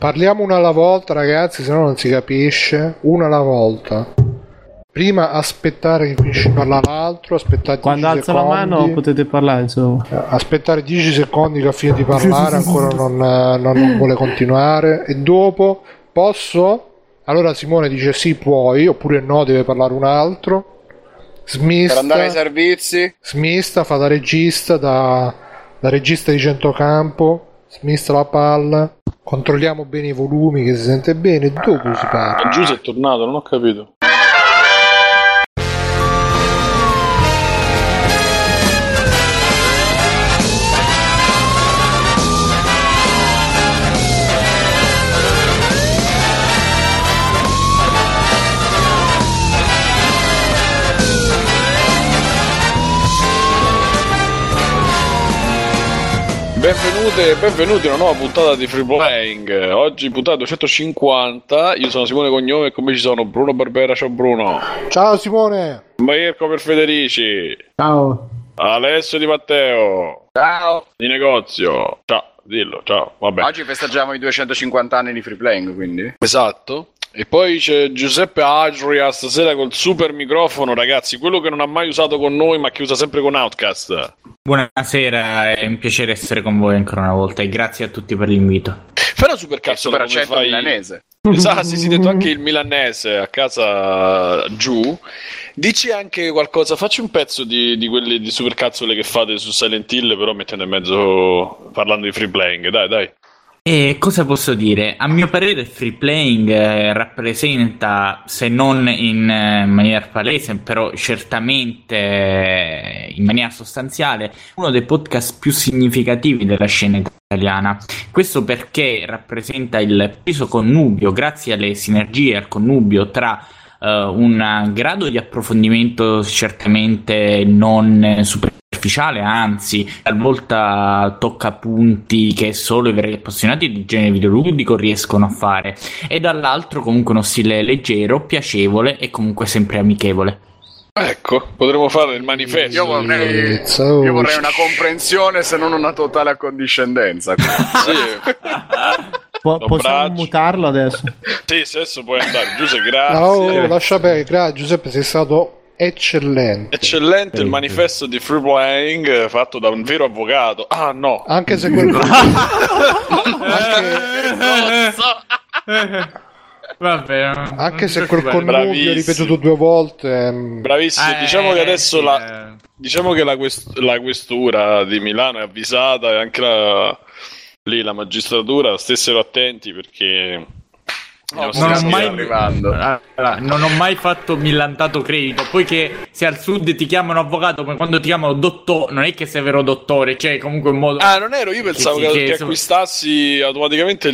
Parliamo una alla volta, ragazzi, se no non si capisce. Una alla volta. Prima aspettare che finisce di parlare l'altro, aspettare 10 Quando alzo la mano potete parlare, insomma. Aspettare 10 secondi che ha finito di parlare, ancora non vuole continuare. E dopo, posso? Allora Simone dice sì, puoi, oppure no, deve parlare un altro. Smista, per andare ai servizi. Smista, fa da regista, da regista di centrocampo. Smista la palla. Controlliamo bene i volumi, che si sente bene. Dopo si parla. Giuse è tornato, non ho capito. Benvenute e benvenuti a una nuova puntata di Free Playing. Oggi puntata 250. Io sono Simone Cognome e con me ci sono Bruno Barbera. Ciao Bruno. Ciao Simone. Mirko per Federici. Ciao. Alessio Di Matteo. Ciao. Di negozio. Ciao, dillo, ciao. Vabbè. Oggi festeggiamo i 250 anni di Free Playing, quindi. Esatto. E poi c'è Giuseppe Adria stasera col super microfono, ragazzi, quello che non ha mai usato con noi ma che usa sempre con Outcast. Buonasera, è un piacere essere con voi ancora una volta e grazie a tutti per l'invito. Fai una super cazzo super accento fai... milanese. Esatto, sì, detto anche il milanese a casa giù. Dici anche qualcosa, facci un pezzo di quelle di supercazzole che fate su Silent Hill, però mettendo in mezzo parlando di Free Playing, dai. E cosa posso dire? A mio parere il free playing rappresenta, se non in maniera palese, però certamente in maniera sostanziale, uno dei podcast più significativi della scena italiana. Questo perché rappresenta il peso connubio, grazie alle sinergie, al connubio tra un grado di approfondimento certamente non superficiale, anzi talvolta tocca punti che solo i veri appassionati di genere videoludico riescono a fare, e dall'altro comunque uno stile leggero, piacevole e comunque sempre amichevole. Ecco, potremmo fare il manifesto. Io vorrei una comprensione, se non una totale accondiscendenza. Sì. Possiamo mutarlo adesso? Sì, adesso puoi andare. Giuseppe, grazie. No, lascia bene, Giuseppe, sei stato eccellente. Il manifesto di Free Playing fatto da un vero avvocato. Ah no. Anche se quel Vabbè, anche se quel connubio ripetuto 2 volte. Bravissimo. Diciamo che adesso sì, diciamo che la questura di Milano è avvisata e anche la magistratura stessero attenti perché non ho mai fatto millantato credito. Poi che se al sud ti chiamano avvocato, ma quando ti chiamano dottore, non è che sei vero dottore, cioè comunque un modo. Ah, non ero, io pensavo che acquistassi automaticamente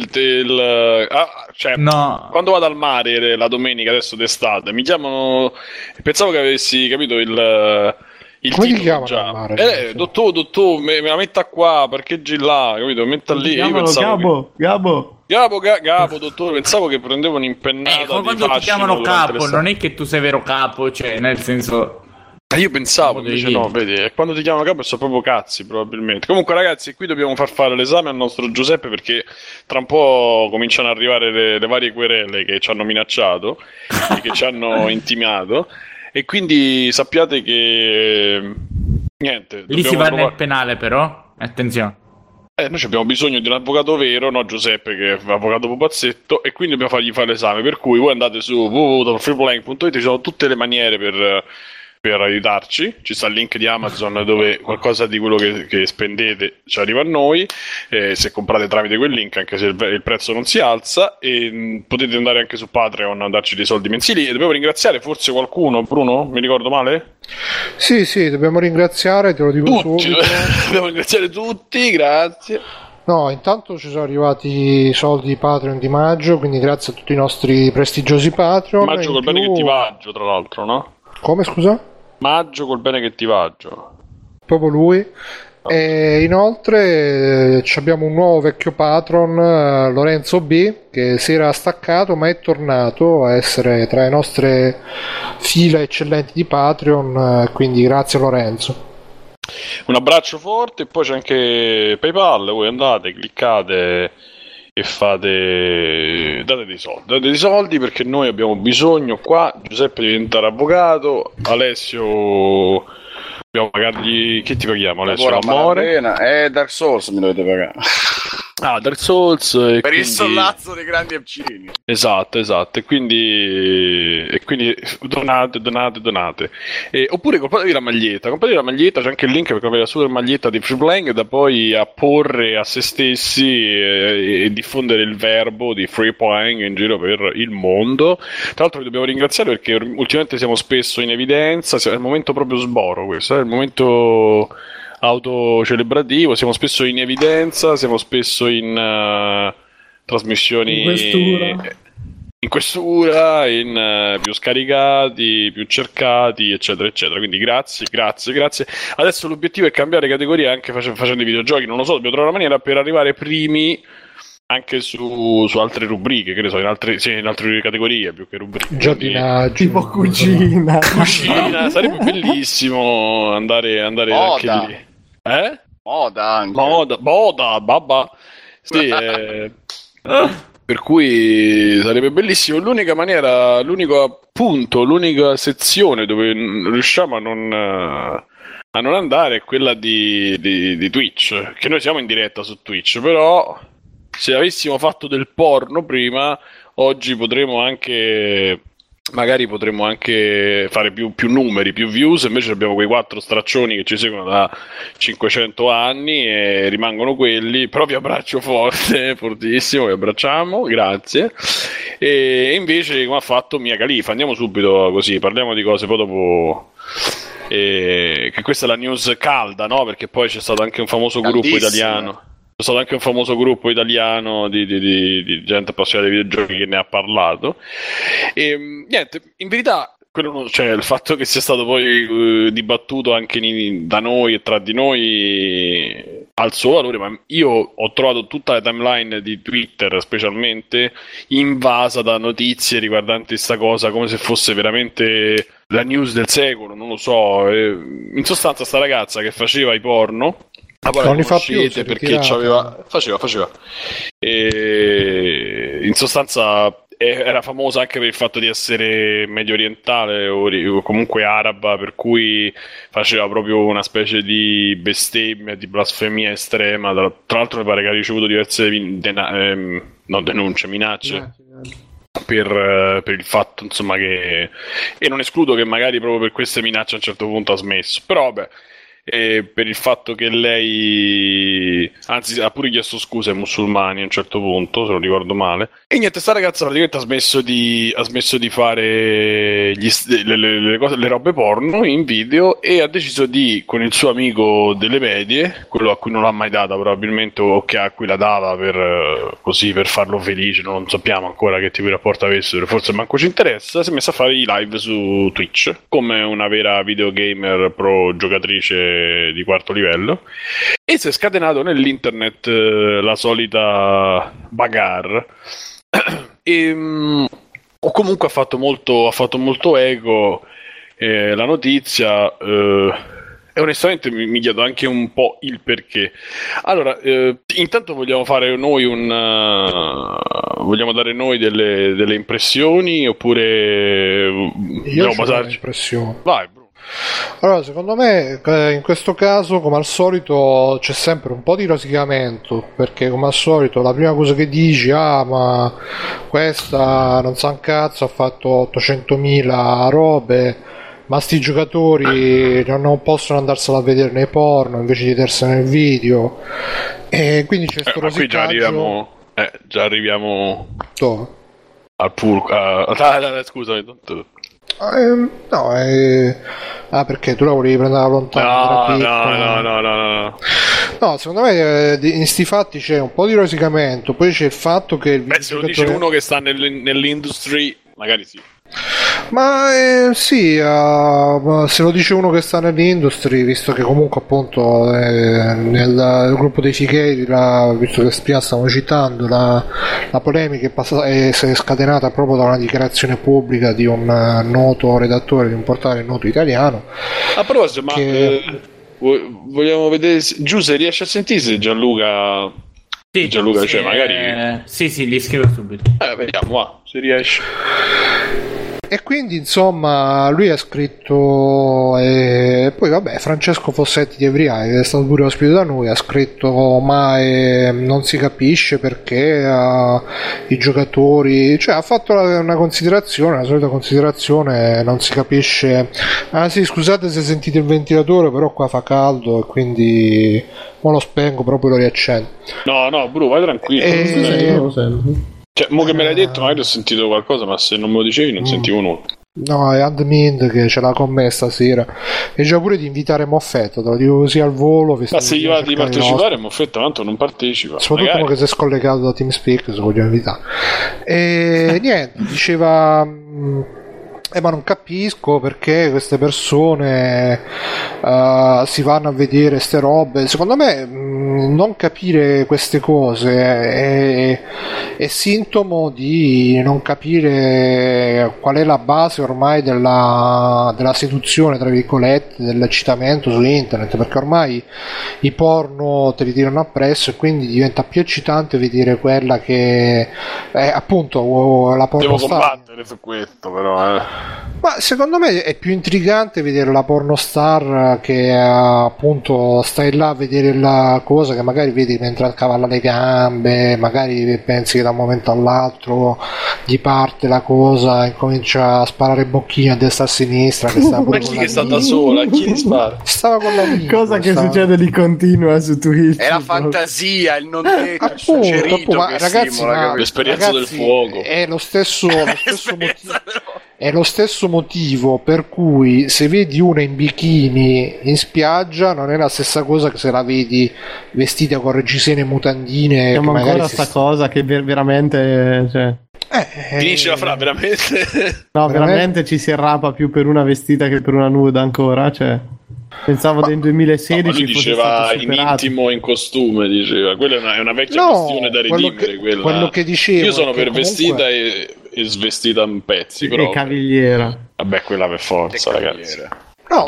no. Quando vado al mare la domenica adesso d'estate mi chiamano, pensavo che avessi capito il come ti chiamano già. al mare? Dottore, me la metta qua, parcheggi là, capito? Metta lì. Io pensavo Gabo, dottore, pensavo che prendevo un'impennata di quando ti chiamano capo, non è che tu sei vero capo, cioè nel senso. Io pensavo, invece no, vedi, e quando ti chiamano capo sono proprio cazzi, probabilmente. Comunque ragazzi, qui dobbiamo far fare l'esame al nostro Giuseppe perché tra un po' cominciano ad arrivare le varie querele che ci hanno minacciato e che ci hanno intimidato. E quindi sappiate che niente. Lì si va nel penale, però. Attenzione. Noi abbiamo bisogno di un avvocato vero, no Giuseppe che è avvocato pupazzetto, e quindi dobbiamo fargli fare l'esame. Per cui voi andate su www.freeplaying.it, ci sono tutte le maniere per aiutarci. Ci sta il link di Amazon dove qualcosa di quello che spendete ci arriva a noi, se comprate tramite quel link, anche se il prezzo non si alza, e potete andare anche su Patreon a darci dei soldi mensili. E dobbiamo ringraziare forse qualcuno, Bruno? Mi ricordo male? Sì, dobbiamo ringraziare, te lo dico tutti. subito. Dobbiamo ringraziare tutti, grazie. No, intanto ci sono arrivati i soldi Patreon di maggio, quindi grazie a tutti i nostri prestigiosi Patreon. Maggio col bene che ti vaggio, tra l'altro, no? Come, scusa? Maggio col bene che ti vaggio. Proprio lui. E inoltre abbiamo un nuovo vecchio patron, Lorenzo B, che si era staccato ma è tornato a essere tra le nostre fila eccellenti di Patreon, quindi grazie Lorenzo. Un abbraccio forte. E poi c'è anche PayPal, voi andate, cliccate e date dei soldi perché noi abbiamo bisogno qua. Giuseppe deve diventare avvocato, Alessio dobbiamo pagargli. Che ti paghiamo, Alessio? L'amore? Dark Souls mi dovete pagare. Dark Souls per quindi... il sollazzo dei grandi abcini. Esatto, e quindi donate. Oppure compratevi la maglietta, c'è anche il link per comprare la super maglietta di Free Playing da poi apporre a se stessi e diffondere il verbo di Free Playing in giro per il mondo. Tra l'altro vi dobbiamo ringraziare perché ultimamente siamo spesso in evidenza, è il momento proprio sboro questo, è il momento autocelebrativo, siamo spesso in evidenza, siamo spesso in trasmissioni in questura, più scaricati, più cercati, eccetera eccetera, quindi grazie. Adesso l'obiettivo è cambiare categoria anche facendo i videogiochi, non lo so, dobbiamo trovare una maniera per arrivare primi anche su altre rubriche, che ne so, in altre categorie più che rubriche. Giardinaggio, tipo cucina. Sarebbe bellissimo andare anche lì. Moda anche. Moda, babba. Sì, per cui sarebbe bellissimo. L'unica maniera, l'unico punto, l'unica sezione dove riusciamo a non andare è quella di Twitch, che noi siamo in diretta su Twitch, però se avessimo fatto del porno prima, oggi magari potremmo anche fare più numeri, più views. Invece abbiamo quei 4 straccioni che ci seguono da 500 anni e rimangono quelli. Però vi abbraccio fortissimo, vi abbracciamo, grazie. E invece come ha fatto Mia Khalifa, andiamo subito così, parliamo di cose poi dopo. Che questa è la news calda, no? Perché poi c'è stato anche un famoso gruppo italiano. C'è stato anche un famoso gruppo italiano di gente appassionata di videogiochi che ne ha parlato. E niente, in verità cioè, il fatto che sia stato poi dibattuto anche da noi e tra di noi ha il suo valore, ma io ho trovato tutta la timeline di Twitter specialmente invasa da notizie riguardanti questa cosa, come se fosse veramente la news del secolo, non lo so. In sostanza sta ragazza che faceva i porno, non li fa più perché faceva e in sostanza era famosa anche per il fatto di essere medio orientale o comunque araba, per cui faceva proprio una specie di bestemmia, di blasfemia estrema. Tra l'altro mi pare che ha ricevuto diverse minacce per il fatto, insomma, che, e non escludo che magari proprio per queste minacce a un certo punto ha smesso, però vabbè. Per il fatto che lei, anzi, ha pure chiesto scusa ai musulmani a un certo punto, se non ricordo male. E niente, sta ragazza praticamente ha smesso di fare le robe porno in video e ha deciso con il suo amico delle medie, quello a cui non l'ha mai data probabilmente, o che a cui la dava per farlo felice, non sappiamo ancora che tipo di rapporto avessero, forse manco ci interessa. Si è messa a fare i live su Twitch come una vera videogamer pro giocatrice di quarto livello, e si è scatenato nell'internet la solita bagarre o comunque ha fatto molto eco la notizia, e onestamente mi chiedo anche un po' il perché. Allora, intanto vogliamo fare noi vogliamo dare noi delle impressioni, oppure vogliamo basarci? Impressioni. Vai, bro. Allora, secondo me in questo caso, come al solito, c'è sempre un po' di rosicamento, perché come al solito la prima cosa che dici, ma questa non sa un cazzo, ha fatto 800.000 robe, ma sti giocatori non possono andarsela a vedere nei porno invece di vedersela nel video, e quindi c'è sto rosicaggio. Già arriviamo dove? Al scusami. Perché tu la volevi prendere da lontano? No, secondo me in sti fatti c'è un po' di rosicamento. Poi c'è il fatto che se lo dice uno che sta nell'industry, magari sì. Ma sì, se lo dice uno che sta nell'industry, visto che comunque appunto nel gruppo dei figheri, visto che prima stavamo citando, la polemica è scatenata proprio da una dichiarazione pubblica di un noto redattore di un portale noto italiano. A proposito, vogliamo vedere, Giuseppe, riesci a sentire se Gianluca Sì, Gianluca, cioè magari... Sì, gli scrivo subito. Vediamo, va, se riesce. E quindi insomma lui ha scritto, e poi vabbè, Francesco Fossetti di Evriai, che è stato pure ospite da noi, ha scritto ma non si capisce perché i giocatori, cioè ha fatto una considerazione, la solita considerazione, non si capisce, ah sì scusate se sentite il ventilatore però qua fa caldo e quindi mo lo spengo proprio lo riaccendo. No Bru, vai tranquillo. Non lo sento. Cioè, mo che me l'hai detto, magari ho sentito qualcosa, ma se non me lo dicevi non sentivo nulla. No, è Admin che ce l'ha con me stasera. E già pure di invitare Moffetto, te lo dico così al volo. Ma se gli va di partecipare, Moffetto tanto non partecipa. Soprattutto che si è scollegato da TeamSpeak, se vogliamo invitare. E niente, diceva... ma non capisco perché queste persone si vanno a vedere ste robe. Secondo me non capire queste cose è sintomo di non capire qual è la base ormai della seduzione, tra virgolette, dell'eccitamento su internet, perché ormai i porno te li tirano appresso e quindi diventa più eccitante vedere quella che è appunto la porno. Devo combattere su questo però Ma secondo me è più intrigante vedere la pornostar che appunto stai là a vedere la cosa che magari vedi mentre accavalla le gambe, magari pensi che da un momento all'altro gli parte la cosa e comincia a sparare bocchini a destra e a sinistra, che sta pure ma chi che sta da sola? Chi spara? Stava con la lingua, cosa che succede di continuo su Twitch. È la fantasia, il non detto, il appunto, suggerito ma che ragazzi, stimola, l'esperienza del fuoco. È lo stesso motivo. È lo stesso motivo per cui se vedi una in bikini in spiaggia non è la stessa cosa che se la vedi vestita con reggisene e mutandine. Siamo ancora sta cosa che veramente... Cioè... Finisce la fra, veramente? No, veramente ci si arrapa più per una vestita che per una nuda ancora, cioè... Pensavo del 2016 no, lui diceva in intimo in costume, diceva quella è una vecchia questione da redimere, quello che dicevo io sono per comunque... vestita e svestita in pezzi, però e cavigliera, vabbè, quella per forza, ragazzi. No,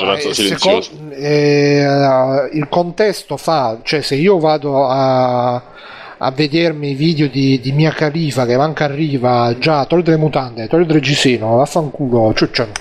il contesto fa, cioè se io vado a vedermi i video di Mia Khalifa che manca arriva già togliete le mutande, togliete il reggiseno, vaffanculo,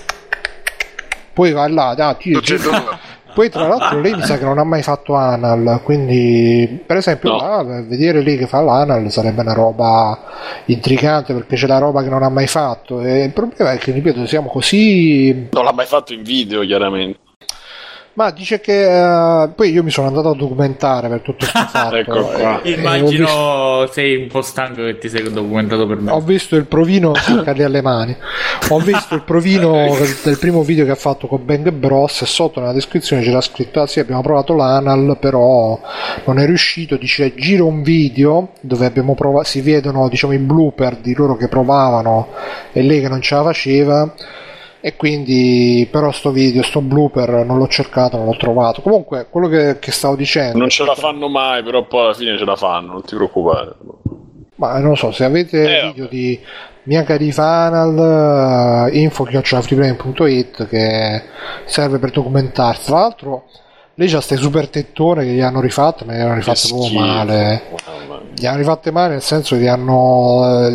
poi va là, poi tra l'altro lei mi sa che non ha mai fatto anal, quindi per esempio vedere lei che fa l'anal sarebbe una roba intrigante perché c'è la roba che non ha mai fatto, e il problema è che, ripeto, siamo così... Non l'ha mai fatto in video, chiaramente. Ma dice che poi io mi sono andato a documentare per tutto questo fatto. Ecco qua. Immagino sei un po' stanco che ti sei documentato per me. Ho visto il provino cadere alle mani. Ho visto il provino del primo video che ha fatto con Bang Bros e sotto nella descrizione c'era scritto: ah sì, abbiamo provato l'anal, però non è riuscito. Dice giro un video dove abbiamo provato, si vedono diciamo i blooper di loro che provavano e lei che non ce la faceva. E quindi però sto blooper non l'ho cercato, non l'ho trovato. Comunque quello che stavo dicendo, non ce la fanno mai, però poi alla fine ce la fanno, non ti preoccupare. Ma non so, se avete video di Mia Khalifa anal, info@freeplane.it, che serve per documentarsi. Tra l'altro lei c'ha ste super tettone che gli hanno rifatto, ma gli hanno rifatte proprio male. Gli hanno rifatte male nel senso che li hanno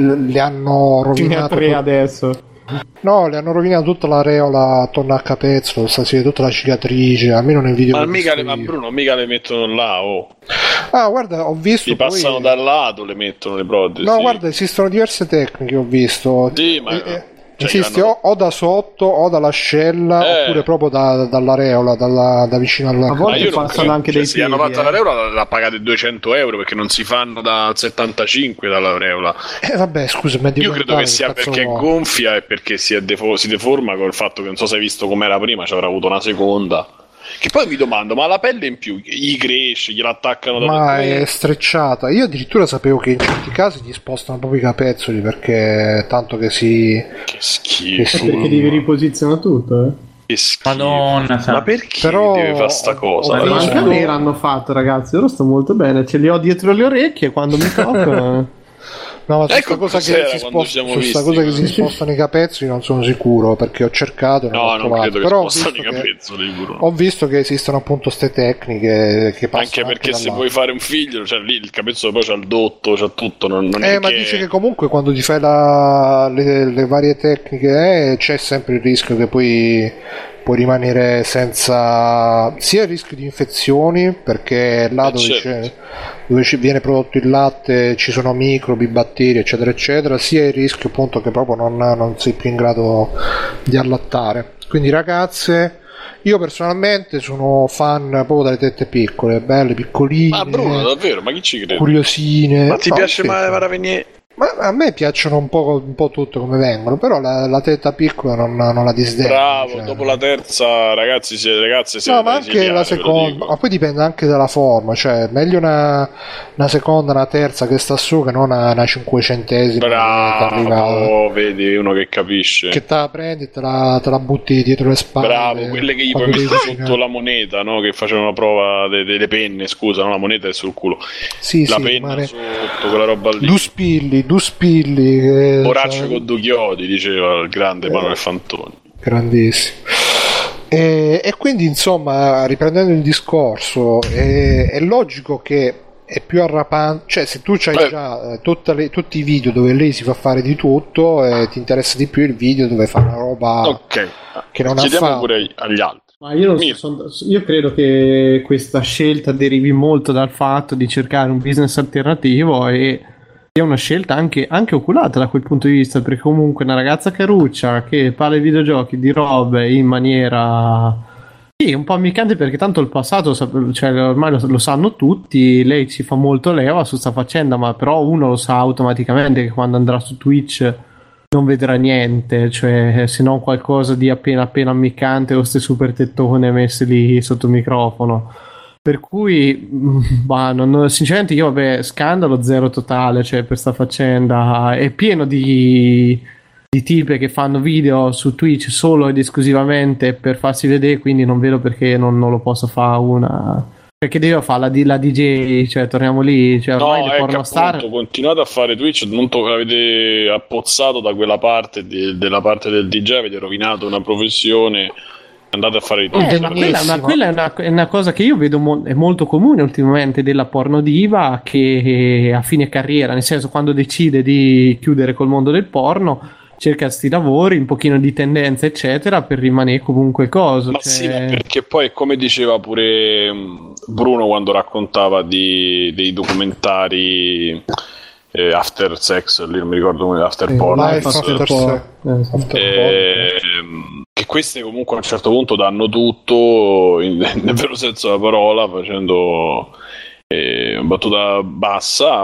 rovinato adesso. No, le hanno rovinato tutta l'areola attorno al capezzolo, si vede tutta la cicatrice, almeno nel video. Ma Bruno, mica le mettono là, Ah, guarda, ho visto. Li passano dal lato, le mettono le protesi. No, guarda, esistono diverse tecniche, ho visto. Sì, ma esiste o da sotto o dall'ascella oppure proprio dall'areola, da vicino alla... A volte passano anche dei piedi. Se hanno fatto l'areola la pagate 200 euro perché non si fanno da 75 dall'areola. Vabbè, scusa, io credo che sia perché è gonfia e perché si deforma con il fatto che non so se hai visto com'era prima, ci avrà avuto una seconda. Che poi mi domando, ma la pelle in più gli cresce, gliela attaccano da ma è strecciata. Io addirittura sapevo che in certi casi gli spostano proprio i capezzoli perché tanto che si... Che schifo. Perché devi riposizionare tutto, Che schifo. Madonna, ma perché deve fare sta cosa? Ma anche me l'hanno fatto, ragazzi, loro sto molto bene, ce li ho dietro le orecchie quando mi tocca. No, ma su Ecco sta cosa cos'era che si quando sposta, siamo su sta visti, cosa che si così. spostano i capezzoli non sono sicuro, perché ho cercato e non No, ho non trovato. credo che Però spostano i capezzoli, Bruno. ho visto che esistono appunto ste tecniche che passano Anche perché da se là. vuoi fare un figlio, cioè lì il capezzolo poi c'ha il dotto, c'ha tutto, non è Ma che... dice che comunque quando ti fai le varie tecniche c'è sempre il rischio che poi puoi rimanere senza sia il rischio di infezioni, perché là certo. dove viene prodotto il latte ci sono microbi, batteri eccetera eccetera, sia il rischio appunto che proprio non sei più in grado di allattare. Quindi ragazze, io personalmente sono fan proprio dalle tette piccole, belle, piccoline, Ma Bruno, davvero, ma chi ci crede? curiosine. Ma ti No, piace sì. mai Maravigné? Ma a me piacciono un po' tutto come vengono, però la tetta piccola non la disdegno. Bravo, cioè. dopo la terza, ragazzi, ragazze, siete No, ma anche esiliate, la ve lo seconda, dico. ma poi dipende anche dalla forma, cioè meglio una seconda, una terza che sta su che non una cinquecentesima che arriva, Bravo, vedi, uno che capisce. che te la prendi e te la butti dietro le spalle. Bravo, quelle che gli puoi quando devi mettere cucinare. sotto la moneta, no? Che facevano la prova delle penne, scusa, no? La moneta è sul culo. Sì, La sì, penna rimane- sotto, quella roba lì. due spilli che, Boraccio cioè, con due chiodi, diceva il grande Manuel Fantoni. grandissimo. E quindi insomma, riprendendo il discorso, è logico che è più arrapante, cioè se tu c'hai già tutti i video dove lei si fa fare di tutto, ti interessa di più il video dove fa una roba Ok, che non ha chiediamo fatto. pure agli altri. Ma io, Mir. io credo che questa scelta derivi molto dal fatto di cercare un business alternativo e sia una scelta anche oculata da quel punto di vista, perché comunque una ragazza caruccia che parla di videogiochi, di robe in maniera sì, un po' ammiccante, perché tanto il passato cioè, ormai lo sanno tutti, lei ci fa molto leva su sta faccenda, ma però uno lo sa automaticamente che quando andrà su Twitch non vedrà niente, cioè se non qualcosa di appena ammiccante o ste super tettone messe lì sotto microfono. Per cui, sinceramente io, scandalo zero totale, cioè per sta faccenda. È pieno di tipe che fanno video su Twitch solo ed esclusivamente per farsi vedere, quindi non vedo perché non lo possa fare una... Perché deve fare la DJ, cioè torniamo lì, cioè ormai No, le è che pornostar... appunto continuate a fare Twitch, l'avete appozzato da quella parte della parte del DJ, avete rovinato una professione, andate a fare i Twitch. Ma quella è una cosa che io vedo è molto comune ultimamente della pornodiva, che a fine carriera, nel senso quando decide di chiudere col mondo del porno, cerca sti lavori, un pochino di tendenza eccetera per rimanere comunque cosa. Ma sì, ma perché poi come diceva pure Bruno quando raccontava dei documentari after sex, lì non mi ricordo come, after porn, Life after sex. che queste comunque a un certo punto danno tutto nel vero senso della parola, facendo battuta bassa,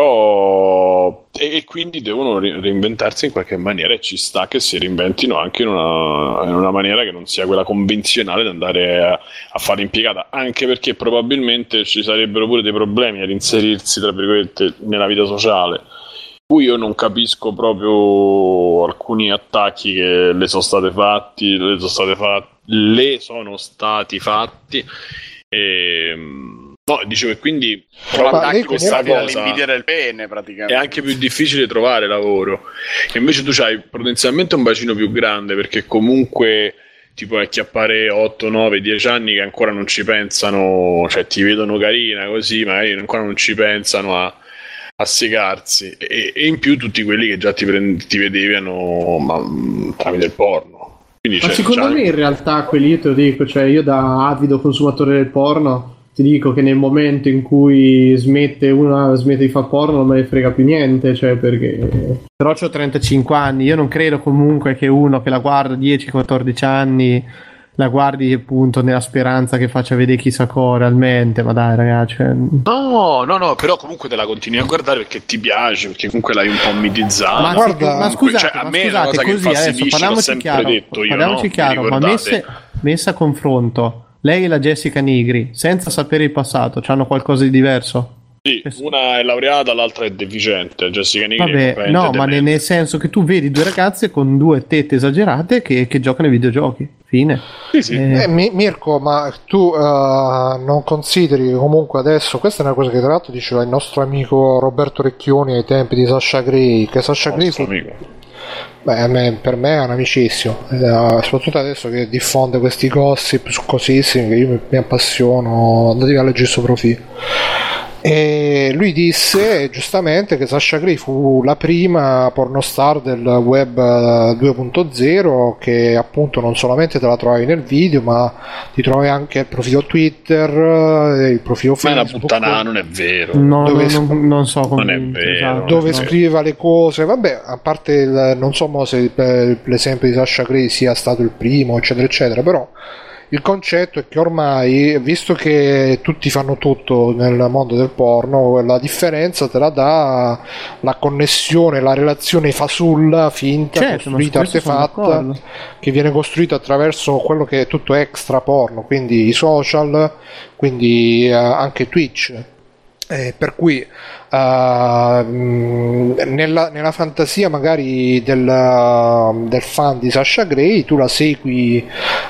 però e quindi devono reinventarsi in qualche maniera, e ci sta che si reinventino anche in una maniera che non sia quella convenzionale di andare a fare impiegata, anche perché probabilmente ci sarebbero pure dei problemi ad inserirsi tra virgolette nella vita sociale. Io non capisco proprio alcuni attacchi che le sono stati fatti no, dicevo, e quindi Attacchi questa comunque cosa all'invidia del pene, praticamente. è anche più difficile trovare lavoro, e invece tu c'hai potenzialmente un bacino più grande, perché comunque ti puoi acchiappare 8, 9, 10 anni che ancora non ci pensano, cioè ti vedono carina così, magari ancora non ci pensano a segarsi, e in più tutti quelli che già ti vedevano tramite il porno. Quindi, Ma secondo me in realtà quelli, io te lo dico, cioè io da avido consumatore del porno ti dico che nel momento in cui smette di fare porno non me ne frega più niente, cioè perché però c'ho 35 anni, io non credo comunque che uno che la guarda 10-14 anni la guardi appunto nella speranza che faccia vedere chissà cosa realmente, ma dai ragazzi, cioè... no, però comunque te la continui a guardare perché ti piace, perché comunque l'hai un po' mitizzata. Ma, guarda, ma scusate, cioè, a me è una cosa così che adesso parliamoci chiaro, detto io, ma messa a confronto lei e la Jessica Nigri, senza sapere il passato, c'hanno qualcosa di diverso? Sì, una è laureata, l'altra è deficiente. Jessica Nigri. Vabbè, no, ma nel senso che tu vedi due ragazze con due tette esagerate che giocano ai videogiochi. Fine. Sì. Mirko, ma tu non consideri comunque adesso, questa è una cosa che tra l'altro diceva il nostro amico Roberto Recchioni ai tempi di Sasha Grey, che Sasha Grey per me è un amicissimo, soprattutto adesso che diffonde questi gossip succosissimi che io mi appassiono, andatevi a leggere il suo profilo. E lui disse giustamente che Sasha Grey fu la prima pornostar del web 2.0, che appunto non solamente te la trovavi nel video, ma ti trovavi anche il profilo Twitter, il profilo Facebook. Ma è una puttana, non è vero. No, non so come. Non è vero. Esatto, dove scriveva le cose, vabbè, a parte non so se l'esempio di Sasha Grey sia stato il primo, eccetera, eccetera, però il concetto è che ormai, visto che tutti fanno tutto nel mondo del porno, la differenza te la dà la connessione, la relazione fasulla, finta, costruita, artefatta, che viene costruita attraverso quello che è tutto extra porno, quindi i social, quindi anche Twitch. Per cui nella fantasia magari del fan di Sasha Grey, tu la segui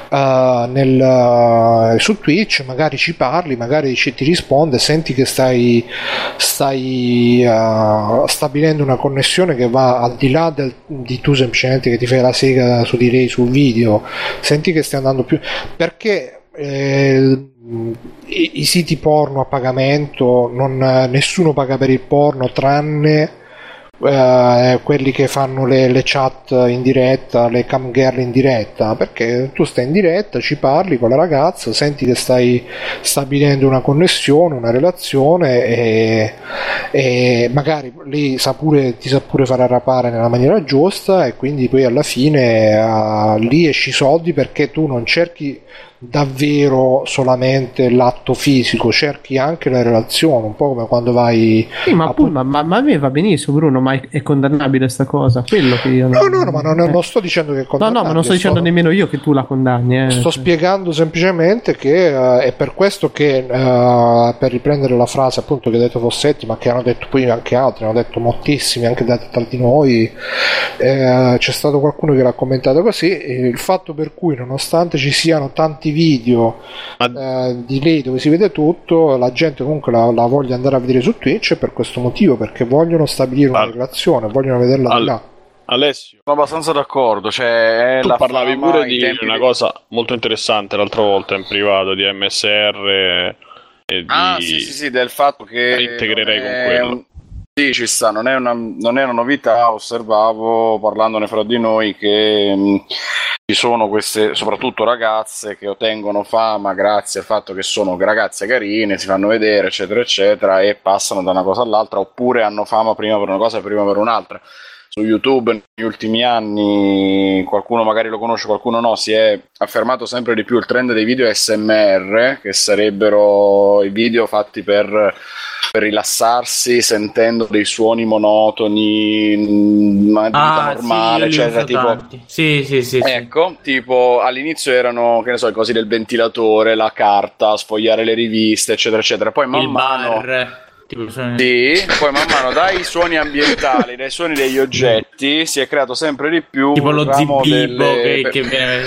su Twitch, magari ci parli, magari ti risponde, senti che stai stabilendo una connessione che va al di là di tu semplicemente che ti fai la sega su di lei sul video, senti che stai andando più, perché i siti porno a pagamento, nessuno paga per il porno tranne quelli che fanno le chat in diretta, le cam girl in diretta, perché tu stai in diretta, ci parli con la ragazza, senti che stai stabilendo una connessione, una relazione, e magari lei ti sa pure fare arrapare nella maniera giusta, e quindi poi alla fine lì esci soldi, perché tu non cerchi davvero solamente l'atto fisico, cerchi anche la relazione, un po' come quando vai. Sì, ma a me va benissimo, Bruno, ma è condannabile sta cosa? Quello che io non sto dicendo che è condannabile. No, ma non sto dicendo nemmeno io che tu la condanni. Sto spiegando semplicemente che è per questo che, per riprendere la frase appunto che ha detto Fossetti, ma che hanno detto poi anche altri, hanno detto moltissimi anche tra di noi, c'è stato qualcuno che l'ha commentato così, il fatto per cui nonostante ci siano tanti video di lei dove si vede tutto, la gente comunque la voglia andare a vedere su Twitch per questo motivo, perché vogliono stabilire una relazione, vogliono vederla di là. Alessio, sono abbastanza d'accordo. Cioè, tu parlavi pure di una cosa molto interessante l'altra volta in privato di MSR e sì, del fatto che integrerei con quello. Sì, ci sta, non è una novità. Osservavo, parlandone fra di noi, che ci sono queste, soprattutto ragazze, che ottengono fama grazie al fatto che sono ragazze carine, si fanno vedere, eccetera, eccetera, e passano da una cosa all'altra, oppure hanno fama prima per una cosa e prima per un'altra. Su YouTube negli ultimi anni, qualcuno magari lo conosce, qualcuno no, si è affermato sempre di più il trend dei video ASMR, che sarebbero i video fatti per rilassarsi sentendo dei suoni monotoni, una vita normale, eccetera, tipo sì. Ecco, tipo all'inizio erano, che ne so, i cosi del ventilatore, la carta, sfogliare le riviste, eccetera, eccetera. Poi man mano poi man mano dai suoni ambientali, dai suoni degli oggetti si è creato sempre di più, tipo lo Zibibo che viene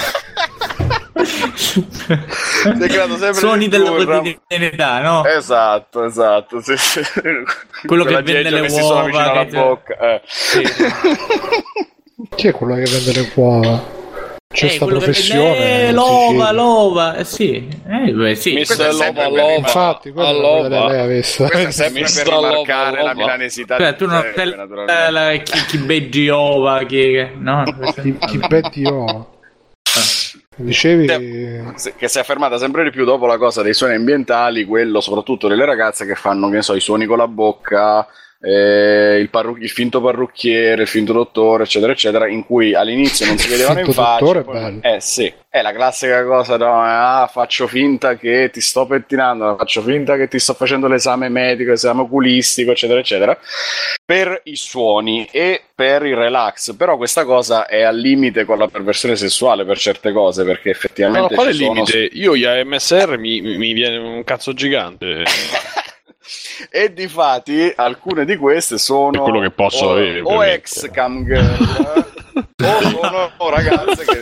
si è creato sempre suoni di più della quotidianità, no? Esatto, sì. Quello che vende le uova vicino alla bocca. Sì. Chi è quello che vende le uova? C'è sta professione, l'ova, sì. Lova. Infatti, quello lei avesse. Questo è sempre per rimarcare la milanesità. Cioè, tu non chi beggi ova, no? Chi betti ova. Dicevi che si è affermata sempre di più dopo la cosa dei suoni ambientali, quello soprattutto delle ragazze che fanno, che ne so, i suoni con la bocca, il finto parrucchiere, il finto dottore, eccetera, eccetera, in cui all'inizio non si vedevano in faccia. Sì, è la classica cosa, no? Faccio finta che ti sto pettinando, faccio finta che ti sto facendo l'esame medico, l'esame oculistico, eccetera, eccetera, per i suoni e per il relax. Però questa cosa è al limite con la perversione sessuale per certe cose, perché effettivamente quale limite? Io a MSR mi viene un cazzo gigante. E difatti alcune di queste sono è quello che posso avere, o ex camgirl o sono ragazze che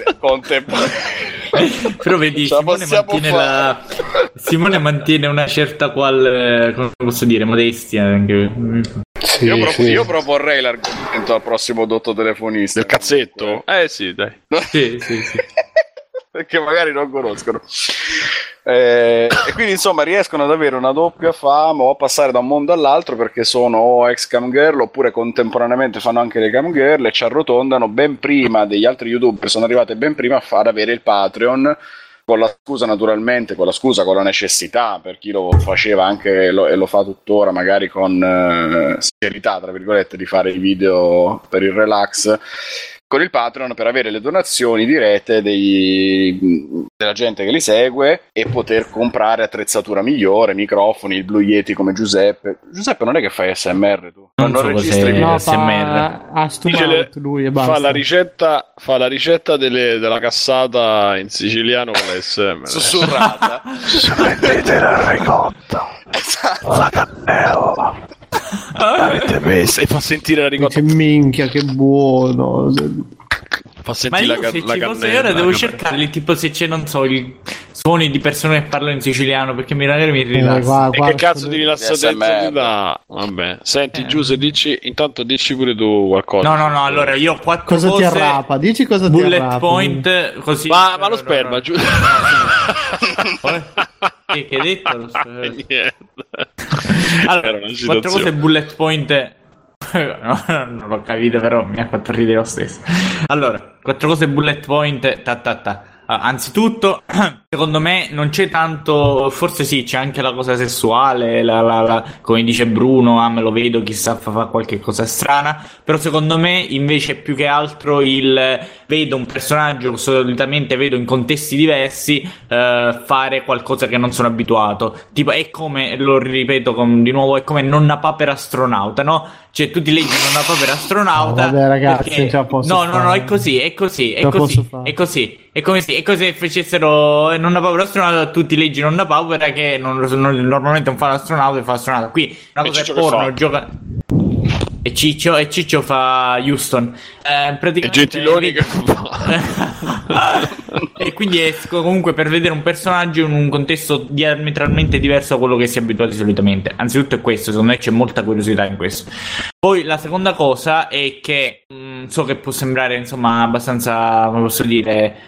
però vedi, Simone mantiene una certa come posso dire, modestia anche. Sì, io proporrei l'argomento al prossimo dotto telefonista. Del cazzetto? Sì, dai. Sì. Perché magari non conoscono. E quindi insomma riescono ad avere una doppia fama o a passare da un mondo all'altro perché sono o ex camgirl oppure contemporaneamente fanno anche le camgirl e ci arrotondano ben prima degli altri youtuber, sono arrivate ben prima ad avere il Patreon, con la scusa naturalmente, con la necessità per chi lo faceva anche e lo fa tuttora magari con serietà tra virgolette di fare i video per il relax, con il Patreon per avere le donazioni dirette della gente che li segue e poter comprare attrezzatura migliore, microfoni, il Blue Yeti come Giuseppe. Giuseppe non è che fai SMR tu? Non so registri SMR. Lui e basta. Fa la ricetta della cassata in siciliano con la SMR. Sussurrata. Mettete la ricotta. Esatto. La cannella. Avete messo e fa sentire la ricotta. Che minchia, che buono. Fa sentire ma io se ci fosse ora devo cercarli, tipo se c'è, non so, i suoni di persone che parlano in siciliano, perché magari mi rilassa. E che cazzo di rilassatezza ti dà? Vabbè, senti Giuse, dici pure tu qualcosa. No, allora io ho 4 cosa cose. Ti arrapa? Dici cosa bullet ti arrapa? Point così. Ma lo sperma, Giuse. Che hai detto? Niente. Allora, 4 cose bullet point. No, non l'ho capito, però mi ha fatto ridere lo stesso. Allora, 4 cose bullet point. Anzitutto, secondo me non c'è tanto, forse sì, c'è anche la cosa sessuale, come dice Bruno, me lo vedo, chissà fa qualche cosa strana, però secondo me invece più che altro vedo un personaggio, solitamente vedo in contesti diversi fare qualcosa che non sono abituato, tipo è come, lo ripeto di nuovo, è come Nonna Papera astronauta, no? Cioè tu ti leggi Nonna Papera astronauta. No, vabbè ragazzi, perché... ce la posso no, è così, è come se facessero Nonna Paura astronauta, tu ti leggi Nonna Paura che normalmente non fa l'astronauta e fa l'astronauta. Qui una cosa è porno, gioca. E Ciccio fa Houston. Praticamente. E Gentiloni che fa. E quindi esco comunque per vedere un personaggio in un contesto diametralmente diverso da quello che si è abituati solitamente. Anzitutto è questo, secondo me c'è molta curiosità in questo. Poi la seconda cosa è che so che può sembrare insomma abbastanza, come posso dire,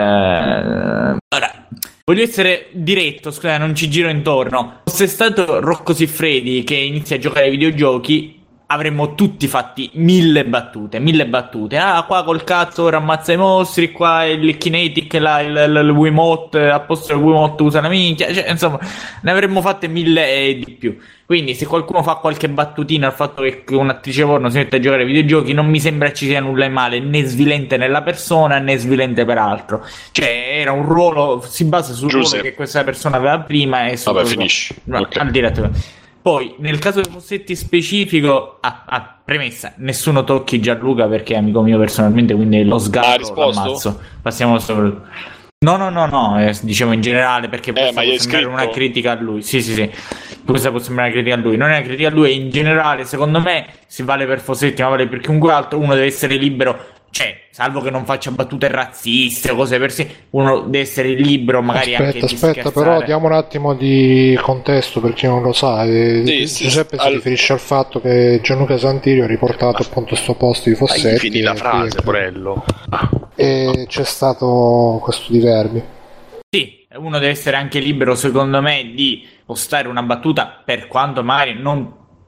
ora voglio essere diretto, scusa, non ci giro intorno. Se è stato Rocco Siffredi che inizia a giocare ai videogiochi, avremmo tutti fatti 1000 battute. Qua col cazzo ora ammazza i mostri, qua il kinetic, il Wiimote, a posto del Wiimote usa la minchia, cioè, insomma ne avremmo fatte 1000 e di più. Quindi se qualcuno fa qualche battutina al fatto che un'attrice porno si mette a giocare ai videogiochi, non mi sembra ci sia nulla di male, né svilente nella persona né svilente per altro. Cioè era un ruolo, si basa sul ruolo che questa persona aveva prima e vabbè finisci al diretto. Poi, nel caso dei Fossetti specifico, premessa, nessuno tocchi Gianluca perché è amico mio personalmente, quindi lo sgarro lo ammazzo. Passiamo sopra. No, diciamo in generale, perché può sembrare una critica a lui. Sì. Questa può sembrare una critica a lui. Non è una critica a lui, è in generale, secondo me, si vale per Fossetti, ma vale per chiunque altro, uno deve essere libero. Cioè, salvo che non faccia battute razziste o cose per sé, uno deve essere libero magari anche di scherzare. Aspetta, però diamo un attimo di contesto per chi non lo sa. Giuseppe si riferisce al fatto che Gianluca Santilli ha riportato appunto sto post di Fossetti. Finì la frase, porello. E c'è stato questo diverbio. Sì, uno deve essere anche libero, secondo me, di postare una battuta, per quanto magari non,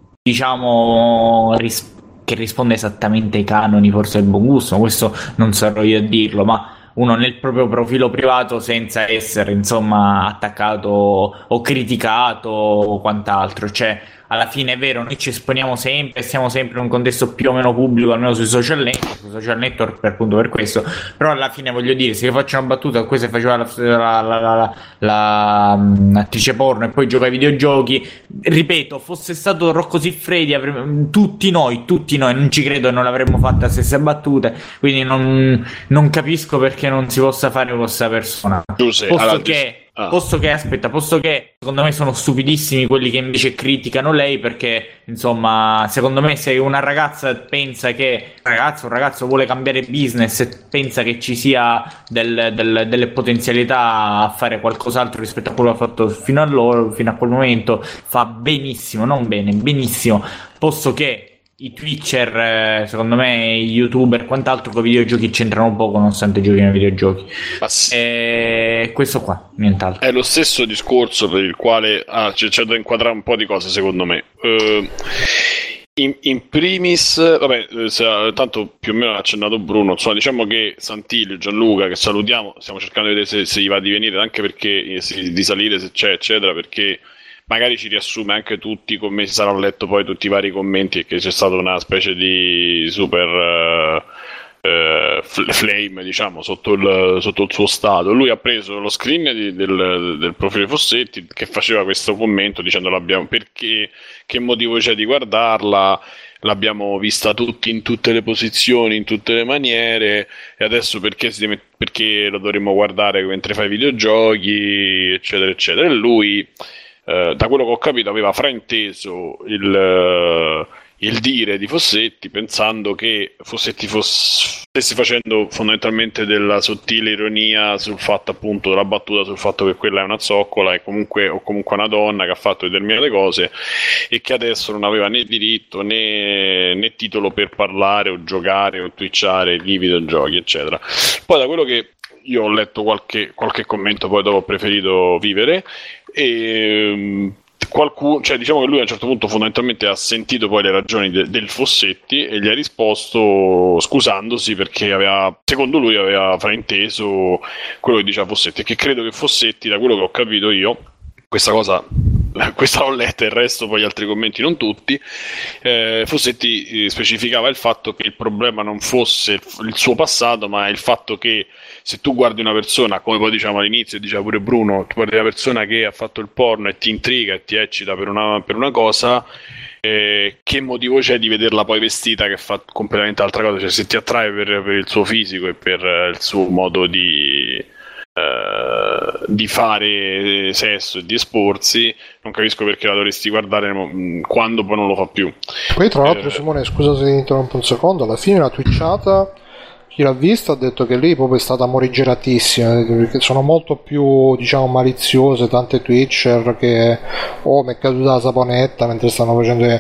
diciamo, che risponde esattamente ai canoni forse del buon gusto, questo non sarò io a dirlo, ma uno nel proprio profilo privato senza essere insomma attaccato o criticato o quant'altro. Cioè alla fine è vero, noi ci esponiamo sempre, stiamo sempre in un contesto più o meno pubblico, almeno sui social network per questo, però alla fine voglio dire, se io faccio una battuta con questa faceva la attrice porno e poi gioca ai videogiochi, ripeto, fosse stato Rocco Siffredi tutti noi non ci credo, non l'avremmo fatta la stessa battuta, quindi non capisco perché non si possa fare con questa persona. Giuseppe, posto che Posto che secondo me sono stupidissimi quelli che invece criticano lei, perché insomma secondo me se una ragazza pensa che un ragazzo vuole cambiare business e pensa che ci sia delle potenzialità a fare qualcos'altro rispetto a quello che ha fatto fino a quel momento, fa benissimo, non bene, benissimo, posto che i Twitcher, secondo me, i YouTuber, quant'altro con i videogiochi c'entrano poco, nonostante giocino ai videogiochi. E questo qua, nient'altro. È lo stesso discorso per il quale c'è da inquadrare un po' di cose, secondo me. In primis, vabbè, tanto più o meno ha accennato Bruno, insomma, diciamo che Santilli, Gianluca, che salutiamo, stiamo cercando di vedere se gli va di venire, anche perché di salire se c'è, eccetera, perché magari ci riassume anche tutti i commenti, saranno letto poi tutti i vari commenti, e che c'è stata una specie di super flame, diciamo, sotto il suo stato. Lui ha preso lo screen del profilo Fossetti che faceva questo commento dicendo perché, che motivo c'è di guardarla, l'abbiamo vista tutti in tutte le posizioni, in tutte le maniere, e adesso perché lo dovremmo guardare mentre fa i videogiochi, eccetera eccetera. E lui, da quello che ho capito, aveva frainteso il dire di Fossetti, pensando che Fossetti stesse facendo fondamentalmente della sottile ironia sul fatto, appunto, della battuta sul fatto che quella è una zoccola o comunque una donna che ha fatto determinate cose e che adesso non aveva né diritto né titolo per parlare o giocare o twitchare i videogiochi, eccetera. Poi, da quello che io ho letto qualche commento, poi dopo ho preferito vivere, e qualcuno, cioè diciamo che lui a un certo punto fondamentalmente ha sentito poi le ragioni del Fossetti e gli ha risposto scusandosi perché secondo lui aveva frainteso quello che diceva Fossetti, e che credo che Fossetti, da quello che ho capito io, questa l'ho letta, il resto poi gli altri commenti non tutti, Fossetti specificava il fatto che il problema non fosse il suo passato, ma il fatto che se tu guardi una persona, come poi diciamo all'inizio, diceva pure Bruno, tu guardi una persona che ha fatto il porno e ti intriga e ti eccita per una cosa, che motivo c'è di vederla poi vestita che fa completamente altra cosa? Cioè, se ti attrae per il suo fisico e per il suo modo di fare sesso e di esporsi, non capisco perché la dovresti guardare quando poi non lo fa più. Poi tra l'altro, Simone, scusa se ti interrompo un secondo, alla fine la twitchata, chi l'ha vista ha detto che lì proprio è stata morigeratissima, perché sono molto più, diciamo, maliziose tante twitcher che mi è caduta la saponetta mentre stanno facendo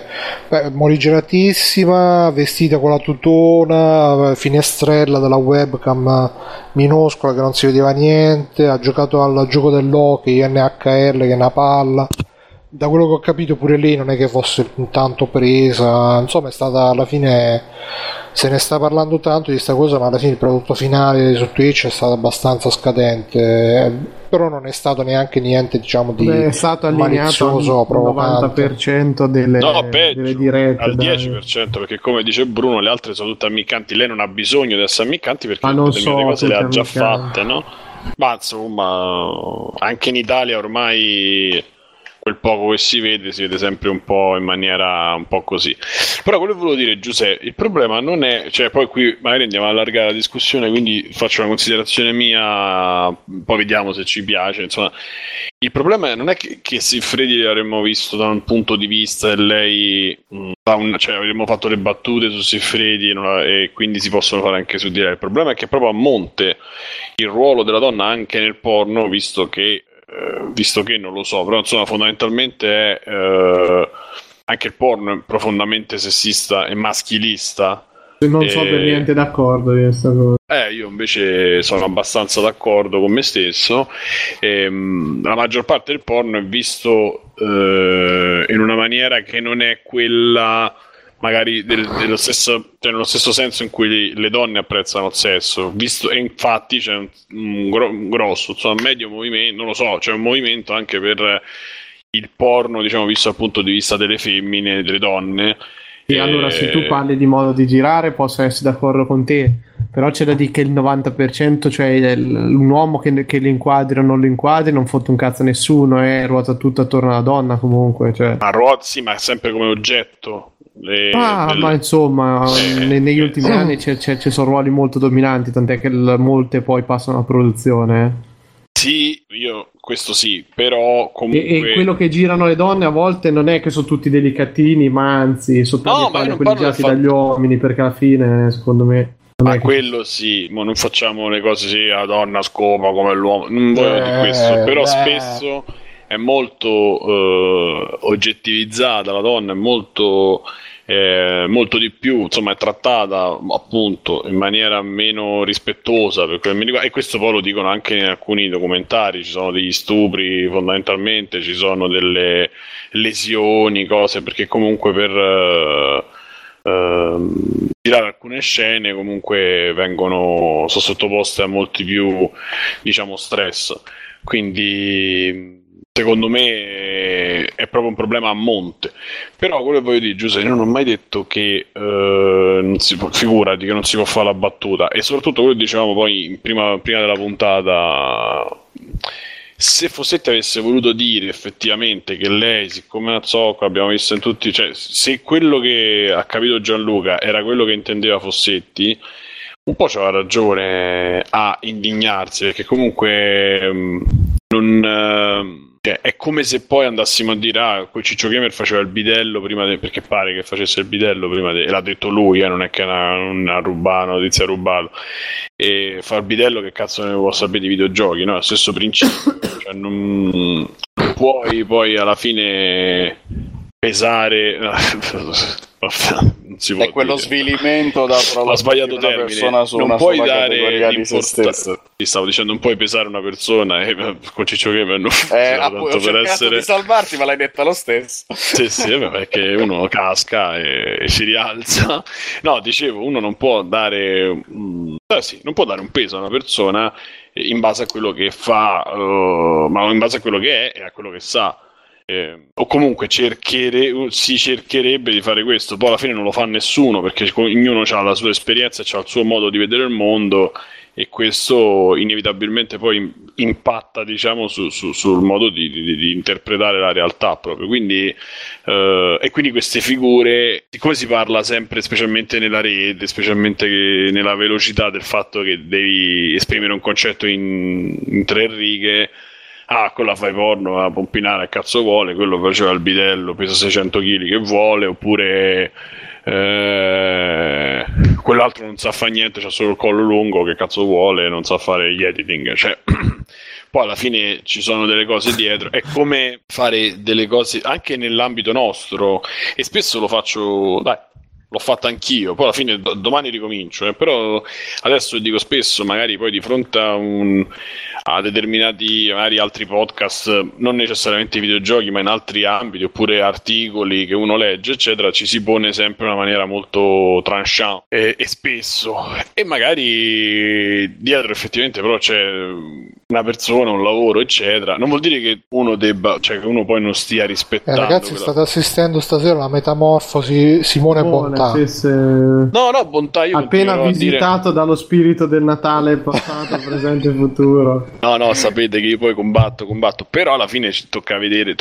morigeratissima, vestita con la tutona, finestrella della webcam minuscola che non si vedeva niente, ha giocato al gioco dell'hockey NHL che è una palla. Da quello che ho capito pure lì non è che fosse tanto presa, insomma è stata, alla fine se ne sta parlando tanto di sta cosa, ma alla fine il prodotto finale su Twitch è stato abbastanza scadente, però non è stato neanche niente, diciamo, di è stato malizioso o provocante. Il 90% delle dirette al 10%, perché come dice Bruno le altre sono tutte ammiccanti, lei non ha bisogno di essere ammiccanti perché determinate cose le ha già fatte, no? Ma insomma anche in Italia ormai quel poco che si vede sempre un po' in maniera un po' così. Però quello che volevo dire, Giuseppe, il problema non è, cioè poi qui magari andiamo ad allargare la discussione, quindi faccio una considerazione mia, poi vediamo se ci piace, insomma. Il problema non è che Siffredi l'avremmo visto da un punto di vista e lei cioè avremmo fatto le battute su Siffredi e quindi si possono fare anche su di lei. Il problema è che proprio a monte il ruolo della donna anche nel porno, visto che non lo so, però insomma fondamentalmente è anche il porno è profondamente sessista e maschilista. Non so per niente d'accordo di questa cosa. Io invece sono abbastanza d'accordo con me stesso. La maggior parte del porno è visto in una maniera che non è quella magari nello stesso senso in cui le donne apprezzano il sesso, visto, e infatti c'è un grosso, insomma, medio movimento, non lo so, c'è un movimento anche per il porno, diciamo, visto dal punto di vista delle femmine, delle donne. E allora, se tu parli di modo di girare, posso essere d'accordo con te, però c'è da dire che il 90%, cioè un uomo che li inquadri o non lo inquadri, non fotte un cazzo a nessuno, ruota tutto attorno alla donna comunque, cioè. Sì, ma sempre come oggetto. Ma insomma, negli ultimi anni ci sono ruoli molto dominanti, tant'è che molte poi passano a produzione. Sì, io questo sì, però comunque... E quello che girano le donne a volte non è che sono tutti delicatini, ma anzi sono quelli girati dagli uomini, perché alla fine, secondo me... Ma quello sì, ma non facciamo le cose sì, la donna scopa come l'uomo, non voglio di questo, però spesso è molto oggettivizzata la donna, è molto di più, insomma è trattata appunto in maniera meno rispettosa per quello che mi riguarda, e questo poi lo dicono anche in alcuni documentari, ci sono degli stupri fondamentalmente, ci sono delle lesioni, cose, perché comunque per girare alcune scene comunque sono sottoposte a molti più, diciamo, stress, quindi secondo me è proprio un problema a monte. Però quello che voglio dire, Giuseppe, io non ho mai detto che non si può, figurati che non si può fare la battuta, e soprattutto quello che dicevamo poi prima della puntata, se Fossetti avesse voluto dire effettivamente che lei, siccome Azzocco abbiamo visto in tutti, cioè se quello che ha capito Gianluca era quello che intendeva Fossetti, un po' c'aveva ragione a indignarsi, perché comunque è come se poi andassimo a dire quel Ciccio Gamer faceva il bidello perché pare che facesse il bidello e l'ha detto lui, non è che una notizia rubalo, e far bidello che cazzo ne può sapere di videogiochi, no? È lo stesso principio, cioè non puoi poi alla fine pesare non si può è quello dire. Svilimento da ho sbagliato termine, persona su non una puoi sola dare categoria di se stessa. Stavo dicendo, non puoi pesare una persona, e con Ciccio Gamer non ho cercato di salvarti, ma l'hai detta lo stesso. sì, perché uno casca e si rialza. No, dicevo, uno non può dare non può dare un peso a una persona in base a quello che fa, ma in base a quello che è e a quello che sa. O comunque si cercherebbe di fare questo, poi alla fine non lo fa nessuno, perché ognuno ha la sua esperienza e ha il suo modo di vedere il mondo, e questo inevitabilmente poi impatta, diciamo, sul modo di interpretare la realtà proprio. Quindi e quindi queste figure, siccome si parla sempre, specialmente nella rete, specialmente nella velocità, del fatto che devi esprimere un concetto in 3 righe, quella fai porno, la pompinare a cazzo vuole, quello faceva il bidello, pesa 600 kg che vuole, oppure quell'altro non sa fare niente, c'ha solo il collo lungo, che cazzo vuole, non sa fare gli editing, cioè poi alla fine ci sono delle cose dietro, è come fare delle cose anche nell'ambito nostro, e spesso lo faccio, l'ho fatta anch'io, poi alla fine domani ricomincio, però adesso dico spesso, magari poi di fronte a determinati magari altri podcast, non necessariamente videogiochi, ma in altri ambiti, oppure articoli che uno legge, eccetera, ci si pone sempre in una maniera molto tranchant e spesso, e magari dietro effettivamente però c'è una persona, un lavoro, eccetera. Non vuol dire che uno debba, cioè che uno poi non stia rispettando. Ragazzi, state assistendo stasera alla metamorfosi Simone Bontà. No, Bontà, io appena visitato dallo spirito del Natale passato, presente e futuro. No, sapete che io poi combatto, però alla fine tocca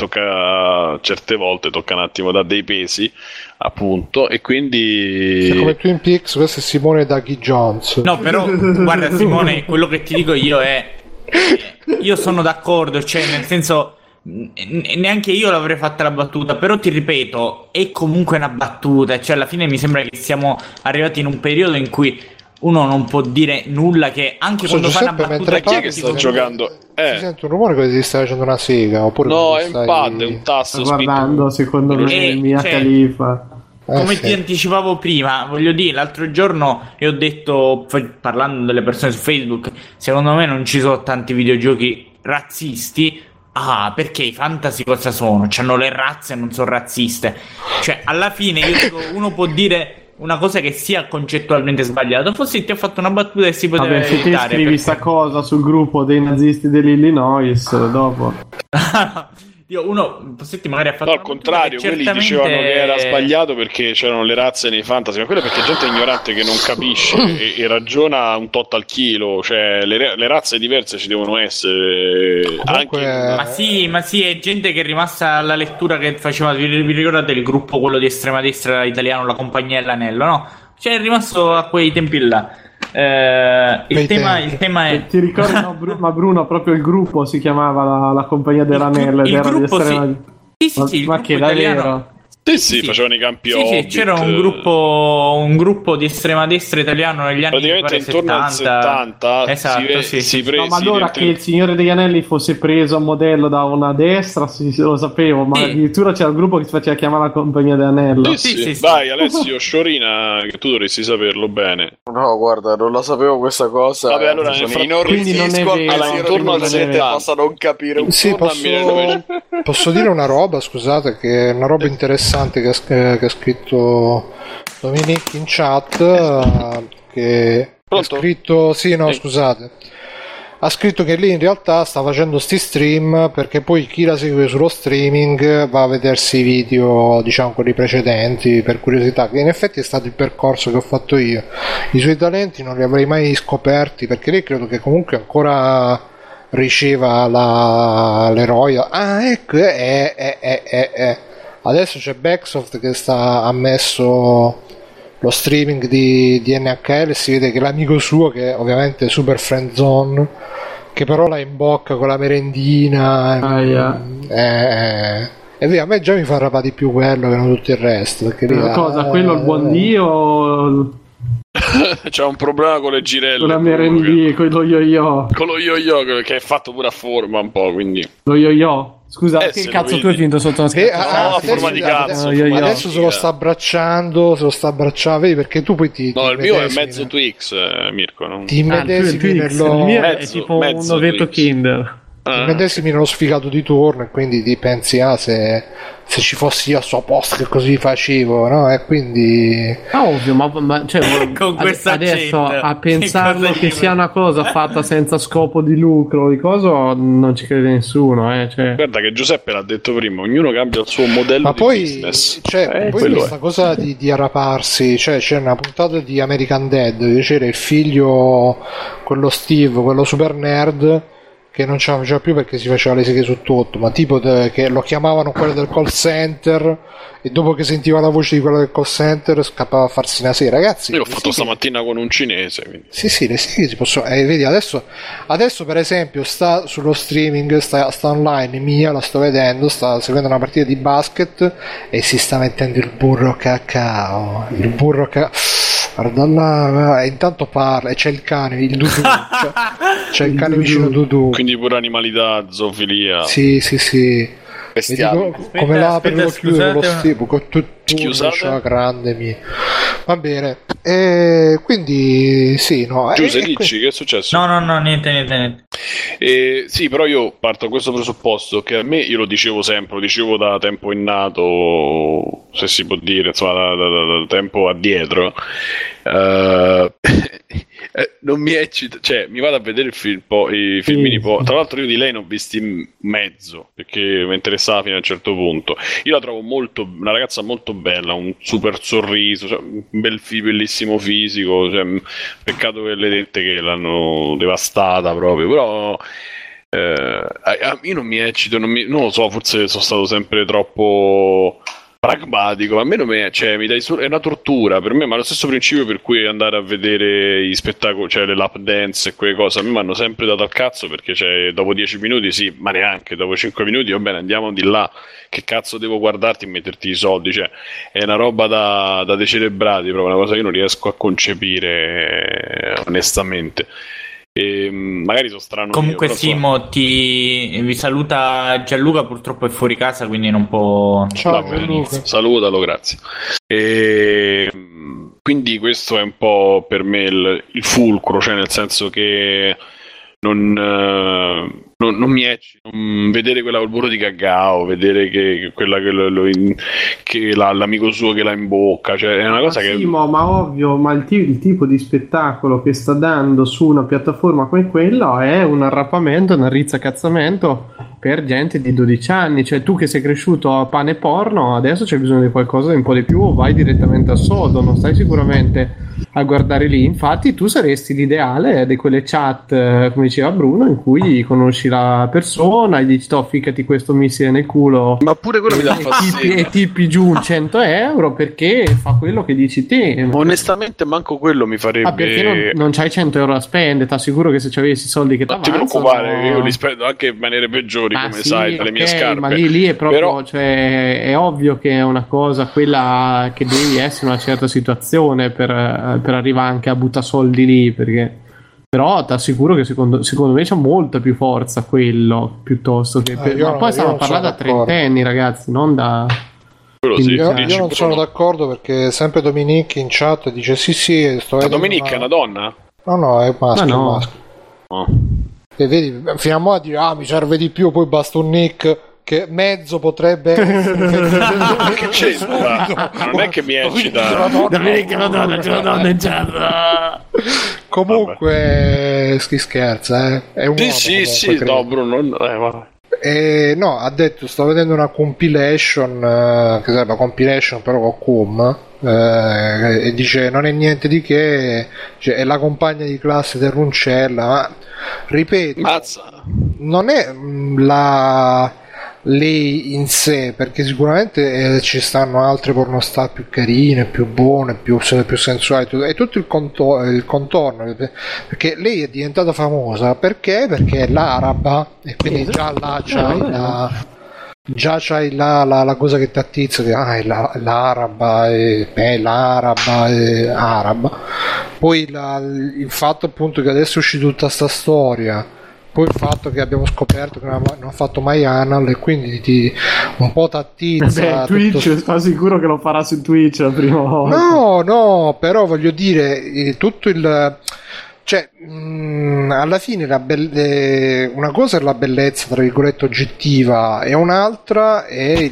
certe volte tocca un attimo dare dei pesi, appunto, e quindi come Twin Peaks, questo è Simone Daggy Jones. No, però guarda Simone, quello che ti dico io è io sono d'accordo, cioè nel senso neanche io l'avrei fatta la battuta, però ti ripeto, è comunque una battuta, cioè alla fine mi sembra che siamo arrivati in un periodo in cui uno non può dire nulla, che anche quando fa una battuta, chi è che sta giocando? Si sente un rumore che ti sta facendo una sega, oppure no, è un pad, è un tasto, sto guardando secondo me Mia Khalifa. Come ti anticipavo prima, voglio dire, l'altro giorno io ho detto, parlando delle persone su Facebook, secondo me non ci sono tanti videogiochi razzisti. Perché i fantasy cosa sono? C'hanno le razze e non sono razziste. Cioè, alla fine io dico, uno può dire una cosa che sia concettualmente sbagliata. Forse ti ho fatto una battuta e si poteva evitare. Se ti scrivi sta cosa sul gruppo dei nazisti dell'Illinois dopo. Fossetti magari ha fatto al contrario, quelli dicevano che era sbagliato perché c'erano le razze nei fantasy, ma quello è perché gente ignorante che non capisce e ragiona un tot al chilo, cioè le razze diverse ci devono essere. Comunque... anche... ma sì, è gente che è rimasta alla lettura che faceva, vi ricordate il gruppo, quello di estrema destra italiano, la Compagnia dell'Anello, no? Cioè è rimasto a quei tempi là. il tema è... Ti ricordi, no, ma Bruno, proprio il gruppo si chiamava la Compagnia dell'Anello ed era di estrema... Sì, ma che davvero? Sì, facevano i campi Sì, c'era un gruppo di estrema destra italiano negli anni praticamente intorno 70. al 70. Esatto, si prese, no, ma allora che il Signore degli Anelli fosse preso a modello da una destra, lo sapevo, ma addirittura c'era un gruppo che si faceva chiamare la Compagnia dell'Anello. Sì. Vai Alessio Sciorina, che tu dovresti saperlo bene. No, guarda, non la sapevo questa cosa. Vabbè, allora quindi non è vero, intorno al 70 posso non capire un sì, posso dire una roba, scusate, che è una roba interessante che ha scritto Dominic in chat, che ha scritto scusate, ha scritto che lì in realtà sta facendo sti stream perché poi chi la segue sullo streaming va a vedersi i video, diciamo quelli precedenti, per curiosità, che in effetti è stato il percorso che ho fatto io. I suoi talenti non li avrei mai scoperti, perché lei credo che comunque ancora riceva le royalty. Ecco, adesso c'è Backsoft che ha messo lo streaming di NHL, si vede che l'amico suo, che ovviamente è super friendzone, che però la imbocca con la merendina, e via, a me già mi fa arrabbiare di più quello che non tutto il resto, perché lì, quello il buon Dio c'è un problema con le girelle, con la merendina, con lo yo-yo che è fatto pure a forma un po', quindi lo yo-yo. Scusa, che cazzo tu hai finto sotto una scherzo? Forma di cazzo. Adesso se lo sta abbracciando, vedi, perché tu poi ti il mio è mezzo Twix, Mirko, no? Ti medesimi il mio è tipo un ovetto Kinder. Ti medesimi nello sfigato di turno e quindi ti pensi se ci fossi io al suo posto che così facevo, no? E quindi ovvio, ma cioè, con adesso a pensarlo che sia una cosa fatta senza scopo di lucro di cosa non ci crede nessuno, cioè. Guarda che Giuseppe l'ha detto prima, ognuno cambia il suo modello di business. Poi questa cosa di arraparsi, cioè c'è una puntata di American Dad dove c'era il figlio, quello Steve, quello super nerd, che non ce la faceva più perché si faceva le seghe su tutto, ma tipo che lo chiamavano quello del call center e dopo che sentiva la voce di quello del call center scappava a farsi una sera. Ragazzi, io l'ho fatto stamattina con un cinese, quindi. Sì, le seghe si possono, vedi, adesso per esempio sta sullo streaming, sta online mia, la sto vedendo, sta seguendo una partita di basket e si sta mettendo il burro cacao, guarda là, intanto parla e c'è il cane, il Dudu, c'è il cane vicino Dudu, quindi pure animalità, zoofilia. Sì, bestiale. Come l'apre lo chiude lo stipo con tutto grande mia. Va bene, quindi sì, no. Giuseppe, dici che è successo? No, niente. Sì, però io parto da questo presupposto che a me, io lo dicevo sempre, lo dicevo da tempo innato, se si può dire, insomma, da tempo addietro. Non mi eccita, cioè mi vado a vedere i filmini tra l'altro io di lei ne ho visti mezzo perché mi interessava fino a un certo punto. Io la trovo una ragazza molto bella, un super sorriso, cioè, un bellissimo fisico, cioè, peccato che le dette che l'hanno devastata proprio, però io non mi eccito, non lo so, forse sono stato sempre troppo pragmatico, a me non mi dai è una tortura per me, ma lo stesso principio per cui andare a vedere gli spettacoli, cioè le lap dance e quelle cose, a me mi hanno sempre dato al cazzo, perché dopo 10 minuti sì, ma neanche, dopo 5 minuti va bene, andiamo di là, che cazzo devo guardarti e metterti i soldi, cioè è una roba da decelebrati, proprio una cosa che io non riesco a concepire onestamente. E magari sono strano. Comunque Simo vi saluta Gianluca, purtroppo è fuori casa quindi non può. Ciao Gianluca, salutalo, grazie. E quindi questo è un po' per me il fulcro, cioè nel senso che non mi eccito vedere quella col burro di cacao, vedere che quella che l'amico suo che l'ha in bocca, cioè è una cosa che ma ovvio, ma il tipo di spettacolo che sta dando su una piattaforma come quella è un arrappamento, un rizzacazzamento per gente di 12 anni, cioè tu che sei cresciuto a pane porno adesso c'è bisogno di qualcosa di un po' di più o vai direttamente a sodo, non stai sicuramente a guardare lì. Infatti tu saresti l'ideale di quelle chat, come diceva Bruno, in cui conosci la persona e dici ficcati questo missile nel culo, ma pure quello mi dà fastidio, e tippi giù un 100 euro perché fa quello che dici te. onestamente manco quello mi farebbe. Perché non c'hai 100 euro da spendere, ti assicuro che se avessi i soldi che ti non ti preoccupare, io li spendo anche in maniere peggiori, come sì, sai, dalle mie scarpe, ma lì è proprio, però... cioè, è ovvio che è una cosa quella che devi essere in una certa situazione per arrivare anche a buttare soldi lì, perché però ti assicuro che secondo me c'è molta più forza quello piuttosto che ma poi stiamo parlando da trentenni, ragazzi, non da... Sì, io non sono d'accordo, perché sempre Dominique in chat dice sì sto vedendo Dominique è una donna? no è maschio, maschio. Oh. E vedi, fino a mo' a dire mi serve di più, poi basta un nick che mezzo potrebbe essere. Che c'entra? Non è che mi eccita. Dominique è una donna in chat. Comunque si scherza, è un sì, no Bruno, no, ha detto sto vedendo una compilation, che sarebbe una compilation però con cum, e dice non è niente di che, cioè, è la compagna di classe del Runcella, ma ripeto, non è lei in sé, perché sicuramente ci stanno altre pornostar più carine, più buone, più sensuali, è tutto il contorno, perché lei è diventata famosa perché è l'araba, e quindi già là c'hai la cosa che ti attizza, che è l'araba, araba. Poi il fatto appunto che adesso è uscita tutta sta storia, poi il fatto che abbiamo scoperto che non ha fatto mai anal, e quindi un po' tattizza. Twitch, sto sicuro che lo farà su Twitch la prima volta. No, però voglio dire, tutto il... Cioè, alla fine una cosa è la bellezza, tra virgolette, oggettiva, e un'altra è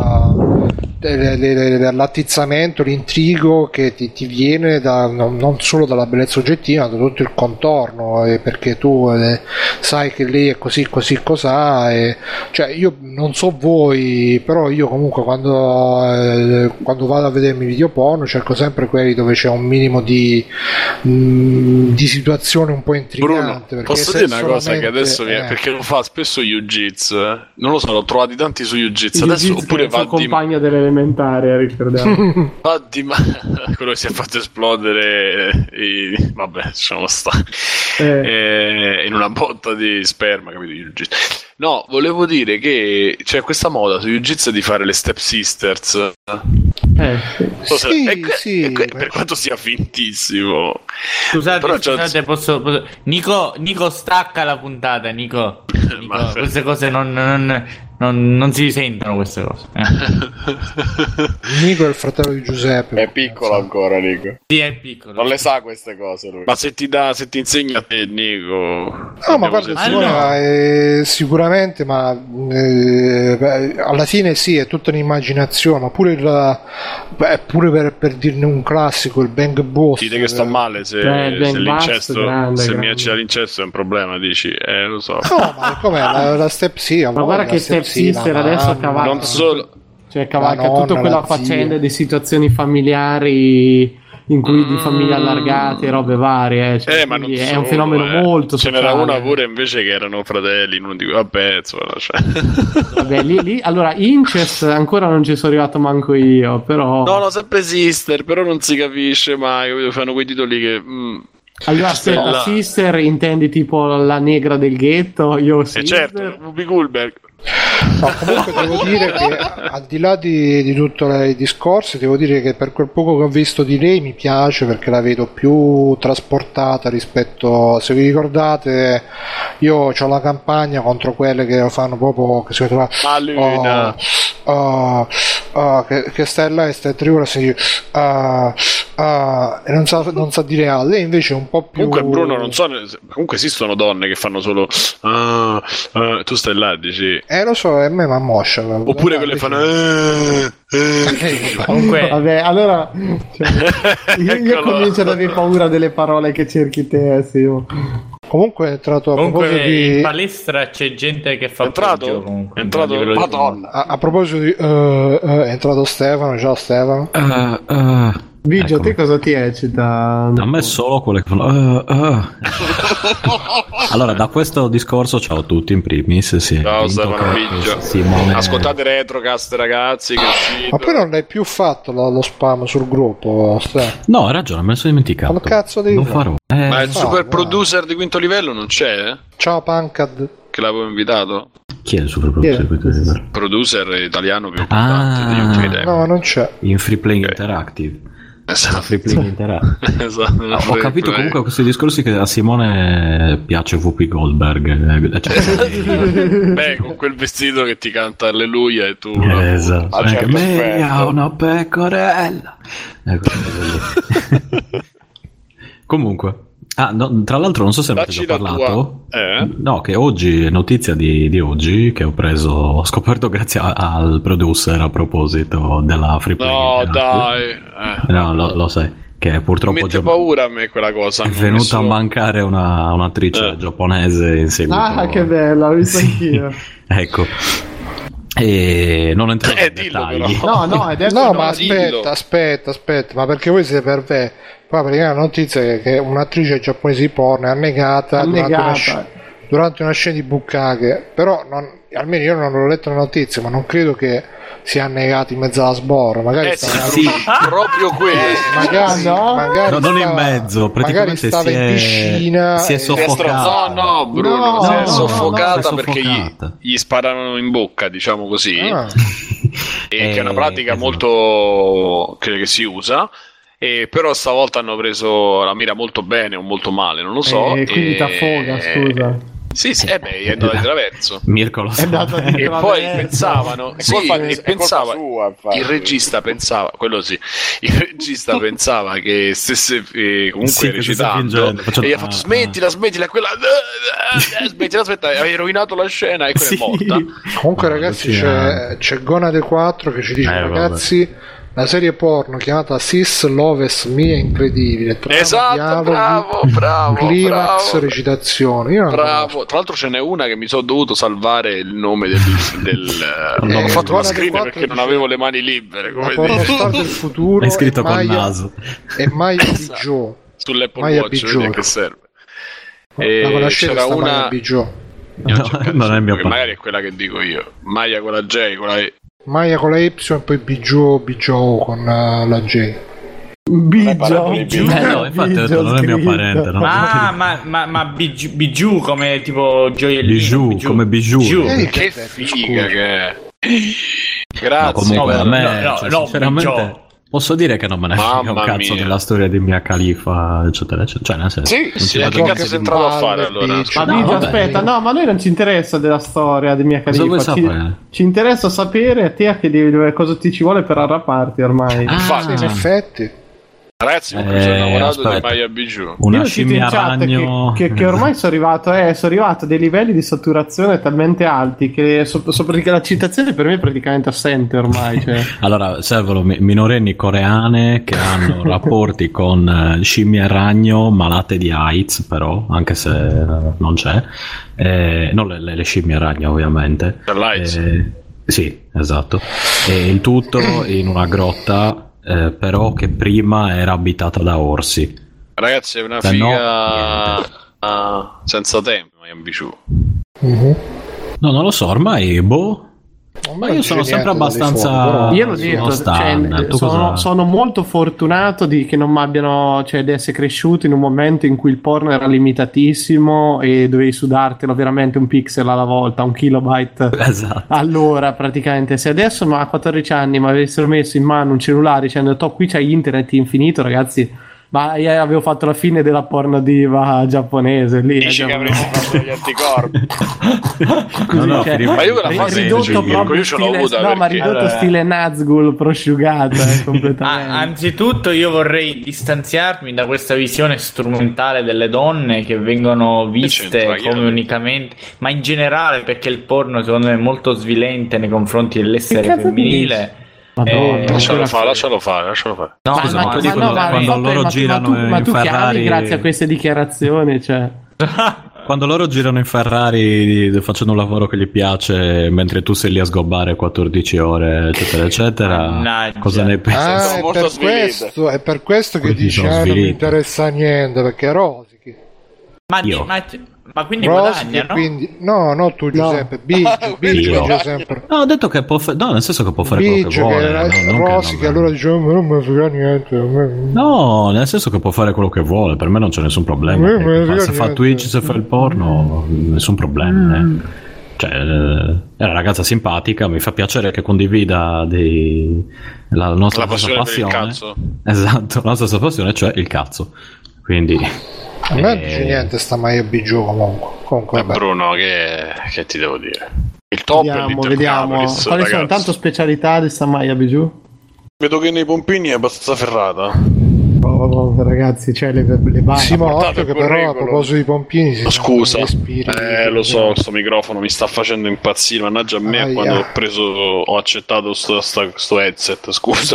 l'attizzamento, l'intrigo che ti viene non solo dalla bellezza oggettiva, ma da tutto il contorno, perché tu sai che lei è così cos'ha, cioè io non so voi, però io comunque quando vado a vedermi video porno cerco sempre quelli dove c'è un minimo di situazione un po' intrigante. Bruno, posso dire una cosa che adesso perché lo fa spesso Jiu-Jitsu, non lo so, l'ho trovati tanti su Jiu-Jitsu adesso, oppure va compagno dell'elementare, ricordiamo. Quello che si è fatto esplodere vabbè, lasciamo stare, in una botta di sperma, capito? Jiu-Jitsu. No, volevo dire che c'è questa moda su Jiu-Jitsu di fare le step sisters. Sì. Per quanto sia fintissimo. Scusate, posso... Nico stacca la puntata, Nico. Queste cose non si sentono, queste cose. Nico è il fratello di Giuseppe. È piccolo ancora, Nico. Sì, è piccolo. Non le sa queste cose lui. Ma se ti insegna a te, Nico. No, ma guarda, sicuramente, ma alla fine sì, è tutta un'immaginazione, ma pure per dirne un classico, il Bang Boss. Dite che sto male se l'incesto, se mi accida l'incesto è un problema, dici? Lo so. No, ma com'è la step sì, ma guarda che step sister adesso cavalca, non solo, cioè cavalca tutto quella faccenda di situazioni familiari in cui di famiglie allargate e robe varie, cioè, ma non è solo, un fenomeno molto ce sociale. n'era una pure invece che erano fratelli, non dico vabbè, insomma, cioè. Vabbè, lì allora incest ancora non ci sono arrivato manco io, però no, sempre sister, però non si capisce mai, capito? Fanno quei titoli che allora aspetta, sister intendi tipo la negra del ghetto? Io certo, Whoopi Goldberg. No, comunque devo dire che al di là di tutti i discorsi, devo dire che per quel poco che ho visto di lei mi piace, perché la vedo più trasportata rispetto, se vi ricordate, io ho la campagna contro quelle che lo fanno proprio, che si trova che stai là e stai 3 ore e non sa dire altro. Lei invece è un po' più... Comunque Bruno, non so, comunque esistono donne che fanno solo tu stai là, dici lo so, a me mi ammoscia. Oppure quelle fanno comunque vabbè, allora io comincio ad avere paura delle parole che cerchi te, Simo. Comunque è entrato in palestra c'è gente che fa peggio, comunque, è entrato Madonna. A proposito di è entrato Stefano. Ciao Stefano. Biggio, Ecco. te cosa ti eccita? A me solo quelle che fanno Allora, da questo discorso, ciao a tutti in primis. Sì, Ciao, vinto Stefano che Biggio. Simone... Ascoltate Retrocast, ragazzi, che è uscito. Ma poi non l'hai più fatto lo spam sul gruppo, No, hai ragione, me ne sono dimenticato. Ma che cazzo devi Lo fare? farò. Ma il fa, super dai. producer di quinto livello non c'è? Ciao Pancad. Che l'avevo invitato? Chi è il super producer? Producer italiano più importante degli ultimi tempi. No, non c'è. In Free Playing Ok. Interactive. Esatto. Free Playing Interactive. Esatto. Ho capito comunque questi discorsi che a Simone piace VP Goldberg. Beh, con quel vestito che ti canta Alleluia e tu... Esatto. Ma certo, Mary aspetta. ha una pecorella. Ecco. Comunque. Tra l'altro non so se avete Dacci già la parlato. tua- No, che oggi, notizia di oggi che ho scoperto grazie al producer a proposito della Free Play No, Interactive. dai. No, lo sai, che purtroppo Mette paura a me quella cosa. è venuta a mancare un'attrice giapponese in seguito. Ah, che bella, l'ho visto anch'io. Ecco. E non entriamo in dillo, dettagli. però. No, adesso No, no, ma dillo. aspetta, ma perché voi siete per te? Qua praticamente la notizia è che un'attrice giapponese di porno è annegata, durante una scena di Bukkake, però almeno io non ho letto la notizia, ma non credo che sia annegato in mezzo alla sborra, magari stava sì, proprio quello. magari No, non in stava- mezzo, magari praticamente stava in piscina si è e- soffocata. No, Bruno, No, si è no, soffocata no, perché si è soffocata. gli sparano in bocca, diciamo così, Ah, e che è una pratica esatto. molto che si usa. Però stavolta hanno preso la mira molto bene o molto male, non lo so. quindi t'affoga, scusa. Sì, è andato di traverso. Mirko lo È sa. andato di E poi traverso. pensavano, È colpa sua, infatti. il regista pensava, quello sì, il regista pensava che stesse comunque Sì, che stesse recitando fingendo, facendo- e gli ha fatto smettila, quella smettila, aspetta, hai rovinato la scena e quella Sì. è morta. comunque No, ragazzi allucinante. c'è Gonade 4 che ci dice Vabbè. ragazzi, la serie porno chiamata Sis Loves Me è incredibile, trama, Esatto, dialoghi, bravo, climax, bravo. recitazione. Io non Bravo, tra l'altro ce n'è una che mi sono dovuto salvare il nome ho fatto una Guarda screen che perché non dice- avevo le mani libere, la come pornostar del dire. futuro È scritto col Maya, naso. è Maya Bijou. Sull'Apple Maya Watch, Bijou. vedi a che serve. La conoscete c'era sta Maya una Bijou? No, non è il mio che magari è quella che dico io. Maya con la J, con la E. Maya con la Y e poi Bijou con la J. Biggio. di Biggio. No, infatti ho detto, non è mio scritto. parente, no? Ma bijou come tipo gioiellino? Bijou, come bijou. Che figa che è. No, Grazie. comunque a me, no, cioè, no, sinceramente, Bijou. posso dire che non me ne frega un Mamma cazzo mia. della storia di Mia Khalifa, eccetera, eccetera. Cioè, nel senso, Sì, non sì, ci che vado cazzo sei entrato a fare allora? Biggio. Ma No, Biggio, vabbè. aspetta, no, ma a noi non ci interessa della storia di Mia Cosa vuoi Khalifa. sapere? Ci interessa sapere a te a che cosa ti ci vuole per arrapparti ormai. Ah, Infatti, In effetti. Ragazzi, comunque ci ho innamorato di aspetta. Maya Bijou. Una Io cito in scimmia chat ragno che ormai sono arrivato a dei livelli di saturazione talmente alti che che la citazione per me è praticamente assente ormai. Cioè. Allora, servono minorenni coreane che hanno rapporti con scimmie ragno malate di AIDS, però, anche se non c'è. Non le scimmie ragno, ovviamente. Per l'AIDS. Sì, esatto. E il tutto in una grotta, però che prima era abitata da orsi. Ragazzi, è una Se no, figa senza tempo, Maya Bijou. Mhm. No, non lo so, ormai, boh. Ma io sono sempre abbastanza... Io l'ho sono detto, stan. Tu cosa- sono molto fortunato di che non mi abbiano, cioè, di essere cresciuto in un momento in cui il porno era limitatissimo e dovevi sudartelo veramente un pixel alla volta, un kilobyte Esatto. allora praticamente. Se adesso a 14 anni mi avessero messo in mano un cellulare dicendo qui c'hai internet infinito, ragazzi, ma io avevo fatto la fine della porno diva giapponese lì. Dici che avresti fatto degli anticorpi. No, no, prima- Ma io quella fase ridotto io proprio ce l'ho stile, avuta no, ma perché- ridotto stile Nazgul prosciugato completamente. Anzitutto io vorrei distanziarmi da questa visione strumentale delle donne che vengono viste c'entra, come chiaro. unicamente, ma in generale perché il porno secondo me è molto svilente nei confronti dell'essere Che cazzo femminile. Madonna, Lascialo fare. No, Scusa, no, ma no, dico, no, quando loro girano ma in tu chiami Ferrari... grazie a queste dichiarazioni, cioè. Quando loro girano in Ferrari facendo un lavoro che gli piace mentre tu sei lì a sgobbare 14 ore eccetera eccetera, Mannaggia. cosa ne pensi? Molto è per questo che Quindi dici sono non mi sviliti. interessa niente, perché rosichi. Ma, ma quindi Rosichi, guadagnano? quindi no, tu Giuseppe, Biggio Io. sempre. No, ho detto che può no, nel senso che può fare quello che Biggio vuole, che no, non che rosichi, non- allora dicevo non mi frega niente. No, nel senso che può fare quello che vuole, per me non c'è nessun problema. Me ne frega Se fa niente. Twitch, se fa il porno, nessun problema. Cioè, è una ragazza simpatica, mi fa piacere che condivida la nostra La stessa passione per il passione. cazzo. Esatto, la nostra stessa passione, cioè il cazzo. Quindi A me non dice niente sta Maia Biggio comunque vabbè. Bruno, che ti devo dire? Il top è Vediamo. l'Intercamperis, Quali sono ragazzi. tanto specialità di sta Maia Bijou? Vedo che nei pompini è abbastanza ferrata. Oh, ragazzi, c'è le basi. Sì, ma portato occhio che il però a curriculum. proposito di pompini si Scusa, respiri, lo so, sto microfono mi sta facendo impazzire, mannaggia a me Aia. quando ho accettato sto headset, scusa.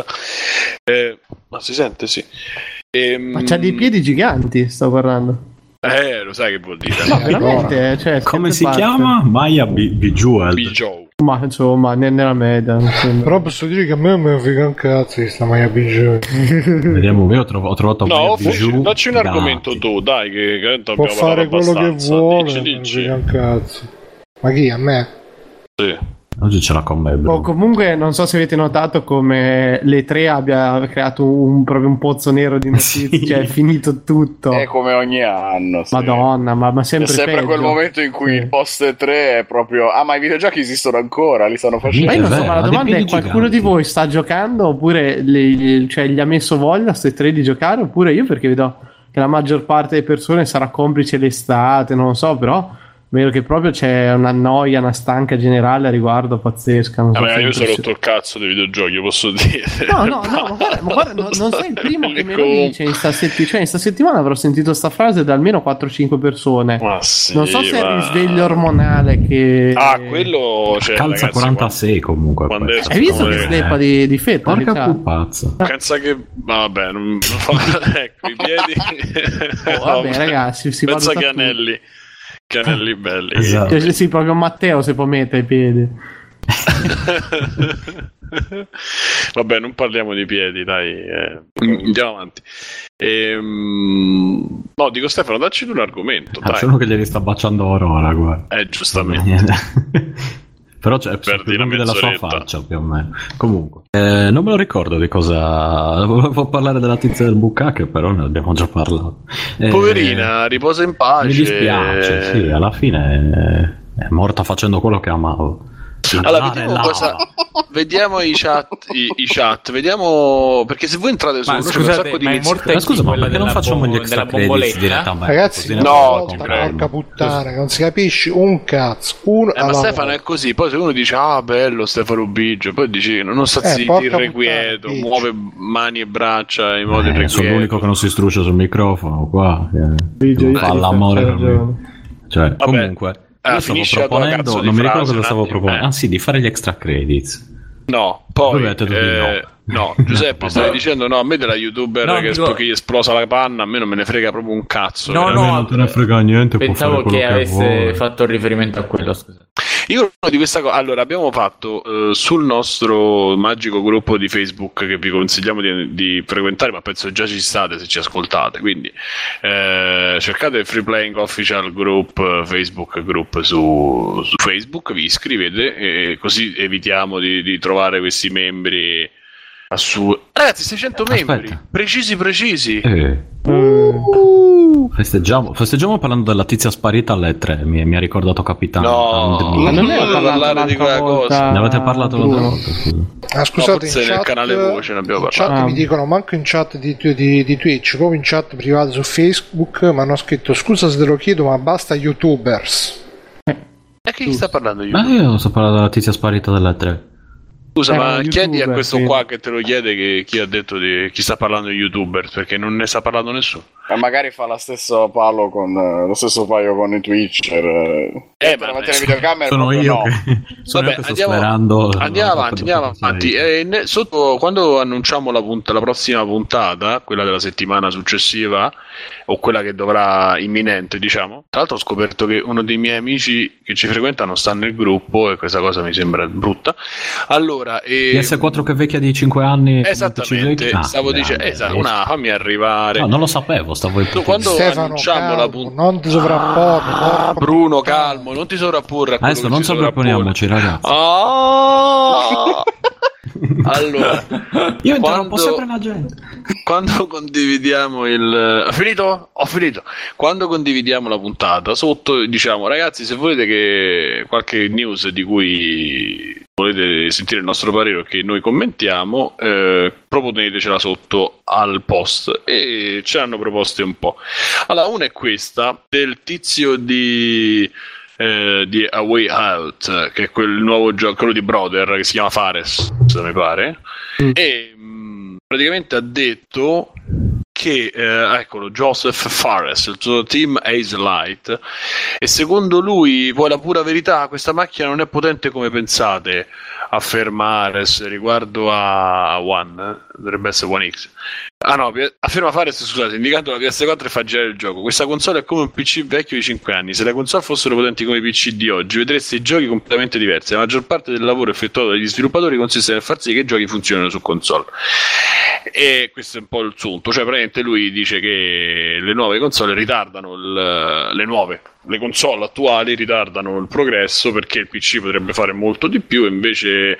Ma si sente, sì. Ma c'ha dei piedi giganti, sto parlando. Lo sai che vuol dire? No, veramente, cioè, come sempre si parte. chiama? Maya Bejeweled. Bijou. Ma insomma, nella media. non sembra. però posso dire che a me mi frega un cazzo di sta Maia Biggio. Vediamo, io ho trovato Maya No, Bijou dacci un gatti. argomento tu, dai, che Può abbiamo fare parlato quello che abbastanza. vuole, Dici, mi dici. frega un cazzo. Ma chi? A me? Sì. Oggi ce l'ha con me, Bruno. O comunque non so se avete notato come le tre abbia creato proprio un pozzo nero di notizie, Sì. cioè è finito tutto. È come ogni anno. Sì. Madonna, ma È sempre sempre peggio. quel momento in cui Sì. il post 3 è proprio ma i videogiochi esistono ancora, li stanno Ma facendo. io non È so, vero, ma la ha dei domanda è: piedi qualcuno giganti. di voi sta giocando oppure cioè, gli ha messo voglia a queste tre di giocare? Oppure io, perché vedo che la maggior parte delle persone sarà complice l'estate, non lo so, però vedo che proprio c'è una noia, una stanca generale a riguardo pazzesca. Non so Vabbè, se io sono impressio- rotto il cazzo dei videogiochi, posso dire. No, ma guarda, non sei il primo che me lo Ecco. dice in sta settimana avrò sentito sta frase da almeno 4-5 persone. Ma sì, Non so se è il ma- risveglio ormonale che... quello cioè, Calza ragazzi, 46 comunque. quando questo. Hai visto che Eh. snappa di fetta? Porca Ricciardo? pupazza. pensa che vabbè, non ecco i piedi. Oh, vabbè, ragazzi, si pensa valuta che anelli. Che anelli belli. Esatto. Cioè, sì, proprio Matteo se può mettere i piedi. Vabbè, non parliamo di piedi, dai. Andiamo avanti. No, dico Stefano, dacci tu un argomento, Ah, dai. c'è uno che glieli sta baciando Aurora, guarda. Giustamente. Però c'è Perdi più la lungo della sua mezz'oretta. faccia, più o meno. Comunque, non me lo ricordo di cosa. Volevo parlare della tizia del bucache, però ne abbiamo già parlato. Poverina, riposa in pace. Mi dispiace, sì, alla fine è morta facendo quello che amavo. Allora, Dare vediamo là. cosa. Vediamo i chat. I chat, vediamo. Perché se voi entrate su Ma c'è un scusate, sacco di ma è mezzi- morta Ma scusa, ma quella perché non della facciamo gli extra della credits bomboletta? direttamente? Ragazzi, Così una ne no, parliamo volta, con prego. porca puttana, che non si capisce un cazzo. Uno ma alla Stefano volta. è così, poi se uno dice bello Stefano Biggio, poi dici non sta zitto, porca irrequieto, puttana, muove mani e braccia in modo irrequieto. sono l'unico che non si struscia sul microfono qua. Biggio, Che fa l'amore c'è con lui. ragione. Cioè, Vabbè. comunque, io stavo finisci la tua proponendo, cazzo di non mi ricordo frase cosa un stavo attimo. proponendo. Ah sì, di fare gli extra credits. No, poi Voi avete detto di no, Giuseppe, stavi dicendo no, a me della youtuber No, che, dico- che gli esplosa la panna, a me non me ne frega proprio un cazzo. No, A me no, non te ne frega niente, può Pensavo fare quello che che avesse vuole. fatto riferimento a quello, scusa. Io di questa cosa, allora abbiamo fatto sul nostro magico gruppo di Facebook che vi consigliamo di frequentare, ma penso già ci state se ci ascoltate, quindi cercate Free Playing Official Group, Facebook Group su Facebook, vi iscrivete e così evitiamo di trovare questi membri ragazzi, 600 Aspetta. membri, precisi. Festeggiamo parlando della tizia sparita alle 3. Mi ha ricordato Capitano. No, Ma non ne non ho parlato parlare di l'altra quella volta. cosa. Ne avete parlato l'altra Bruno. volta, scusa. Ah, scusate, forse in nel chat, canale voce ne abbiamo in chat parlato. mi dicono manco in chat di Twitch, proprio in chat privata su Facebook mi hanno scritto scusa se te lo chiedo ma basta youtubers. E che gli sta parlando io? Ma io sto parlando della tizia sparita delle 3. Scusa, Era ma un chiedi a YouTuber, questo sì. qua che te lo chiede chi ha detto di chi sta parlando di youtuber, perché non ne sta parlando nessuno. magari fa la stessa palo con lo stesso paio con i Twitcher. Ma mettere videocamere sono io no. che sto sperando. Andiamo avanti. Quando annunciamo la prossima puntata, quella della settimana successiva o quella che dovrà imminente, diciamo. Tra l'altro ho scoperto che uno dei miei amici che ci frequenta non sta nel gruppo e questa cosa mi sembra brutta. Allora, PS4 che vecchia di 5 anni. Esattamente, stavo dicendo, fammi arrivare. No, non lo sapevo, stavo quando Stefano, annunciamo la calmo, non ti sovrapporre. Bruno, calmo, non ti sovrapporre. Adesso non sovrapponiamoci, ragazzi. Allora, io interrompo sempre la gente. Quando condividiamo ho finito. Quando condividiamo la puntata, sotto diciamo, ragazzi, se volete che qualche news di cui volete sentire il nostro parere o che noi commentiamo, proponetecela sotto al post, e ce l'hanno proposte un po'. Allora, una è questa del tizio di A Way Out, che è quel nuovo gioco, quello di Brother, che si chiama Fares, mi pare, e praticamente ha detto che eccolo, Joseph Fares, il suo team Ace Light, e secondo lui, poi la pura verità, questa macchina non è potente come pensate, afferma Fares riguardo a One, dovrebbe essere One X. Afferma Fares, scusate, indicando la PS4 e fa girare il gioco. Questa console è come un PC vecchio di 5 anni. Se le console fossero potenti come i PC di oggi, vedreste i giochi completamente diversi. La maggior parte del lavoro effettuato dagli sviluppatori consiste nel far sì che i giochi funzionino su console. E questo è un po' il sunto. Cioè, praticamente lui dice che le nuove console ritardano le console attuali ritardano il progresso, perché il PC potrebbe fare molto di più, invece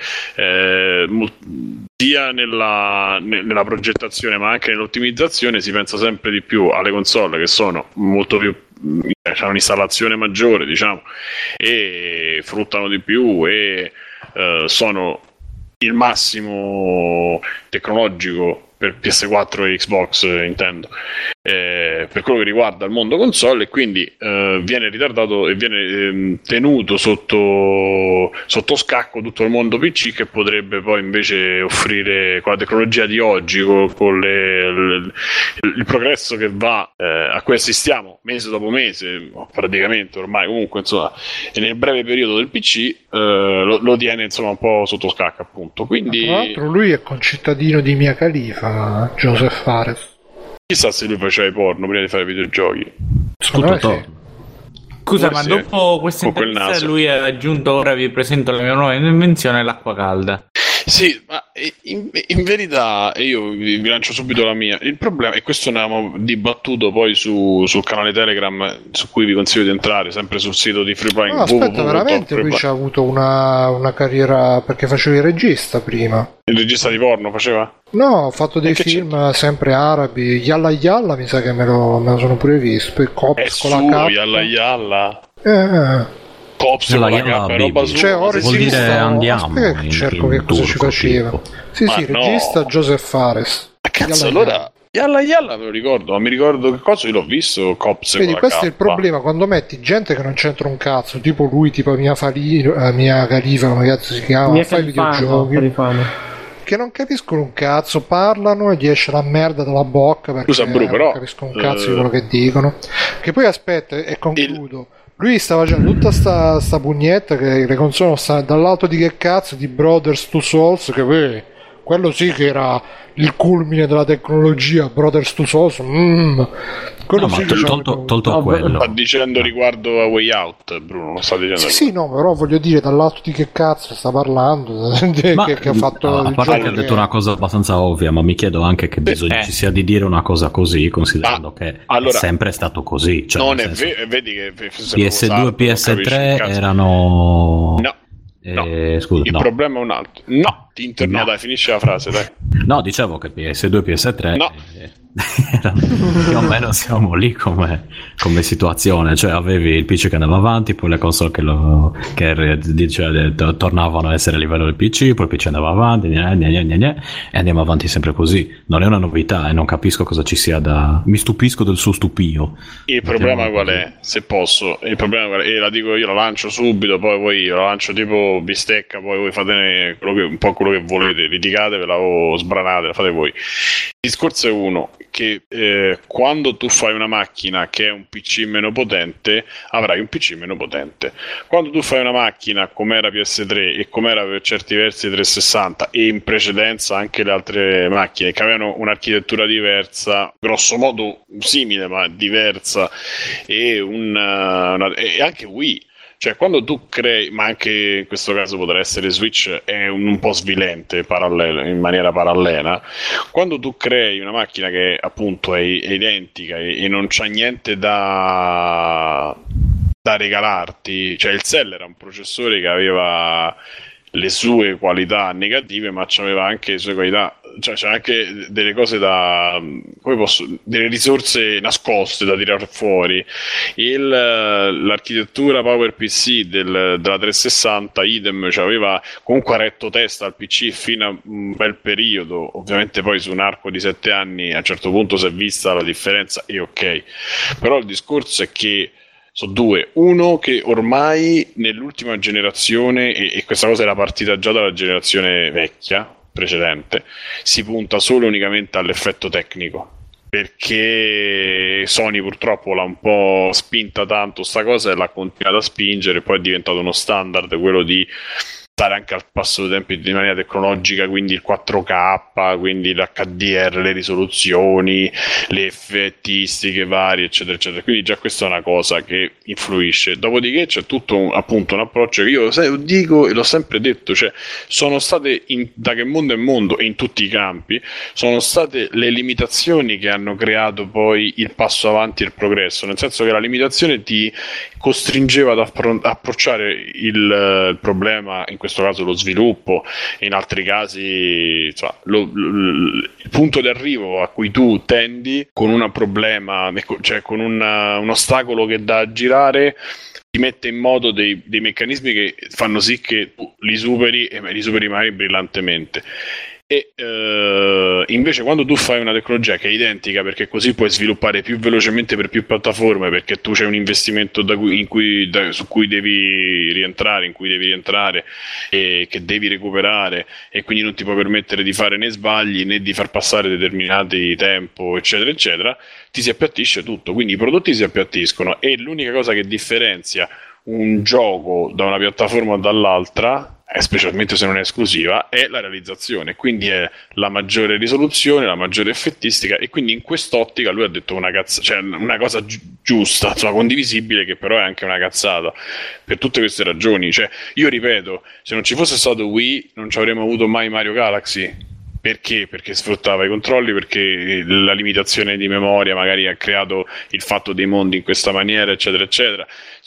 sia nella progettazione ma anche nell'ottimizzazione si pensa sempre di più alle console che sono molto più, hanno un'installazione maggiore, diciamo, e fruttano di più e sono il massimo tecnologico per PS4 e Xbox, intendo, per quello che riguarda il mondo console, e quindi viene ritardato e viene tenuto sotto scacco tutto il mondo PC, che potrebbe poi invece offrire, con la tecnologia di oggi, con il progresso che va a cui assistiamo mese dopo mese, praticamente ormai, comunque insomma, e nel breve periodo del PC lo tiene insomma un po' sotto scacco, appunto. Quindi, tra l'altro, lui è concittadino di Mia Khalifa, Joseph Fares. Chissà se lui faceva i porno prima di fare i videogiochi. Sì. Scusa, ma dopo questa intervista lui ha aggiunto: ora vi presento la mia nuova invenzione, l'acqua calda. Sì, ma in verità, e io vi lancio subito la mia, il problema, e questo ne avevamo dibattuto poi sul canale Telegram, su cui vi consiglio di entrare, sempre sul sito di Freeplaying. No, aspetta, veramente lui ci ha avuto una carriera, perché faceva il regista prima. Il regista di porno faceva? No, ho fatto dei film sempre arabi. Yalla Yalla mi sa che me lo sono pure visto. Poi Cops con la K. Yalla Yalla. Cops con la K, roba sua. Cioè, vuol dire andiamo. Cerco che cosa ci faceva. Tipo. Sì, regista Joseph Fares. Cazzo, allora Yalla Yalla me lo ricordo, ma mi ricordo che cosa, io l'ho visto. Cops. Vedi, questo è il problema quando metti gente che non c'entra un cazzo, tipo lui, tipo Mia Khalifa, come cazzo si chiama, fa i videogiochi, che non capiscono un cazzo, parlano e gli esce la merda dalla bocca perché non capiscono un cazzo di quello che dicono. Che poi aspetta, e concludo. Lui sta facendo tutta sta pugnetta che le console stanno dall'alto di che cazzo, di Brothers to Souls, che quello sì che era il culmine della tecnologia, Brothers to Souls. Quello sì, tolto quello. Sta dicendo riguardo a Way Out, Bruno, non sta dicendo. Sì, no, però voglio dire, dall'alto di che cazzo sta parlando, che ha fatto a parte che ha detto una cosa abbastanza ovvia, ma mi chiedo anche che bisogno ci sia di dire una cosa così, considerando che è sempre stato così. Cioè, non è vedi che PS2 e PS3 erano... scusa, il problema è un altro. No, dai, finisci la frase, dai. No, dicevo che PS2 e PS3 più o meno siamo lì come situazione, cioè avevi il PC che andava avanti, poi le console che tornavano a essere a livello del PC, poi il PC andava avanti e andiamo avanti sempre così. Non è una novità e non capisco cosa ci sia mi stupisco del suo stupio. Il problema qual è? Se posso, il problema qual è? E la dico io, la lancio subito, poi voi la lancio tipo bistecca, poi voi fate un po' quello che volete, litigatevela o sbranatela, fate voi. discorso è uno, che quando tu fai una macchina che è un PC meno potente, avrai un PC meno potente. Quando tu fai una macchina come era PS3 e come era per certi versi 360 e in precedenza anche le altre macchine che avevano un'architettura diversa, grosso modo simile ma diversa, e anche Wii. Cioè, quando tu crei, ma anche in questo caso potrà essere Switch, è un po' svilente in maniera parallela. Quando tu crei una macchina che appunto è identica e non c'ha niente da regalarti, cioè il Cell era un processore che aveva le sue qualità negative, ma c'aveva anche le sue qualità, cioè c'è anche delle cose delle risorse nascoste da tirare fuori. L'architettura PowerPC della 360 idem, cioè aveva comunque retto testa al PC fino a un bel periodo. Ovviamente poi su un arco di 7 anni a un certo punto si è vista la differenza e ok, però il discorso è che sono due. Uno, che ormai nell'ultima generazione, e questa cosa era partita già dalla generazione vecchia, precedente, si punta solo e unicamente all'effetto tecnico. Perché Sony purtroppo l'ha un po' spinta tanto sta cosa e l'ha continuata a spingere, e poi è diventato uno standard quello di stare anche al passo dei tempi di maniera tecnologica, quindi il 4K, quindi l'HDR, le risoluzioni, le effettistiche varie, eccetera, eccetera. Quindi già questa è una cosa che influisce. Dopodiché c'è tutto appunto un approccio che io dico e l'ho sempre detto, cioè sono state da che mondo è mondo e in tutti i campi, sono state le limitazioni che hanno creato poi il passo avanti e il progresso, nel senso che la limitazione ti costringeva ad approcciare il problema, in questo caso lo sviluppo, e in altri casi il punto di arrivo a cui tu tendi con un problema, cioè con un ostacolo che da girare, ti mette in moto dei meccanismi che fanno sì che tu li superi e li superi magari brillantemente. E invece quando tu fai una tecnologia che è identica, perché così puoi sviluppare più velocemente per più piattaforme, perché tu c'hai un investimento su cui devi rientrare, in cui devi rientrare e che devi recuperare, e quindi non ti puoi permettere di fare né sbagli né di far passare determinati tempo, eccetera eccetera, ti si appiattisce tutto, quindi i prodotti si appiattiscono, e l'unica cosa che differenzia un gioco da una piattaforma o dall'altra, specialmente se non è esclusiva, è la realizzazione, quindi è la maggiore risoluzione, la maggiore effettistica, e quindi in quest'ottica lui ha detto una cosa giusta, insomma, condivisibile, che però è anche una cazzata per tutte queste ragioni. Cioè, io ripeto, se non ci fosse stato Wii non ci avremmo avuto mai Mario Galaxy. Perché? Perché sfruttava i controlli, perché la limitazione di memoria magari ha creato il fatto dei mondi in questa maniera, eccetera eccetera.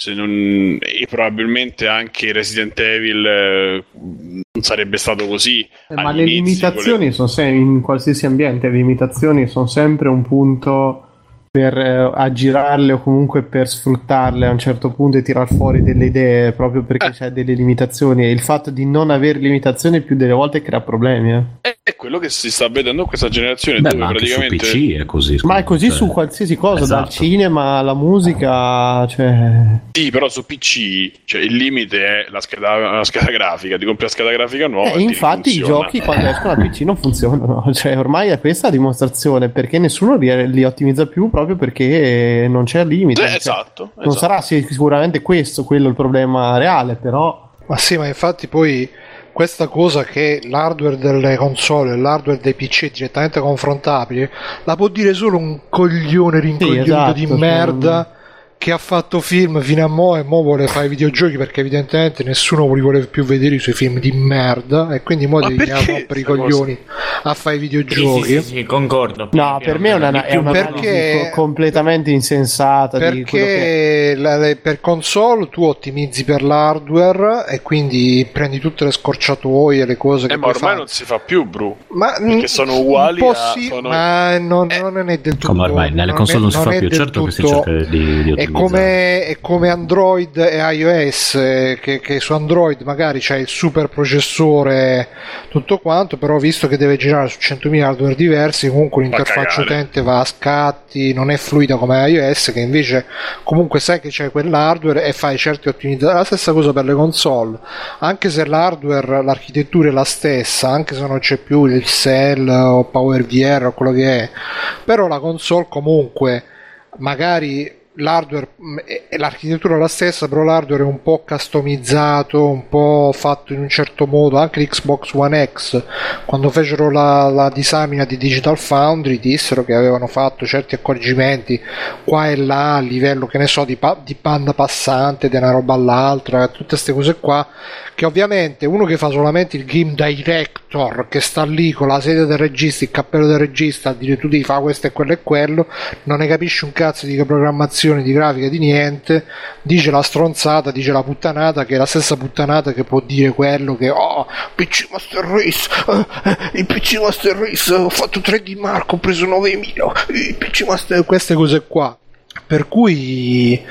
E probabilmente anche Resident Evil non sarebbe stato così. Ma le limitazioni sono sempre, in qualsiasi ambiente, le limitazioni sono sempre un punto per aggirarle o comunque per sfruttarle a un certo punto e tirar fuori delle idee, proprio perché c'è delle limitazioni, e il fatto di non avere limitazioni più delle volte crea problemi. È quello che si sta vedendo in questa generazione. Beh, dove ma anche praticamente su PC è così. Ma è così su qualsiasi cosa, esatto. Dal cinema alla musica, cioè... Sì, però su PC, cioè, il limite è la scheda grafica, ti compri la scheda grafica nuova e infatti i giochi quando escono a PC non funzionano, cioè ormai è questa la dimostrazione, perché nessuno li ottimizza più, proprio perché non c'è limite. Esatto. Non sarà sicuramente quello il problema reale, però... Ma sì, ma infatti poi questa cosa che l'hardware delle console e l'hardware dei PC è direttamente confrontabile la può dire solo un coglione rincoglionito esatto, di merda che ha fatto film fino a mo' e mo' vuole fare i videogiochi, perché evidentemente nessuno li vuole più vedere i suoi film di merda, e quindi mo' devi rompere i coglioni a fare i videogiochi. Sì, concordo. No, per me è un'analisi completamente insensata. Perché per console tu ottimizzi per l'hardware e quindi prendi tutte le scorciatoie, le cose che ma ormai non si fa più, bro. Perché sono un uguali po' sì, ma non è del tutto. Come ormai nelle console non si fa più, certo che si cerca di ottimizzazione. è come Android e iOS, che su Android magari c'è il super processore tutto quanto, però visto che deve girare su 100.000 hardware diversi, comunque l'interfaccia utente va a scatti, non è fluida come iOS, che invece comunque sai che c'è quell'hardware e fai certe ottimizzazioni. La stessa cosa per le console, anche se l'hardware, l'architettura è la stessa, anche se non c'è più il Cell o PowerVR o quello che è, però la console comunque magari l'hardware e l'architettura è la stessa, però l'hardware è un po' customizzato, un po' fatto in un certo modo. Anche l'Xbox One X, quando fecero la disamina di Digital Foundry, dissero che avevano fatto certi accorgimenti qua e là a livello, che ne so, di banda passante, di una roba all'altra, tutte queste cose qua, che ovviamente uno che fa solamente il game director, che sta lì con la sedia del regista, il cappello del regista, a dire tu devi fare questo e quello, non ne capisce un cazzo di che programmazione, di grafica, di niente, dice la stronzata, dice la puttanata, che è la stessa puttanata che può dire quello che PC Master Race, il PC Master Race, ho fatto 3D Mark, ho preso 9.000, il PC Master, queste cose qua. Per cui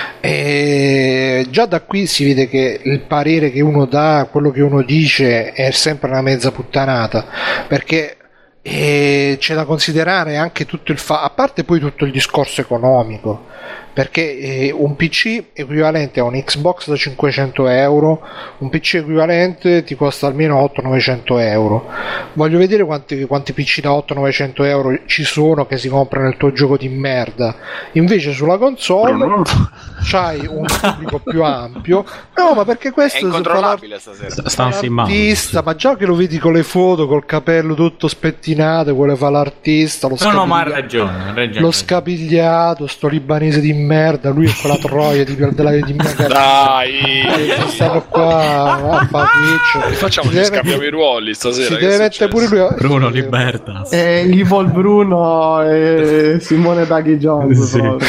già da qui si vede che il parere che uno dà, quello che uno dice, è sempre una mezza puttanata, perché c'è da considerare anche tutto a parte poi tutto il discorso economico, perché un PC equivalente a un Xbox da 500 euro, un PC equivalente ti costa almeno 800-900 euro. Voglio vedere quanti PC da 800-900 euro ci sono che si comprano il tuo gioco di merda. Invece sulla console c'hai un pubblico più ampio. No, ma perché questo è incontrollabile stasera. L'artista, ma già che lo vedi con le foto, col capello tutto spettinato, vuole fare l'artista, ma ha ragione. Lo scapigliato, sto libanese di merda, lui è quella troia di mia cara. Dai, stanno qua a fare Twitch. Facciamo che scambiamo i ruoli stasera. Si deve mettere pure lui. Bruno Libertas. Evil Bruno e Simone Daghi Jones. Sì. No,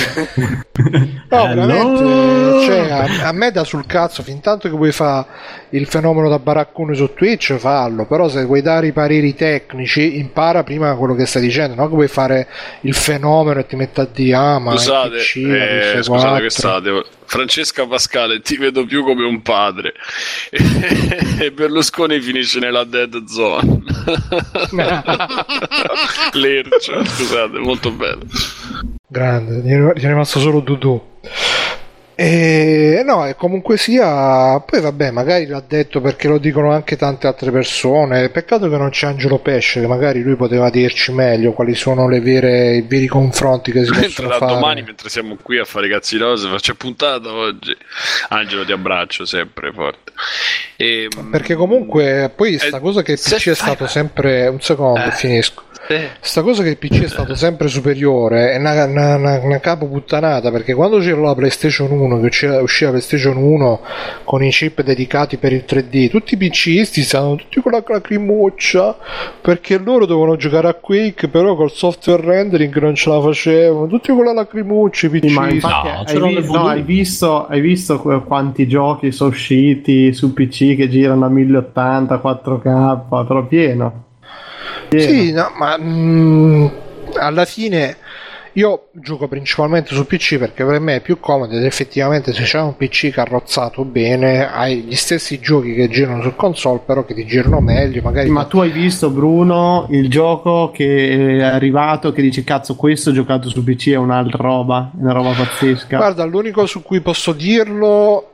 veramente, cioè, a me dà sul cazzo, fin tanto che vuoi fare il fenomeno da baraccone su Twitch, fallo, però se vuoi dare i pareri tecnici, impara prima quello che stai dicendo, non che vuoi fare il fenomeno e ti metti a dire ma scusate che state, Francesca Pascale, ti vedo più come un padre e Berlusconi finisce nella dead zone. Lercio, scusate, molto bello, grande, gli è rimasto solo Dudu. No, e comunque sia, poi vabbè, magari l'ha detto perché lo dicono anche tante altre persone. Peccato che non c'è Angelo Pesce, che magari lui poteva dirci meglio quali sono i veri confronti che si possono fare. Domani, mentre siamo qui a fare cazzi rose, faccio puntata oggi. Angelo, ti abbraccio sempre forte. Perché comunque poi sta cosa che il PC è stato sempre un secondo, finisco. Sta cosa che il PC è stato sempre superiore è una capo puttanata, perché quando c'era la PlayStation 1, che usciva la PlayStation 1 con i chip dedicati per il 3D, tutti i PCisti stavano tutti con la lacrimuccia perché loro dovevano giocare a Quake, però col software rendering non ce la facevano, tutti con la lacrimuccia i PC. Ma infatti hai visto quanti giochi sono usciti su PC che girano a 1080 4K, però pieno. Sì, no, ma alla fine io gioco principalmente su PC perché per me è più comodo, ed effettivamente se c'è un PC carrozzato bene hai gli stessi giochi che girano su console, però che ti girano meglio magari. Ma tu hai visto, Bruno, il gioco che è arrivato che dici cazzo, questo giocato su PC è un'altra roba, è una roba pazzesca? Guarda, l'unico su cui posso dirlo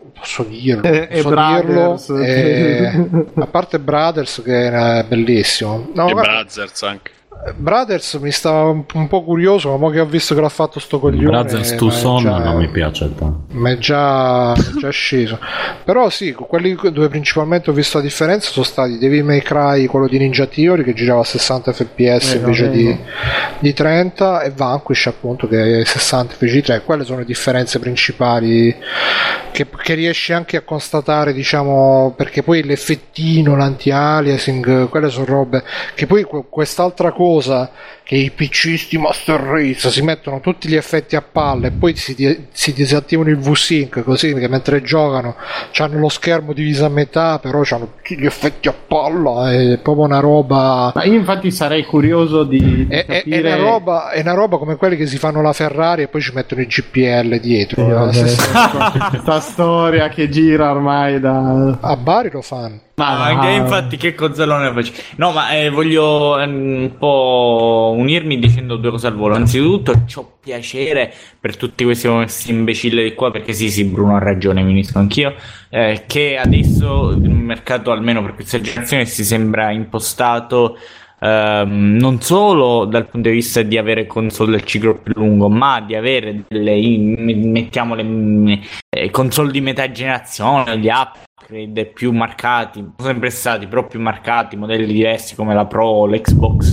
a parte Brothers, che è bellissimo, e Brothers anche. Brothers mi stava un po' curioso, ma mo che ho visto che l'ha fatto sto coglione, Brothers to Son non mi piace tanto, ma è già sceso. Però sì, quelli dove principalmente ho visto la differenza sono stati Devil May Cry, quello di Ninja Theory, che girava a 60 fps invece di 30, e Vanquish appunto che è 60 invece di 3. Quelle sono le differenze principali che riesci anche a constatare, diciamo, perché poi l'effettino, l'anti-aliasing, quelle sono robe che poi quest'altra cosa che i PCisti Master Race si mettono tutti gli effetti a palla e poi si disattivano il V-Sync, così che mentre giocano hanno lo schermo diviso a metà, però hanno tutti gli effetti a palla, è proprio una roba. Ma io infatti sarei curioso di capire. È una roba come quelli che si fanno la Ferrari e poi ci mettono i GPL dietro. Questa storia che gira ormai da... A Bari lo fanno. Ma anche infatti che cozzalone faccio. No, ma voglio un po' unirmi dicendo due cose al volo. Anzitutto c'ho piacere per tutti questi imbecilli di qua, perché sì Bruno ha ragione, mi unisco anch'io, che adesso il mercato, almeno per questa generazione, si sembra impostato non solo dal punto di vista di avere console del ciclo più lungo, ma di avere mettiamole console di metà generazione, gli upgrade più marcati, sono sempre stati però più marcati, modelli diversi come la Pro, l'Xbox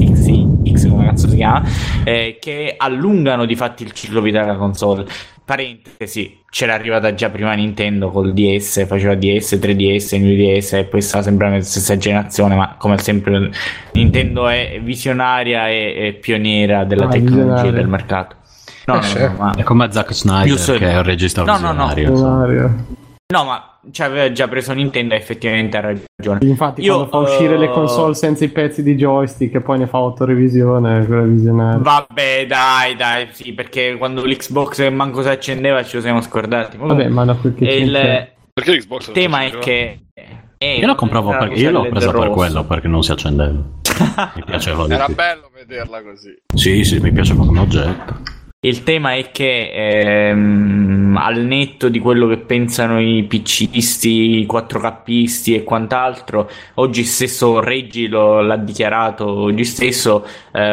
X come cazzo si chiama, che allungano di fatti il ciclo vitale della console. Parentesi, c'era arrivata già prima Nintendo col DS, faceva DS, 3DS, New DS, e poi stava sempre nella stessa generazione, ma come sempre Nintendo è visionaria e pioniera della tecnologia del mercato. No, ma è come Zack Snyder che è un regista visionario. No, ma ci aveva già preso Nintendo, effettivamente ha ragione. Infatti quando fa uscire le console senza i pezzi di joystick e poi ne fa autorevisione, quella visionaria. Vabbè, dai, sì, perché quando l'Xbox manco si accendeva ce lo siamo scordati. Vabbè, ma da quel che perché l'Xbox il tema è che io la compravo perché io l'ho presa per quello, perché non si accendeva. Mi piaceva di Era più. bello vederla così. Sì, mi piaceva come oggetto. Il tema è che al netto di quello che pensano i PCisti, i 4Kisti e quant'altro, oggi stesso Reggie l'ha dichiarato oggi stesso,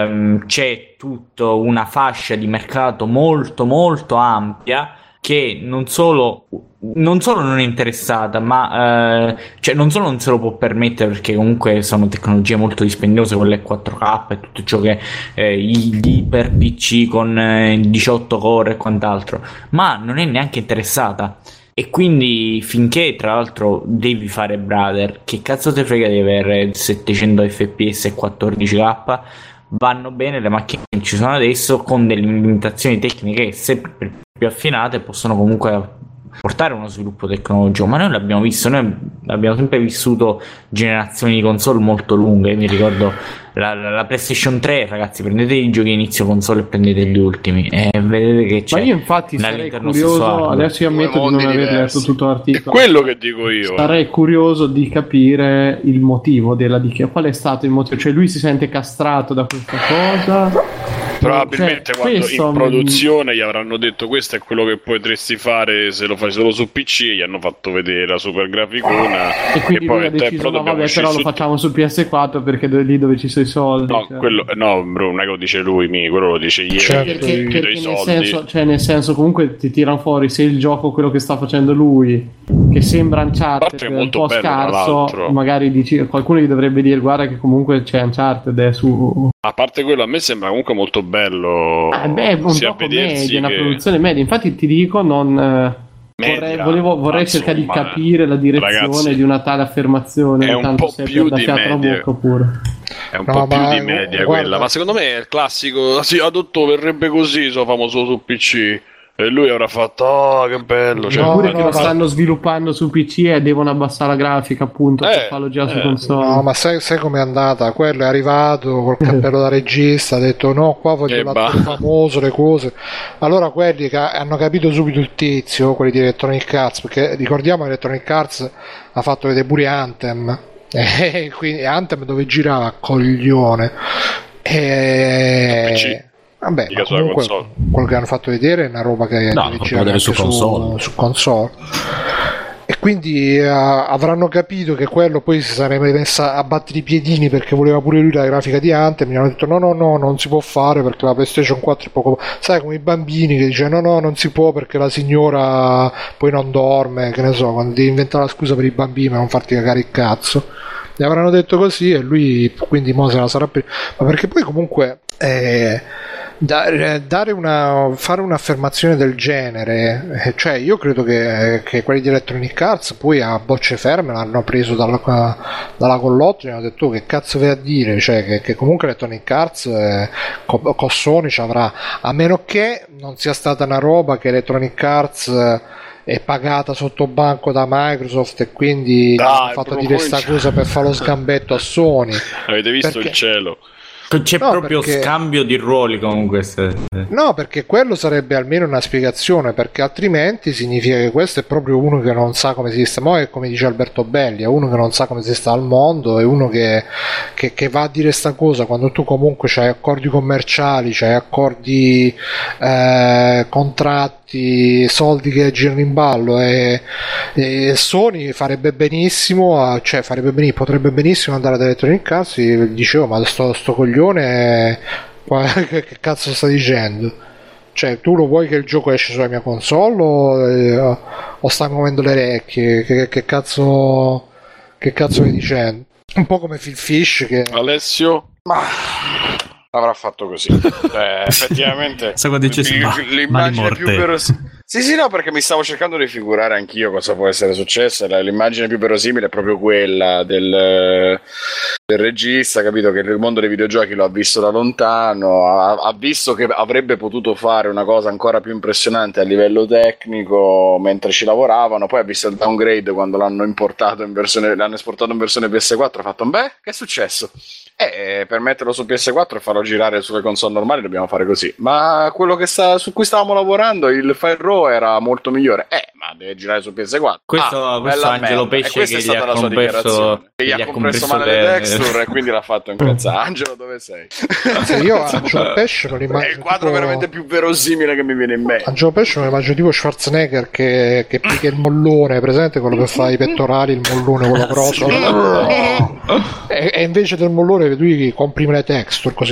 c'è tutta una fascia di mercato molto molto ampia che non solo non è interessata, ma cioè non solo non se lo può permettere, perché comunque sono tecnologie molto dispendiose, quelle 4K e tutto ciò che gli iper PC con 18 core e quant'altro, ma non è neanche interessata. E quindi finché tra l'altro devi fare brother, che cazzo te frega di avere 700 fps e 14K? Vanno bene le macchine che ci sono adesso, con delle limitazioni tecniche sempre più affinate, possono comunque portare uno sviluppo tecnologico, ma noi l'abbiamo visto, noi abbiamo sempre vissuto generazioni di console molto lunghe. Mi ricordo la PlayStation 3, ragazzi, prendete i giochi inizio console e prendete gli ultimi e vedete che c'è. Ma io infatti sarei curioso, adesso io ammetto di non aver letto tutto l'articolo, è quello che dico io, sarei curioso di capire il motivo della dichiarazione. Qual è stato il motivo? Cioè lui si sente castrato da questa cosa? Probabilmente quando in produzione gli avranno detto questo è quello che potresti fare se lo fai solo su PC, e gli hanno fatto vedere la super graficona e quindi lui ha deciso no vabbè, però lo facciamo su PS4 perché è lì dove ci sono i soldi. No, cioè. Quello no, bro, non è che lo dice lui, quello lo dice ieri, perché nel senso comunque ti tirano fuori se il gioco quello che sta facendo lui, che sembra Uncharted un po' scarso, magari dici, qualcuno gli dovrebbe dire guarda che comunque c'è Uncharted, è su. A parte quello, a me sembra comunque molto bello. Un gioco media, una produzione media. Infatti ti dico, vorrei cercare di capire la direzione, ragazzi, di una tale affermazione. È un po' più di media. È un po' più di media quella. Ma secondo me è il classico. Sì, adotto verrebbe così, so famoso su PC. E lui avrà fatto, che bello. Cioè, oppure che lo stanno sviluppando su PC e devono abbassare la grafica, appunto, per farlo già su console. No, ma sai com'è andata? Quello è arrivato col cappello da regista, ha detto no, qua voglio l'attore famoso, le cose. Allora quelli che hanno capito subito il tizio, quelli di Electronic Arts, perché ricordiamo che Electronic Arts ha fatto vedere pure Anthem, quindi Anthem dove girava coglione. Vabbè, ma comunque quello che hanno fatto vedere è una roba che gira anche su console. E quindi avranno capito che quello poi si sarebbe messa a battere i piedini perché voleva pure lui la grafica di Anthem. Mi hanno detto no, non si può fare perché la PlayStation 4 è poco, sai, come i bambini che dicono no, non si può perché la signora poi non dorme, che ne so, quando devi inventare la scusa per i bambini per non farti cagare il cazzo. Gli avranno detto così e lui quindi mo se la sarà ma perché poi comunque fare un'affermazione del genere, cioè io credo che quelli di Electronic Arts poi a bocce ferme l'hanno preso dalla collotto e hanno detto che cazzo vai a dire, cioè che comunque Electronic Arts con Sony ci avrà, a meno che non sia stata una roba che Electronic Arts è pagata sotto banco da Microsoft e quindi hanno fatto dire sta cosa per fare lo sgambetto a Sony. Avete visto il cielo? C'è proprio scambio di ruoli comunque. No, perché quello sarebbe almeno una spiegazione, perché altrimenti significa che questo è proprio uno che non sa come si sta, mo è come dice Alberto Belli, è uno che non sa come si sta al mondo, è uno che va a dire sta cosa quando tu comunque c'hai accordi commerciali, c'hai accordi, contratti, soldi che girano in ballo, e Sony farebbe benissimo, potrebbe benissimo andare da Electronic Arts e dicevo ma sto coglione che cazzo sta dicendo, cioè tu lo vuoi che il gioco esce sulla mia console o stai muovendo le orecchie, che cazzo stai dicendo? Un po' come Phil Fish che Alessio avrà fatto così. Effettivamente l'immagine più verosimile. Sì, no, perché mi stavo cercando di figurare anch'io cosa può essere successo. L'immagine più verosimile è proprio quella del regista, capito? Che il mondo dei videogiochi lo ha visto da lontano, ha visto che avrebbe potuto fare una cosa ancora più impressionante a livello tecnico mentre ci lavoravano, poi ha visto il downgrade quando l'hanno esportato in versione PS4, ha fatto beh, che è successo? Per metterlo su PS4 e farlo girare sulle console normali dobbiamo fare così, ma quello su cui stavamo lavorando, il Fire Raw, era molto migliore, ma deve girare su PS4. Questo Angelo Pesce che gli ha compreso male le texture e quindi l'ha fatto incazzare. Angelo, dove sei? Io Angelo Pesce non immagino, è il quadro veramente più verosimile che mi viene in mente. Angelo Pesce non immagino tipo Schwarzenegger che picchia il mollone, presente quello che fa i pettorali, il mollone quello grosso, e invece del mollone lui comprime le texture così.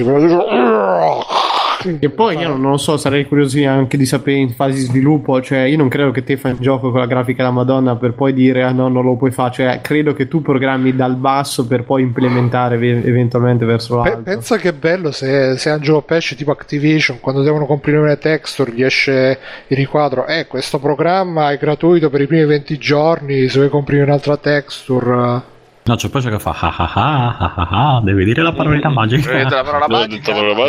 E poi io non lo so, sarei curioso anche di sapere in fase di sviluppo, cioè io non credo che te fai un gioco con la grafica da Madonna per poi dire no, non lo puoi fare, cioè credo che tu programmi dal basso per poi implementare eventualmente verso l'alto. Pensa che bello se Angelo Pesce tipo Activision, quando devono comprimere le texture gli esce il riquadro, questo programma è gratuito per i primi 20 giorni, se vuoi comprimere un'altra texture. No, c'è poi che fa devi dire la parolina magica. La parola magica.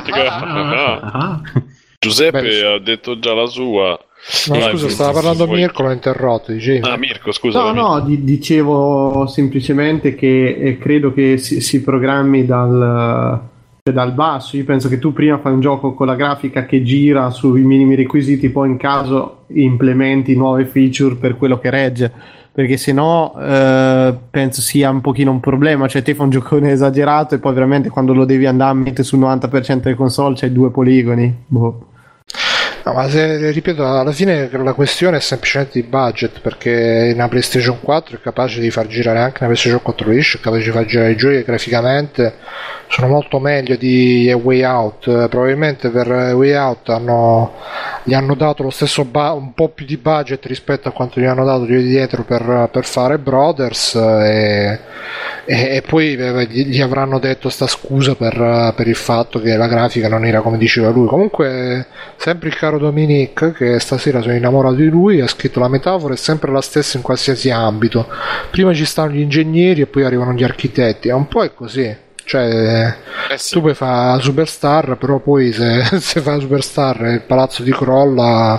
Giuseppe ha detto già la sua. No, scusa, stava parlando Mirko, l'ho interrotto, dicevi. Mirko, scusa. No, dicevo semplicemente che credo che si programmi dal basso. Io penso che tu prima fai un gioco con la grafica che gira sui minimi requisiti, poi in caso implementi nuove feature per quello che regge, perché se no penso sia un pochino un problema, cioè te fai un giocone esagerato e poi veramente quando lo devi andare a mettere sul 90% delle console c'hai 2 poligoni. No, ma ripeto, alla fine la questione è semplicemente di budget, perché una PlayStation 4 è capace di far girare anche una PlayStation 4 liscia, è capace di far girare i giochi che graficamente sono molto meglio di A Way Out. Probabilmente per A Way Out gli hanno dato lo stesso un po' più di budget rispetto a quanto gli hanno dato di dietro per fare Brothers, e poi gli avranno detto sta scusa per il fatto che la grafica non era come diceva lui. Comunque sempre il caro Dominic, che stasera sono innamorato di lui, ha scritto la metafora è sempre la stessa in qualsiasi ambito, prima ci stanno gli ingegneri e poi arrivano gli architetti, è un po' è così, cioè sì. Tu puoi fare Superstar, però poi se fai Superstar il palazzo ti crolla,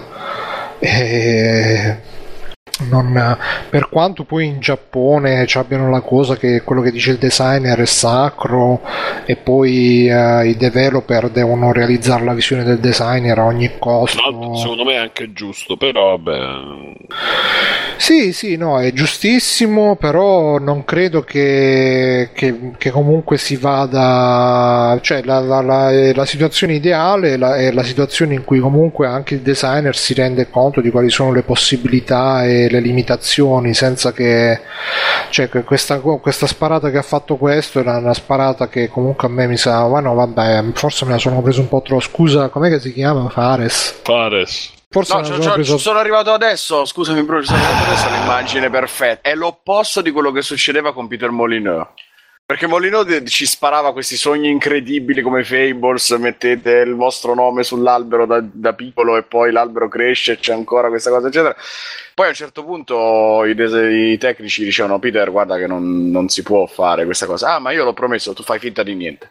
per quanto poi in Giappone ci abbiano la cosa che quello che dice il designer è sacro e poi i developer devono realizzare la visione del designer a ogni costo. No, secondo me è anche giusto, però vabbè. Sì, no, è giustissimo, però non credo che comunque si vada, cioè la situazione ideale è la situazione in cui comunque anche il designer si rende conto di quali sono le possibilità e le limitazioni, senza che, cioè, questa sparata che ha fatto questo era una sparata che comunque a me mi sa, ma no vabbè, forse me la sono preso un po' troppo. Scusa, com'è che si chiama? Fares. Forse no, sono arrivato adesso, scusami Bruno, sono arrivato adesso all'immagine perfetta, è l'opposto di quello che succedeva con Peter Molyneux. Perché Molino ci sparava questi sogni incredibili come Fables, mettete il vostro nome sull'albero da piccolo e poi l'albero cresce e c'è ancora questa cosa eccetera. Poi a un certo punto i tecnici dicevano: Peter, guarda che non si può fare questa cosa. Ah, ma io l'ho promesso, tu fai finta di niente.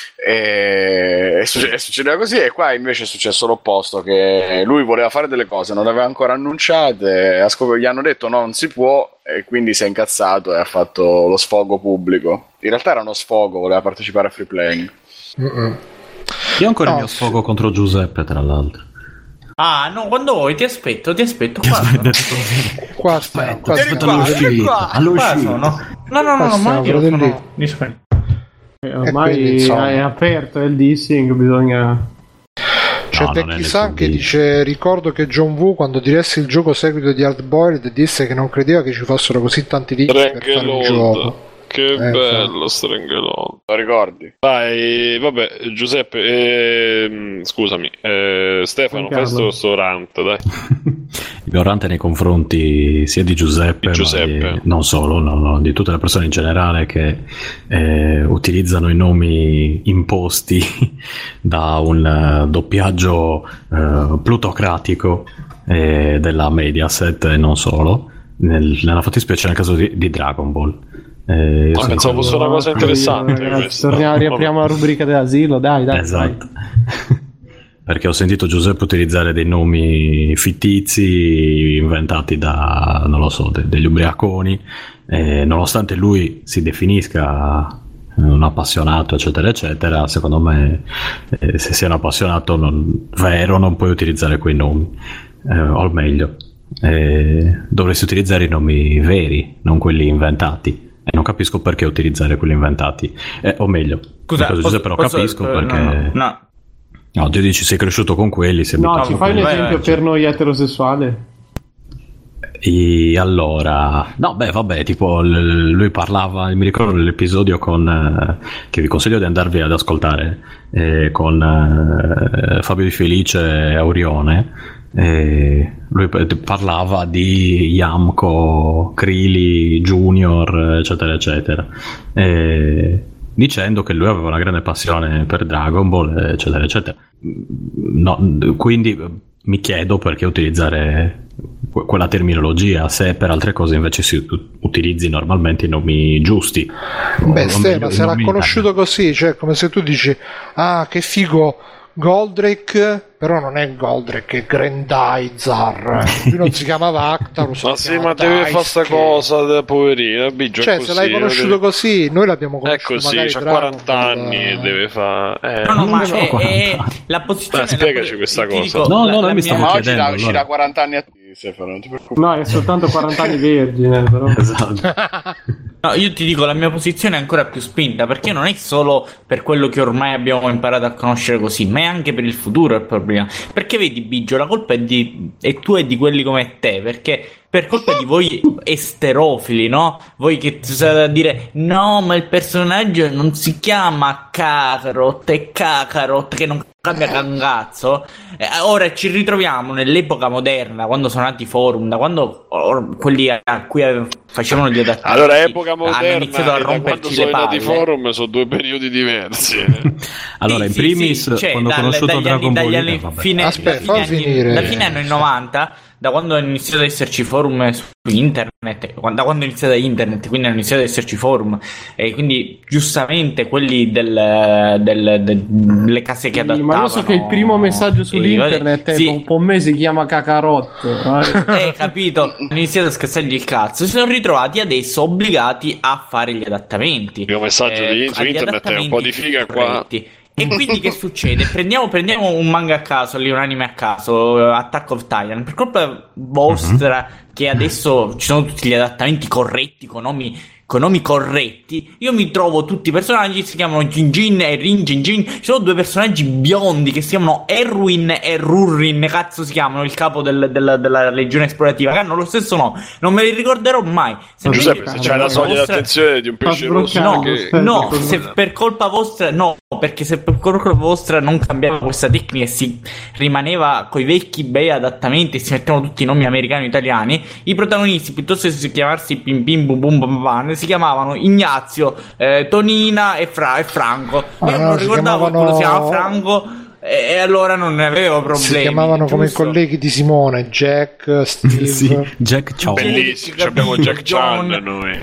E succedeva così, e qua invece è successo l'opposto, che lui voleva fare delle cose, non le aveva ancora annunciate, gli hanno detto no, non si può, e quindi si è incazzato e ha fatto lo sfogo pubblico. In realtà era uno sfogo, voleva partecipare a Free Playing. Io ho ancora il mio sfogo contro Giuseppe, tra l'altro. Ah, no, quando vuoi, ti aspetto qua aspetto all'uscita. No, ma io sono disponibile. Ormai quindi, insomma, è aperto il dissing, bisogna... C'è Tecchi-san che dice: ricordo che John Woo, quando diresse il gioco seguito di Hardboiled, disse che non credeva che ci fossero così tanti link per fare il gioco. Che bello Stranglehold. Lo ricordi? Dai, vabbè, Giuseppe, scusami, Stefano, fai sto rant, dai. Il mio rant nei confronti sia di Giuseppe, ma non solo, no, di tutte le persone in generale che utilizzano i nomi imposti da un doppiaggio plutocratico della Mediaset e non solo, nella fattispecie nel caso di Dragon Ball. Pensavo fosse una cosa interessante. Riapriamo la rubrica dell'asilo, dai. Esatto. Perché ho sentito Giuseppe utilizzare dei nomi fittizi inventati da, non lo so, degli ubriaconi, nonostante lui si definisca un appassionato eccetera eccetera. Secondo me se sei un appassionato vero non puoi utilizzare quei nomi, o meglio dovresti utilizzare i nomi veri, non quelli inventati. E non capisco perché utilizzare quelli inventati, o meglio, scusa, Giuseppe, lo capisco perché no, tu dici sei cresciuto con quelli, sei no, ci fai un esempio per noi eterosessuale? E allora, no, beh, vabbè, tipo lui parlava, mi ricordo l'episodio che vi consiglio di andarvi ad ascoltare, con Fabio Di Felice e Aurione. Lui parlava di Yamko, Krili Junior eccetera eccetera, dicendo che lui aveva una grande passione per Dragon Ball eccetera eccetera. Quindi mi chiedo perché utilizzare quella terminologia se per altre cose invece si utilizzi normalmente i nomi giusti. Beh, Stella, se l'ha conosciuto così, cioè come se tu dici: ah, che figo Goldrake, però non è Goldrake, è Grandizer. Lui non si chiamava Actarus. Ma sì, ma deve fare sta cosa, poverino Biggio. Cioè, se l'hai conosciuto così, noi l'abbiamo conosciuto. È così, c'ha 40 anni, deve fare. No, ma è la posizione. Spiegaci questa cosa. Dico, no, mi stavo oggi chiedendo. uscirà Allora. 40 anni a te, Stefano, non ti preoccupare. No, è soltanto 40 anni vergine, però. Esatto. No, io ti dico, la mia posizione è ancora più spinta, perché non è solo per quello che ormai abbiamo imparato a conoscere così, ma è anche per il futuro il problema. Perché vedi, Biggio, la colpa è tua e di quelli come te, perché per colpa di voi esterofili, no? Voi che state a dire no, ma il personaggio non si chiama Kakarot, è Kakarot, che non cambia cangazzo. Ora ci ritroviamo nell'epoca moderna, quando sono nati i forum, da quando quelli a cui facevano gli adattamenti. Allora, epoca moderna hanno iniziato a e da quando romperci sono le nati i palle. forum sono due periodi diversi. Allora, in primis, quando ho conosciuto Dragon Ball, aspetta, fammi finire. Da fine anni 90, da quando hanno iniziato ad esserci forum su internet, da quando è iniziato internet, quindi hanno iniziato ad esserci forum, e quindi giustamente quelli delle case che adattavano. Ma io so che il primo messaggio sull'internet è un po' me si chiama Kakarot. Capito? Hanno iniziato a scassargli il cazzo. Si sono ritrovati adesso obbligati a fare gli adattamenti. Il primo messaggio su internet è un po' di figa qua. E quindi che succede? Prendiamo un manga a caso, lì un anime a caso, Attack of Titan, per colpa vostra che adesso ci sono tutti gli adattamenti corretti, con nomi corretti, io mi trovo tutti i personaggi che si chiamano Jinjin e Rin Jinjin. Ci sono due personaggi biondi che si chiamano Erwin e Rurrin, cazzo si chiamano, il capo della legione esplorativa, che hanno lo stesso nome, non me li ricorderò mai. Giuseppe, se c'hai la soglia d'attenzione di un pesce rosso, no, se per colpa vostra, no, perché se per colpa vostra non cambiava questa tecnica e si rimaneva coi vecchi bei adattamenti e si mettevano tutti i nomi americani o italiani, i protagonisti, piuttosto che chiamarsi Pim Pim Bum Bum Bam Bam, si chiamavano Ignazio, Tonina e Franco. Io non ricordavo che quello si chiamava Franco, e allora non ne avevo problemi. Si chiamavano come i colleghi di Simone, Jack, Steve. Sì, Jack Ciao. Bellissimo, abbiamo Jack Chan noi.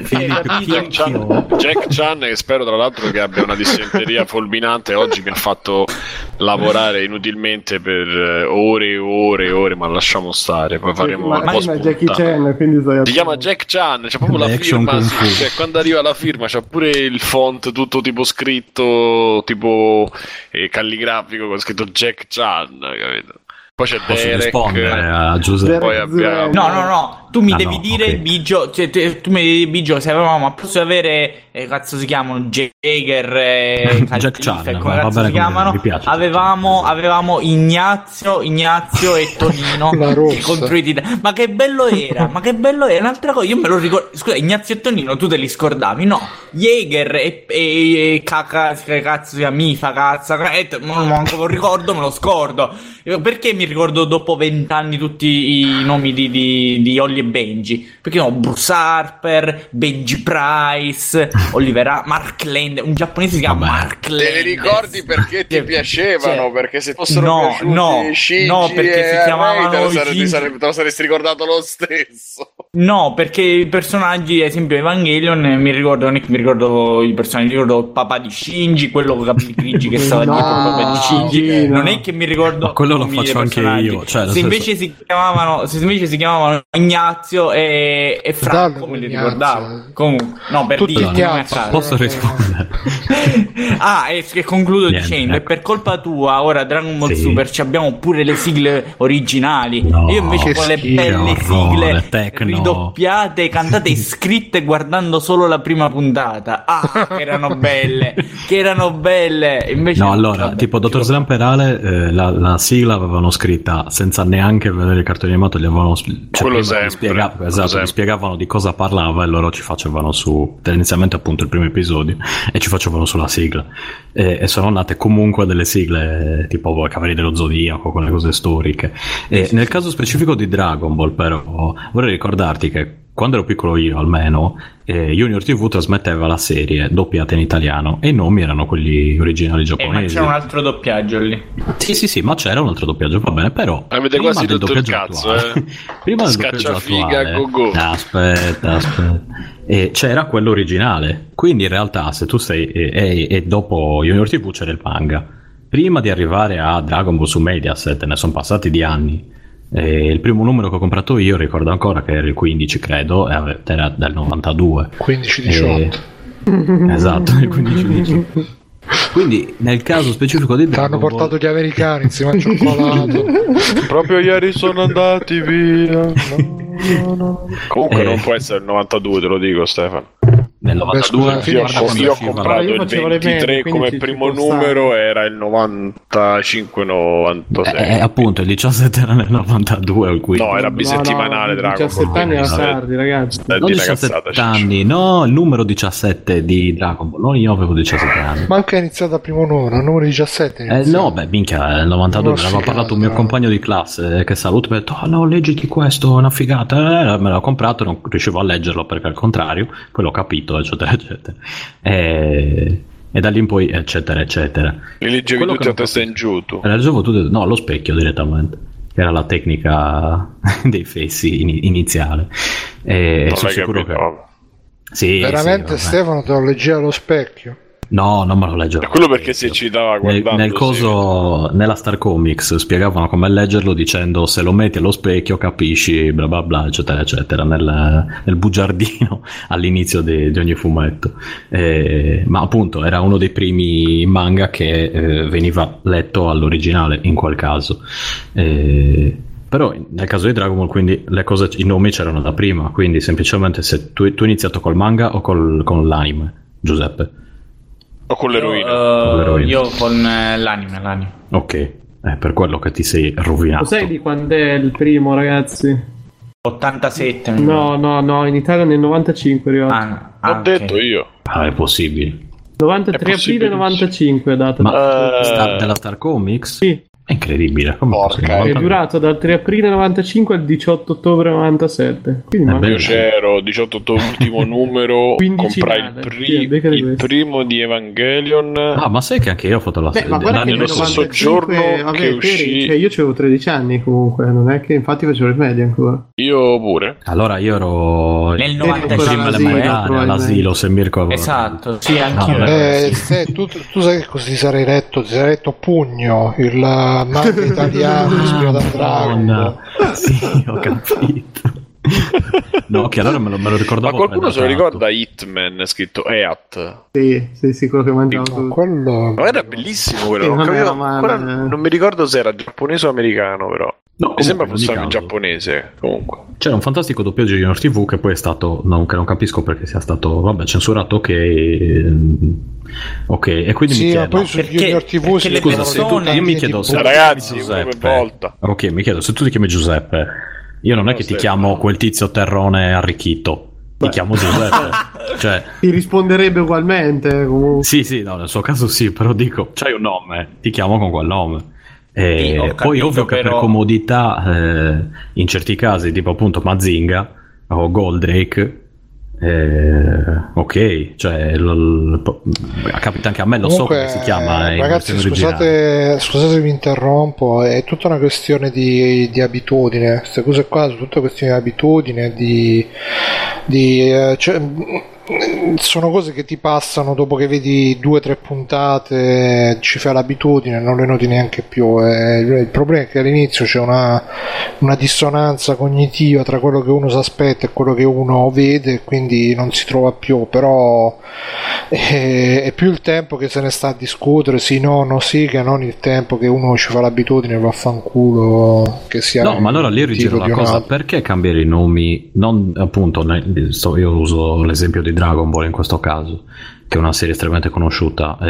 Jack Chan, che spero tra l'altro che abbia una dissenteria fulminante. Oggi mi ha fatto lavorare inutilmente per ore e ore, ma lasciamo stare, poi faremo un po' Jackie Chan, quindi si chiama Jack Chan, c'è proprio la firma, cioè, quando arriva la firma c'ha pure il font tutto tipo scritto tipo calligrafico con scritto Jack Chan, capito? Poi c'è Posso Derek, rispondere a Giuseppe? poi abbiamo... No, tu mi devi dire, okay. Biggio, tu mi devi dire, Biggio, se avevamo a posto di avere, cazzo si chiamano, Jaeger, Jack Chan, come cazzo si chiamano, mi piace, avevamo Ignazio e Tonino contro i titani. Ma che bello era, un'altra cosa, io me lo ricordo, scusa, Ignazio e Tonino tu te li scordavi? No, Jaeger e cazzo si chiama, Mifa, non lo ricordo, me lo scordo. Perché mi ricordo dopo 20 anni tutti i nomi di Holly e Benji? Perché no, Bruce Harper, Benji Price, Oliver, Mark Land, un giapponese si chiama Mark Land. Te li ricordi perché ti piacevano? Perché se fossero piaciuti Shinji perché si chiamavano te lo saresti ricordato lo stesso. No, perché i personaggi, ad esempio Evangelion, mi ricordo i personaggi, mi ricordo il papà di Shinji, quello con i capelli grigi che stava dietro il papà di Shinji. Non è che mi ricordo. Ma quello lo faccio anche io. Cioè, se invece si chiamavano Ignazio e Franco, me li ricordavo. Comunque, no, per dire, posso rispondere? E concludo dicendo, e per colpa tua ora Dragon Ball Super abbiamo pure le sigle originali. Io invece con le belle sigle ridoppiate, cantate e scritte guardando solo la prima puntata. Che erano belle. Invece no, allora, tipo Dottor Slamperale, la sigla avevano scritta senza neanche vedere il cartone animato, gli avevano spiegavano di cosa parlava, e loro ci facevano su inizialmente appunto il primo episodio e ci facevano sulla sigla, e sono nate comunque delle sigle tipo Cavalieri dello Zodiaco, con le cose storiche. Nel caso specifico di Dragon Ball però vorrei ricordarti che quando ero piccolo io almeno, Junior TV trasmetteva la serie doppiata in italiano e i nomi erano quelli originali giapponesi. Ma c'era un altro doppiaggio lì. Sì, ma c'era un altro doppiaggio, va bene, però avete quasi tutto il cazzo, prima del doppiaggio attuale, go. aspetta, c'era quello originale, quindi in realtà se tu sei e dopo Junior TV c'era il manga. Prima di arrivare a Dragon Ball su Mediaset ne sono passati di anni. Il primo numero che ho comprato io ricordo ancora che era il 15, credo, era del 92, 15-18. Esatto, il 15-18. Quindi nel caso specifico di Dragon Ball, hanno portato gli americani insieme al cioccolato. Proprio ieri sono andati via. No. Comunque non può essere il 92, te lo dico, Stefano. Nel 92 io ho comprato il 23 come primo numero, era il 95-96. Appunto il 17 era nel 92 o il 15. No, era bisettimanale. Dragon 17 anni era tardi, ragazzi. Non 17 anni, no, il numero 17 di Dragon Ball. Non io avevo 17 anni. Ma anche è iniziato al primo numero, il numero 17. No, beh, minchia, nel 92 mi aveva parlato un mio compagno di classe che saluto, mi ha detto: no, leggiti questo, è una figata. Me l'ho comprato, non riuscivo a leggerlo perché al contrario, poi l'ho capito, eccetera eccetera, e da lì in poi eccetera eccetera. Li leggevi tutti a testa in giù tu? Leggevo tutti, no, allo specchio direttamente, che era la tecnica dei fessi iniziale, e sono sicuro che sì, veramente sì, Stefano te lo leggeva allo specchio? No, non me lo leggevo. È quello perché si eccitava guardando. Nel coso, nella Star Comics spiegavano come leggerlo dicendo: se lo metti allo specchio capisci bla bla bla eccetera eccetera, nel bugiardino all'inizio di ogni fumetto. Ma appunto era uno dei primi manga che veniva letto all'originale in quel caso. Però nel caso di Dragon Ball, quindi i nomi c'erano da prima, quindi semplicemente se tu hai iniziato col manga o con l'anime, Giuseppe? O con l'eroina? Io con l'anime. Ok, è per quello che ti sei rovinato. Lo sai di quando è il primo, ragazzi? 87. No, in Italia nel 95 è arrivato. Ho detto io. È possibile. 93 aprile 95 è data. Ma della Star Comics? Sì. È incredibile. Porca, è durato dal 3 aprile 95 al 18 ottobre 97. Quindi È Io c'ero 18 ultimo numero, comprai il primo di Evangelion. Ah, ma sai che anche io ho fatto la serie ma guarda che nello nel stesso 95, giorno che uscì. cioè io avevo 13 anni comunque, non è che infatti facevo il medio ancora. Io pure. Allora io ero Nel prima 95 elementare, all'asilo, se mi ricordo. esatto, sì, anche No, io. Tu sai che cosa ti sarei letto? Ti sarei letto Pugno, il manga italiano ispirato a Dragon Ball. Sì, ho capito. No, che allora me lo ricordavo. Ma qualcuno se lo prenotato. ricorda Hitman scritto EAT? Sì, quello che mangiavo No, tu. quello... Ma era bellissimo quello. Sì, Non, non capivo- era male. ancora non mi ricordo se era giapponese o americano, però. No, Mi sembra comunque, fosse in ogni in caso, giapponese. Comunque. c'era un fantastico doppiaggio di Junior TV che poi è stato, che non capisco perché sia stato, censurato, ok, e quindi Sì, mi ma chiedo, poi su Perché- Junior TV perché si le vedono persone- le io mi tutine chiedo di se Pugno. Ragazzi, una Giuseppe, per volta. ok, mi chiedo se tu ti chiami Giuseppe, io non è che ti Giuseppe. chiamo quel tizio terrone arricchito, ti chiamo Giuseppe, cioè Ti risponderebbe ugualmente comunque. sì, no, nel suo caso sì, però dico, c'hai un nome, ti chiamo con quel nome. Sì, ho Poi capito, ovvio che per però- comodità, in certi casi, tipo appunto Mazinga o Goldrake, ok, cioè capita anche a me, lo so Comunque, come si chiama in ragazzi, versione originale. scusate se vi interrompo, è tutta una questione di abitudine. Queste cose qua sono tutte questioni di abitudine, cioè, sono cose che ti passano dopo che vedi 2 o 3 puntate, ci fai l'abitudine, non le noti neanche più. Il problema è che all'inizio c'è una dissonanza cognitiva tra quello che uno si aspetta e quello che uno vede, e quindi non si trova più. Però è più il tempo che se ne sta a discutere, sì, no, sì, che non il tempo che uno ci fa l'abitudine, vaffanculo, che sia. No, ma allora lì rigiro la cosa, perché cambiare i nomi? Non appunto, io uso l'esempio di Dragon Ball in questo caso, che è una serie estremamente conosciuta,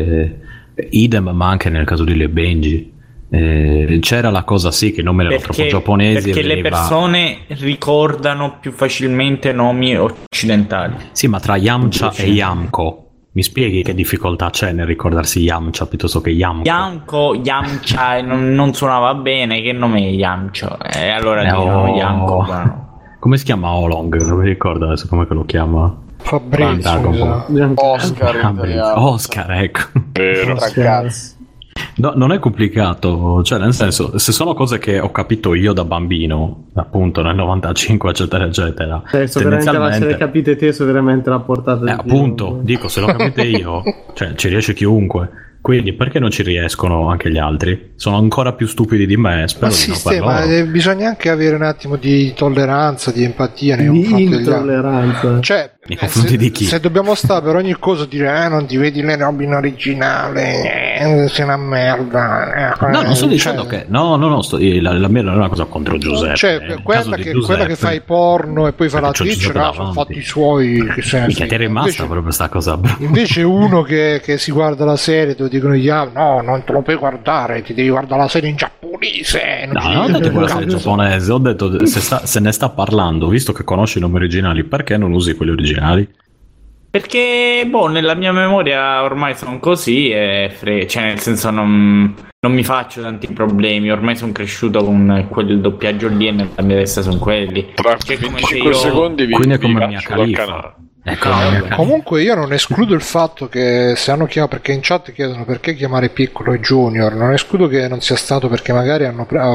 idem, ma anche nel caso di Le Benji. C'era la cosa sì che i nomi erano troppo giapponesi, perché e le persone ricordano più facilmente nomi occidentali. sì, ma tra Yamcha e Yamko mi spieghi che difficoltà c'è nel ricordarsi Yamcha piuttosto che Yamko? Yamcha non suonava bene, che nome è Yamcha? Allora dicono Yamko, ma no. Come si chiama Olong? Non mi ricordo adesso come che lo chiama. Fabrizio, Dragon mi Ball. sa. Oscar in italiano. Oscar, ecco. Vero. Ragazzi. No, non è complicato, cioè nel senso, se sono cose che ho capito io da bambino, appunto nel 95 eccetera eccetera, Adesso veramente se le capite te, so veramente la portata di appunto, dico, se lo capite io, cioè ci riesce chiunque, quindi perché non ci riescono anche gli altri? Sono ancora più stupidi di me, spero Ma di non sì, ma loro. bisogna anche avere un attimo di tolleranza, di empatia nei confronti degli altri. intolleranza. Cioè, Nei confronti di chi? Se dobbiamo stare per ogni cosa dire non ti vedi le robe in originale, sei una merda. No, non sto dicendo che no, la mia non è una cosa contro Giuseppe. Cioè, nel quella caso di che Giuseppe, fa i porno e poi fa perché c'ho l'attrice, Giuseppe sono davanti. fatti i suoi. Che senso? Mica ti è rimasta proprio sta cosa, bro. Invece uno che si guarda la serie dove dicono no, non te lo puoi guardare, ti devi guardare la serie in giapponese. No, non ho detto quella serie giapponese, ho detto se ne sta parlando, visto che conosci i nomi originali, perché non usi quelli originali? Perché, nella mia memoria ormai sono così cioè nel senso non mi faccio tanti problemi, ormai sono cresciuto con quel doppiaggio lì e nella mia testa sono quelli. Tra Cioè, come 25 se secondi vi Quindi è come vi Mia caccio dal Khalifa. canale. Ecco, Comunque io non escludo il fatto che se hanno chiamato, perché in chat chiedono perché chiamare piccolo e junior, non escludo che non sia stato perché magari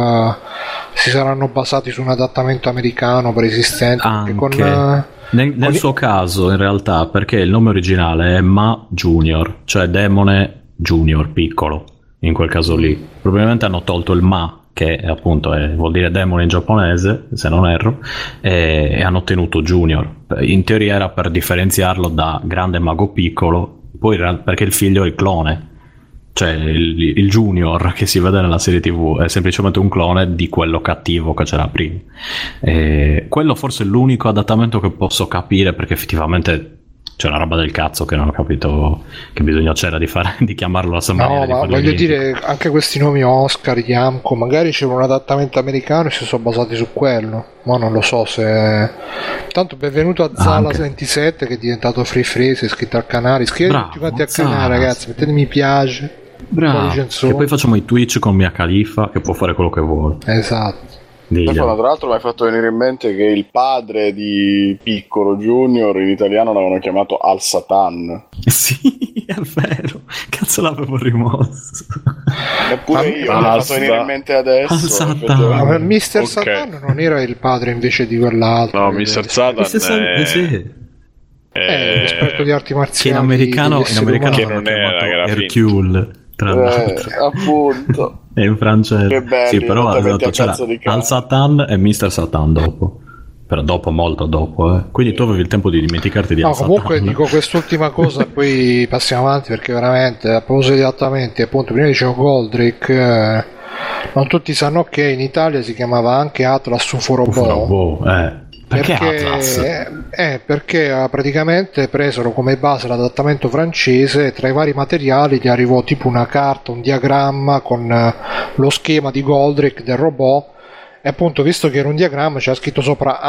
si saranno basati su un adattamento americano preesistente. Anche. Nel suo caso in realtà, perché il nome originale è Ma Junior, cioè Demone Junior piccolo, in quel caso lì probabilmente hanno tolto il Ma, che appunto vuol dire demone in giapponese, se non erro, e hanno tenuto Junior. In teoria era per differenziarlo da grande mago piccolo, poi perché il figlio è il clone, cioè il Junior che si vede nella serie TV è semplicemente un clone di quello cattivo che c'era prima. Quello forse è l'unico adattamento che posso capire, perché effettivamente c'è una roba del cazzo che non ho capito che bisogno c'era di chiamarlo alla maniera. No, ma voglio dire, anche questi nomi Oscar, Yamko, magari c'era un adattamento americano e si sono basati su quello, ma non lo so se. Tanto benvenuto a Zala27 che è diventato Free Free, si è iscritto al canale, iscrivetevi tutti quanti al canale, ragazzi, mettete mi piace. Bravo, che poi facciamo i Twitch con Mia Khalifa che può fare quello che vuole. Esatto. Stefano, tra l'altro mi hai fatto venire in mente che il padre di Piccolo Junior in italiano l'avevano chiamato Al Satan. Sì, è vero. Cazzo, l'avevo rimosso. Eppure io mi hai fatto venire in mente adesso. Al Satan. Ma Mr. Satan non era il padre invece di quell'altro? No, Mr. Satan è... sì. Esperto di arti marziali. Che in americano che non era Hercule, tra l'altro. Appunto. E in francese. Che bello, sì, però esatto, c'era di Al Satan e Mr. Satan dopo. Però dopo, molto dopo. Quindi tu avevi il tempo di dimenticarti di Al Satan. Comunque dico quest'ultima cosa e poi passiamo avanti, perché veramente a proposito di adattamenti, appunto prima dicevo Goldrick, non tutti sanno che in Italia si chiamava anche Atlas UFO. Perché Atlas? Perché praticamente presero come base l'adattamento francese e tra i vari materiali gli arrivò tipo una carta, un diagramma con lo schema di Goldrick del robot, e appunto visto che era un diagramma c'era scritto sopra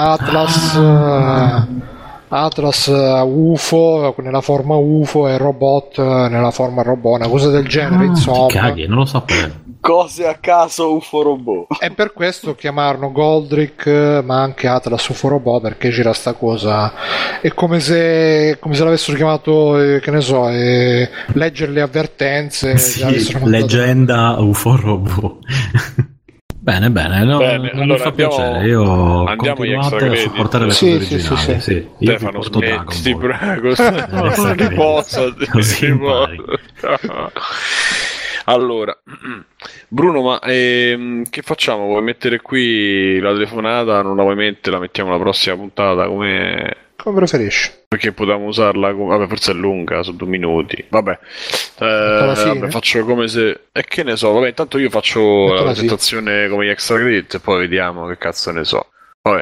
Atlas UFO nella forma UFO e robot nella forma robot, una cosa del genere, insomma. Caghi, non lo sapevo. Cose a caso UFO robot. E per questo chiamarono Goldrick ma anche Atlas UFO robot, perché c'era sta cosa. È come se l'avessero chiamato, che ne so, leggere le avvertenze. Sì, leggenda UFO robot. Bene, no, bene, non mi fa piacere. Io continuate a supportare le cose originali. Sì. Io Stefano, porto smetti, prego. Così impari. Allora, Bruno, ma che facciamo? Vuoi mettere qui la telefonata? Non la vuoi mettere? La mettiamo alla prossima puntata? Come preferisci? Perché potevamo usarla vabbè, forse è lunga, sono 2 minuti. Vabbè, faccio come se... E che ne so, vabbè, intanto io faccio la presentazione come gli extra credit e poi vediamo che cazzo ne so. Vabbè.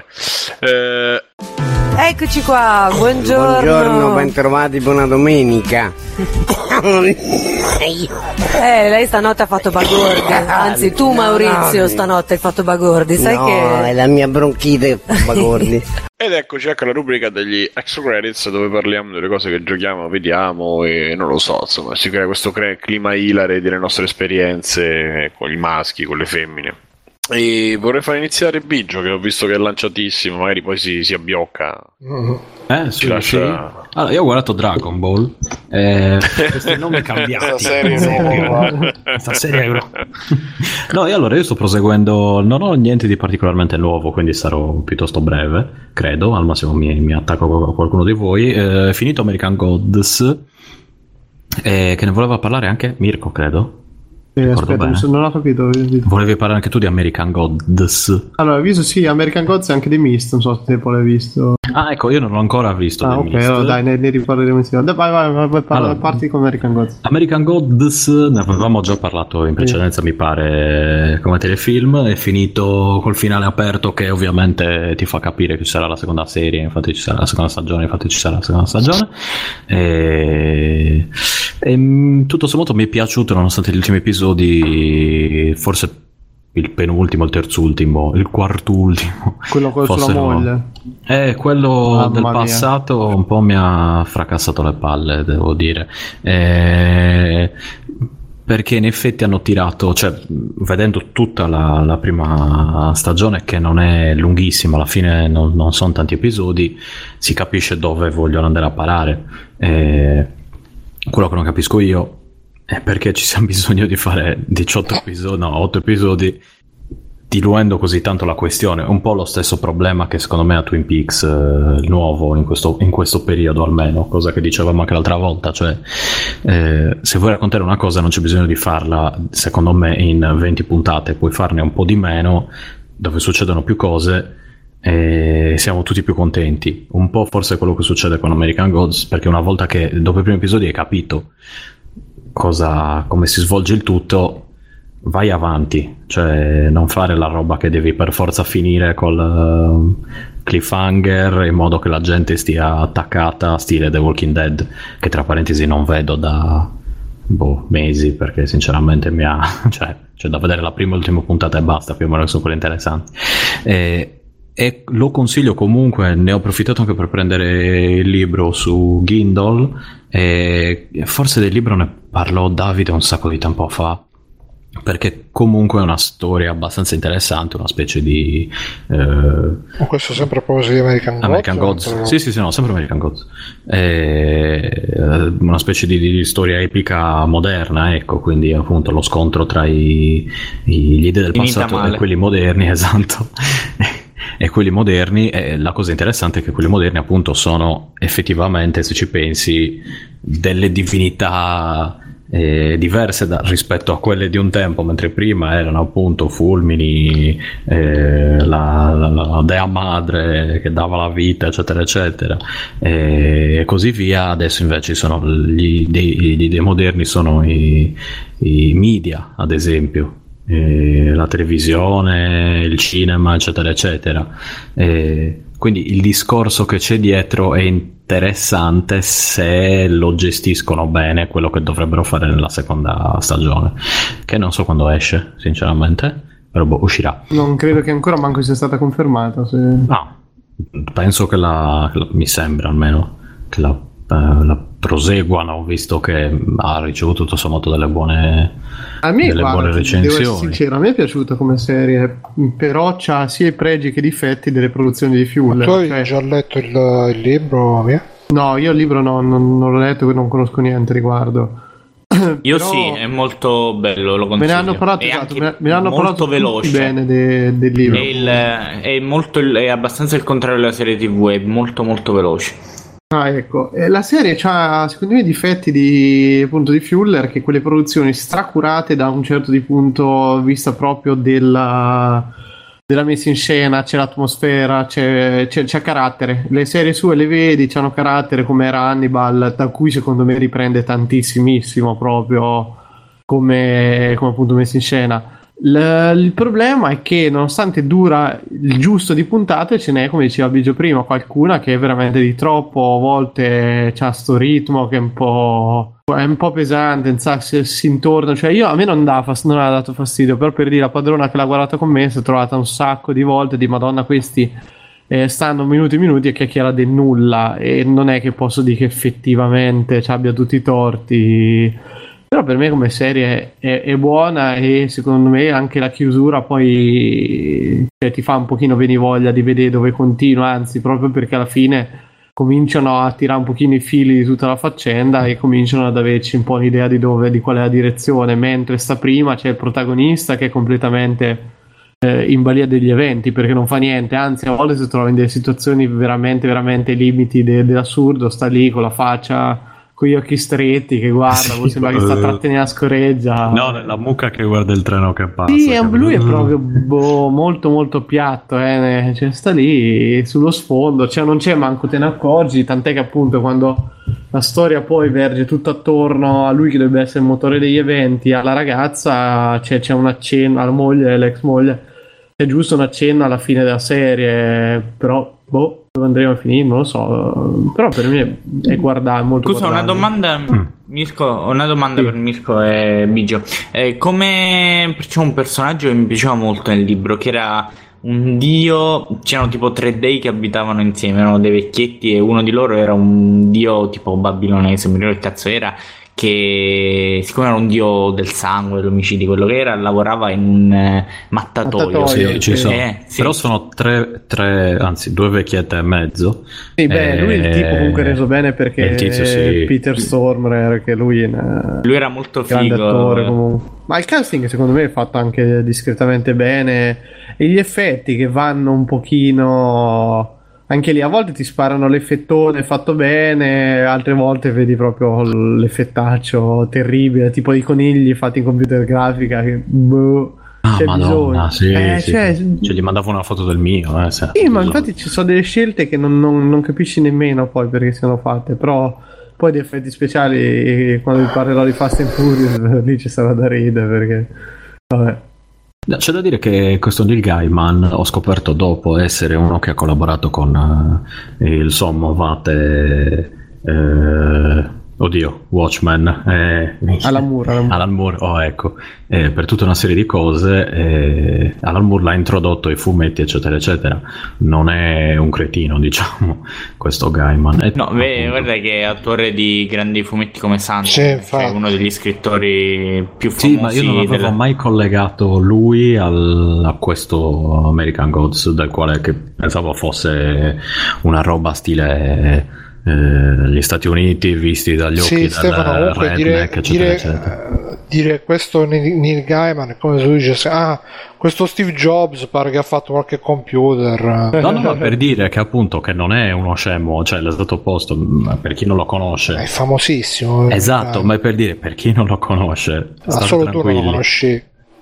Eccoci qua, buongiorno. Buongiorno, bentrovati, buona domenica. Lei stanotte ha fatto bagordi. Anzi, tu Maurizio stanotte hai fatto bagordi, sai che... No, è la mia bronchite bagordi. Ed eccoci anche alla rubrica degli extra credits, dove parliamo delle cose che giochiamo, vediamo e non lo so, insomma, si crea questo clima ilare delle nostre esperienze con i maschi, con le femmine. E vorrei far iniziare Biggio, che ho visto che è lanciatissimo, magari poi si abbiocca. Sì. Allora, io ho guardato Dragon Ball, questi nomi cambiati. Questa serie no, e allora io sto proseguendo, non ho niente di particolarmente nuovo, quindi sarò piuttosto breve, credo, al massimo mi attacco a qualcuno di voi. Finito American Gods, che ne voleva parlare anche Mirko, credo. Aspetta, non ho capito. Volevi parlare anche tu di American Gods? Allora, ho visto sì, American Gods e anche The Mist, non so se te poi l'hai visto. Ah, ecco, io non l'ho ancora visto. Ah, ok, allora, dai, ne riparleremo insieme. Vai, allora, parti con American Gods. American Gods, ne avevamo già parlato in precedenza, mi pare, come telefilm. È finito col finale aperto che ovviamente ti fa capire che ci sarà la seconda serie, infatti ci sarà la seconda stagione, e tutto sommato mi è piaciuto, nonostante gli ultimi episodi, forse il penultimo, il terzultimo, il quartultimo, quello sulla moglie, quello del passato un po' mi ha fracassato le palle, devo dire, perché in effetti hanno tirato, cioè vedendo tutta la prima stagione, che non è lunghissima, alla fine non sono tanti episodi, si capisce dove vogliono andare a parare. Quello che non capisco io è perché ci sia bisogno di fare 8 episodi diluendo così tanto la questione. Un po' lo stesso problema che secondo me ha Twin Peaks, il nuovo, in questo periodo almeno, cosa che dicevamo anche l'altra volta, cioè se vuoi raccontare una cosa non c'è bisogno di farla, secondo me, in 20 puntate, puoi farne un po' di meno dove succedono più cose e siamo tutti più contenti. Un po' forse è quello che succede con American Gods, perché una volta che dopo i primi episodi hai capito come si svolge il tutto, vai avanti, cioè non fare la roba che devi per forza finire col cliffhanger in modo che la gente stia attaccata, stile The Walking Dead, che tra parentesi non vedo da mesi, perché sinceramente c'è da vedere la prima e l'ultima puntata e basta, più o meno, che sono quelle interessanti. E lo consiglio comunque, ne ho approfittato anche per prendere il libro su Kindle, e forse del libro ne parlò Davide un sacco di tempo fa, perché comunque è una storia abbastanza interessante, una specie di questo sempre a proposito di American Gods? Sì, no, sempre American Gods, una specie di storia epica moderna, ecco, quindi appunto lo scontro tra gli dei del passato e quelli moderni, esatto. E quelli moderni, la cosa interessante è che quelli moderni appunto sono effettivamente, se ci pensi, delle divinità diverse rispetto a quelle di un tempo, mentre prima erano appunto fulmini, la dea madre che dava la vita, eccetera eccetera, e così via. Adesso invece sono gli dei moderni, sono i media, ad esempio, la televisione, il cinema, eccetera eccetera. Quindi il discorso che c'è dietro è interessante se lo gestiscono bene, quello che dovrebbero fare nella seconda stagione, che non so quando esce sinceramente, però uscirà. Non credo che ancora manco sia stata confermata. No, penso che mi sembra almeno che la proseguano, visto che ha ricevuto tutto sommato delle buone recensioni. Devo essere sincero, a me è piaciuta come serie, però c'ha sia i pregi che i difetti delle produzioni di Fuller. Ma tu hai già letto il libro, Mia? No, io il libro non l'ho letto, non conosco niente riguardo. Io però, sì, è molto bello, lo consiglio. Me ne hanno parlato, me ne hanno parlato veloce, bene del libro. È abbastanza il contrario della serie TV, è molto molto veloce. Ah, ecco, la serie ha secondo me difetti di Fuller, che quelle produzioni stracurate da un certo di punto vista proprio della messa in scena, c'è l'atmosfera, c'è carattere. Le serie sue le vedi, c'hanno carattere, come era Hannibal, da cui secondo me riprende tantissimissimo proprio come appunto messa in scena. Il problema è che nonostante dura il giusto di puntate, ce n'è, come diceva Biggio prima, qualcuna che è veramente di troppo. A volte c'ha sto ritmo che è un po' pesante, si intorna. Cioè a me non ha dato fastidio, però per dire, la padrona che l'ha guardata con me si è trovata un sacco di volte di Madonna, questi stanno minuti e minuti a chiacchierare del nulla, e non è che posso dire che effettivamente abbia tutti i torti. Però per me come serie è buona, e secondo me anche la chiusura poi ti fa un pochino venire voglia di vedere dove continua, anzi proprio perché alla fine cominciano a tirare un pochino i fili di tutta la faccenda e cominciano ad averci un po' un'idea di qual è la direzione, mentre sta prima c'è il protagonista che è completamente in balia degli eventi, perché non fa niente, anzi a volte si trova in delle situazioni veramente veramente limiti dell'assurdo, sta lì con la faccia, con gli occhi stretti che guarda, sembra che sta trattenendo la scoreggia. No, la mucca che guarda il treno che passa. Sì, lui è proprio molto molto piatto, cioè, sta lì sullo sfondo, cioè non c'è manco te ne accorgi, tant'è che appunto quando la storia poi verge tutto attorno a lui che dovrebbe essere il motore degli eventi, alla ragazza c'è un accenno, alla moglie, l'ex moglie, c'è giusto un accenno alla fine della serie, però dove andremo a finire non lo so, però per me è molto. Scusa, una domanda Mirko, per Mirko e Biggio, come c'è un personaggio che mi piaceva molto nel libro, che era un dio, c'erano tipo 3 dei che abitavano insieme, erano dei vecchietti, e uno di loro era un dio tipo babilonese, non mi ricordo che cazzo era, che siccome era un dio del sangue, dell'omicidio, quello che era, lavorava in un mattatoio. Sì, ci sono. Sì. Però sono 3, anzi 2 vecchiette e mezzo. Sì, lui il tipo comunque reso bene, perché tizio, sì. Peter Stormer, che lui era molto grande figo attore comunque. Ma il casting secondo me è fatto anche discretamente bene, e gli effetti che vanno un pochino. Anche lì a volte ti sparano l'effettone fatto bene, altre volte vedi proprio l'effettaccio terribile, tipo i conigli fatti in computer grafica che c'è Madonna, bisogno. Sì. Cioè, gli mandavo una foto del mio. Sì, ma infatti ci sono delle scelte che non capisci nemmeno poi perché siano fatte, però poi di effetti speciali, quando vi parlerò di Fast and Furious, lì ci sarà da ridere, perché vabbè. C'è da dire che questo Neil Gaiman ho scoperto dopo essere uno che ha collaborato con il sommo Vate Oddio, Watchmen, Alan Moore. Oh, ecco, per tutta una serie di cose Alan Moore l'ha introdotto ai fumetti eccetera eccetera, non è un cretino, diciamo, questo Gaiman. Guarda che è autore di grandi fumetti come Sandman, cioè uno degli scrittori più famosi. Sì, ma io non avevo mai collegato lui a questo American Gods, del quale che pensavo fosse una roba stile gli Stati Uniti visti dagli occhi del redneck, eccetera. Dire questo Neil Gaiman è come se tu dicessi questo Steve Jobs pare che ha fatto qualche computer. No, per dire che appunto che non è uno scemo, cioè l'esatto opposto, per chi non lo conosce è famosissimo, esatto, ma è per dire, per chi non lo conosce, solo tu non lo conosci.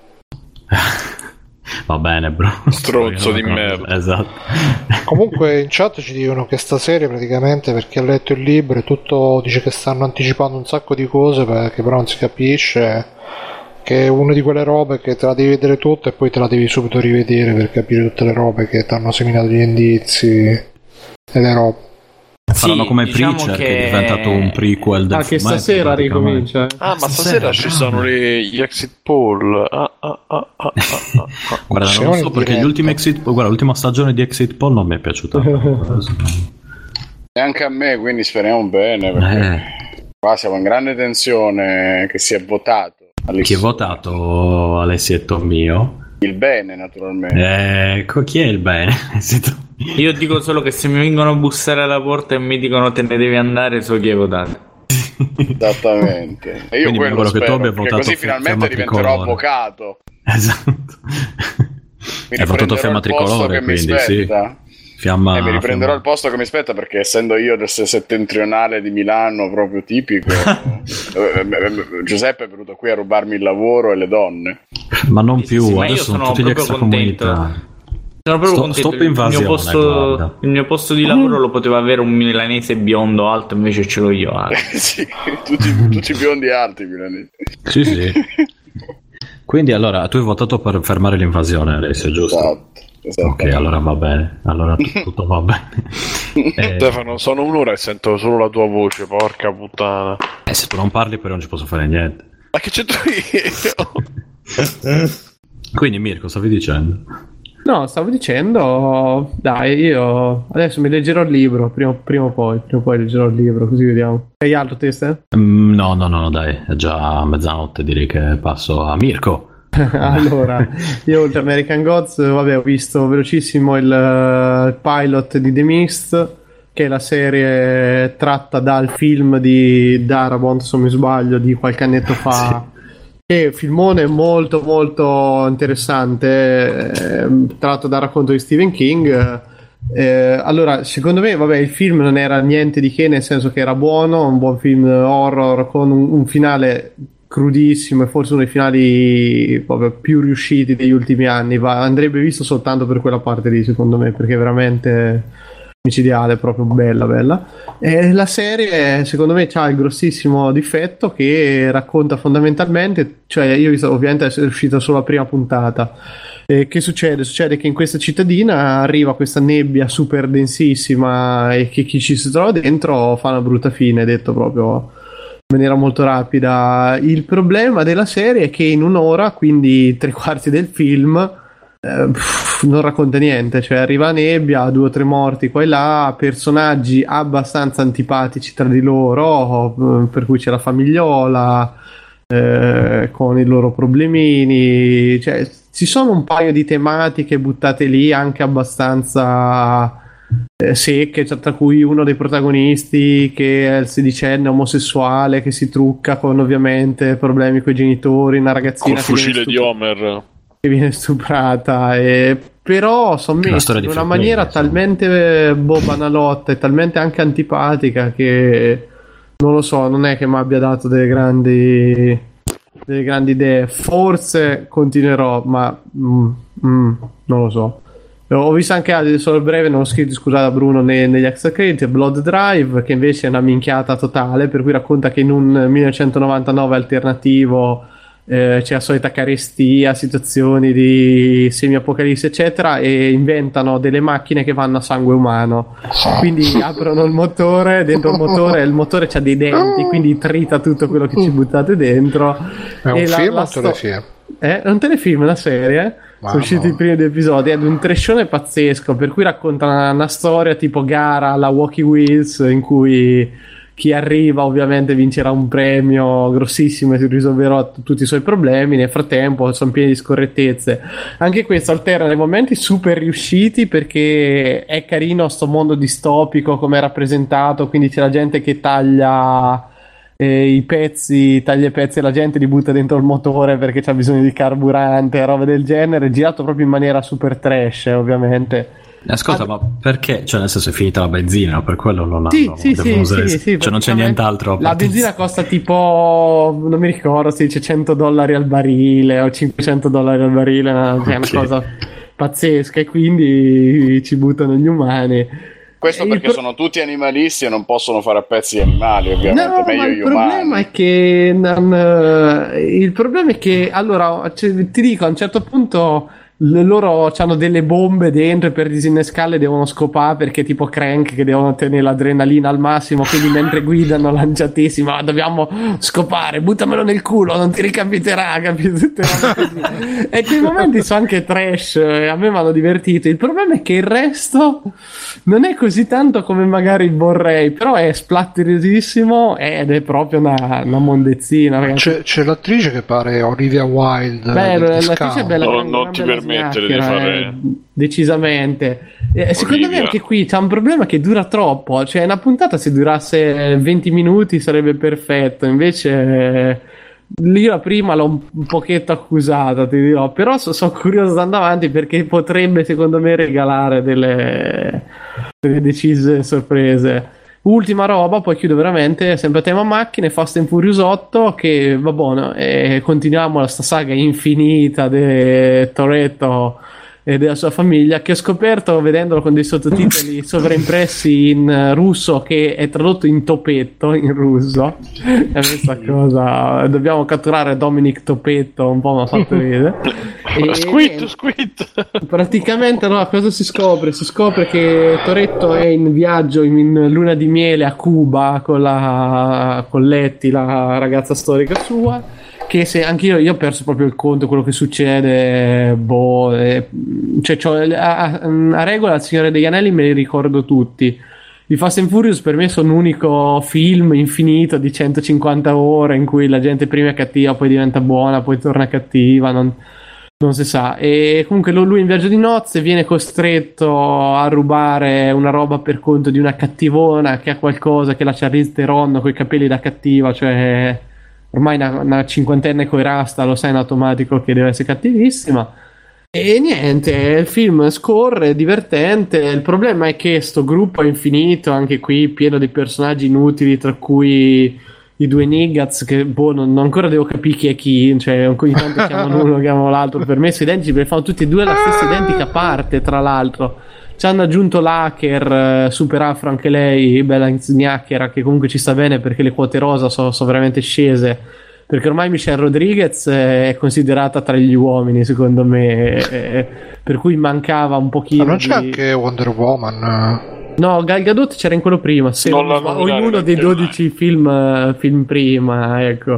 Va bene, bro. Stronzo di merda. Esatto. Comunque in chat ci dicono che sta serie praticamente, perché ha letto il libro e tutto, dice che stanno anticipando un sacco di cose perché però non si capisce, che è una di quelle robe che te la devi vedere tutta e poi te la devi subito rivedere per capire tutte le robe che ti hanno seminato gli indizi e le robe. Faranno come Preacher, che è diventato un prequel del che stasera ricomincia. Ma stasera ci sono gli exit poll. Guarda, non lo so, perché gli ultimi exit poll, guarda, l'ultima stagione di Exit Poll non mi è piaciuta. E anche a me, quindi speriamo bene, perché qua siamo in grande tensione che si è votato. Chi è votato, Alessietto mio? Il bene, naturalmente. Chi è il bene? Io dico solo che se mi vengono a bussare alla porta e mi dicono te ne devi andare, so chi hai votato. Esattamente. E io quello che spero, tu abbia votato, così finalmente diventerò avvocato. Esatto. Hai votato Fiamma Tricolore, quindi sì. Mi riprenderò il posto che mi spetta, perché essendo io del settentrionale di Milano proprio tipico, Giuseppe è venuto qui a rubarmi il lavoro e le donne. Ma non più, ma adesso sono tutti gli extracomunitari. Sono proprio contento. Stop invasione, il mio posto di lavoro lo poteva avere un milanese biondo alto, invece ce l'ho io. Sì, tutti biondi alti milanesi. Sì. Quindi allora tu hai votato per fermare l'invasione, Alessio, giusto? Esatto. Ok, allora va bene, allora tutto va bene. Stefano, sono un'ora e sento solo la tua voce, porca puttana. Se tu non parli poi non ci posso fare niente. Ma che c'entro io? Quindi Mirko, stavi dicendo? No, stavo dicendo, dai, io adesso mi leggerò il libro, prima o poi leggerò il libro, così vediamo. Hai altro test? No, dai, è già mezzanotte, direi che passo a Mirko. Allora, io oltre American Gods, ho visto velocissimo il pilot di The Mist, che è la serie tratta dal film di Darabont, se non mi sbaglio, di qualche annetto fa. Sì. Filmone molto molto interessante, tratto dal racconto di Stephen King. Allora, secondo me, il film non era niente di che, nel senso che era buono, un buon film horror con un finale crudissimo e forse uno dei finali proprio più riusciti degli ultimi anni. Andrebbe visto soltanto per quella parte lì, secondo me, perché è veramente micidiale, proprio bella. E la serie, secondo me, ha il grossissimo difetto che racconta fondamentalmente, cioè io ho visto, ovviamente è uscita solo la prima puntata. Che succede? Succede che in questa cittadina arriva questa nebbia super densissima e che chi ci si trova dentro fa una brutta fine, detto proprio in maniera molto rapida. Il problema della serie è che in un'ora, quindi 3/4 del film, non racconta niente, cioè arriva nebbia, 2 o 3 morti qua e là, personaggi abbastanza antipatici tra di loro, per cui c'è la famigliola con i loro problemini, cioè ci sono un paio di tematiche buttate lì anche abbastanza secche, tra cui uno dei protagonisti che è il 16enne omosessuale che si trucca con ovviamente problemi con i genitori, una ragazzina col fucile di Homer che viene stuprata, però sono messi in una maniera talmente banalotta e talmente anche antipatica che non lo so, non è che mi abbia dato delle grandi idee. Forse continuerò, ma non lo so. Ho visto anche altri, solo breve, non ho scritto, scusate Bruno, negli extra credit, Blood Drive, che invece è una minchiata totale, per cui racconta che in un 1999 alternativo c'è la solita carestia, situazioni di semi-apocalisse eccetera, e inventano delle macchine che vanno a sangue umano, quindi aprono il motore, dentro il motore c'ha dei denti, quindi trita tutto quello che ci buttate dentro. È un film o un telefilm? È un telefilm, una serie. Sono usciti i primi 2 episodi, è un trashone pazzesco, per cui racconta una storia tipo gara alla Wacky Wheels, in cui chi arriva ovviamente vincerà un premio grossissimo e si risolverà tutti i suoi problemi. Nel frattempo sono pieni di scorrettezze. Anche questo alterna dei momenti super riusciti, perché è carino sto mondo distopico come è rappresentato, quindi c'è la gente che taglia i pezzi alla gente, li butta dentro il motore perché c'ha bisogno di carburante, roba del genere, girato proprio in maniera super trash, ovviamente. Ascolta, ma perché? Cioè, nel senso, è finita la benzina, per quello non sì, cioè non c'è nient'altro. La benzina costa tipo, non mi ricordo se dice $100 al barile o $500 al barile, è una cosa pazzesca, e quindi ci buttano gli umani. Questo perché sono tutti animalisti e non possono fare a pezzi animali, ovviamente. No, meglio ma gli umani. Il problema è che allora ti dico, a un certo punto loro hanno delle bombe dentro e per disinnescarle devono scopare, perché tipo Crank che devono tenere l'adrenalina al massimo, quindi mentre guidano lanciatissimi, dobbiamo scopare, buttamelo nel culo, non ti ricapiterà, capito? E quei momenti sono anche trash, a me mi hanno divertito. Il problema è che il resto non è così tanto come magari vorrei, però è splatterisissimo ed è proprio una mondezzina, ragazzi. C'è l'attrice che pare Olivia Wilde. L'attrice è bella, non ti permettere di fare decisamente. Secondo me anche qui c'è un problema che dura troppo, cioè una puntata se durasse 20 minuti sarebbe perfetto, invece io la prima l'ho un pochetto accusata, ti dirò, però sono curioso di andare avanti perché potrebbe secondo me regalare delle decise sorprese. Ultima roba, poi chiudo veramente, sempre a tema macchine, Fast and Furious 8, che va buono, e continuiamo la sta saga infinita di Toretto e della sua famiglia, che ho scoperto vedendolo con dei sottotitoli sovraimpressi in russo, che è tradotto in Topetto in russo. E questa cosa, dobbiamo catturare Dominic Topetto, un po' mi ha fatto ridere. Squid. Praticamente allora cosa si scopre? Si scopre che Toretto è in viaggio in luna di miele a Cuba con Letty, la ragazza storica sua, che se anche io ho perso proprio il conto quello che succede, cioè a regola il Signore degli Anelli me li ricordo tutti. I Fast and Furious per me sono un unico film infinito di 150 ore in cui la gente prima è cattiva, poi diventa buona, poi torna cattiva, non si sa. E comunque lui in viaggio di nozze viene costretto a rubare una roba per conto di una cattivona che ha qualcosa, che è la Charlize Theron con i capelli da cattiva, cioè ormai una cinquantenne coi rasta, lo sai in automatico che deve essere cattivissima. E niente, il film scorre, è divertente. Il problema è che sto gruppo è infinito, anche qui pieno di personaggi inutili, tra cui i 2 Niggaz che non ancora devo capire chi è chi, cioè ogni tanto chiamano uno, chiamano l'altro, per me sono identici perché fanno tutti e due la stessa identica parte, tra l'altro. Ci hanno aggiunto l'hacker super afro anche lei, bella gnacchera, che comunque ci sta bene perché le quote rosa sono veramente scese, perché ormai Michelle Rodriguez è considerata tra gli uomini secondo me, per cui mancava un pochino. Ma non c'è anche Wonder Woman? No, Gal Gadot c'era in quello prima, o in uno dei 12 film prima, ecco.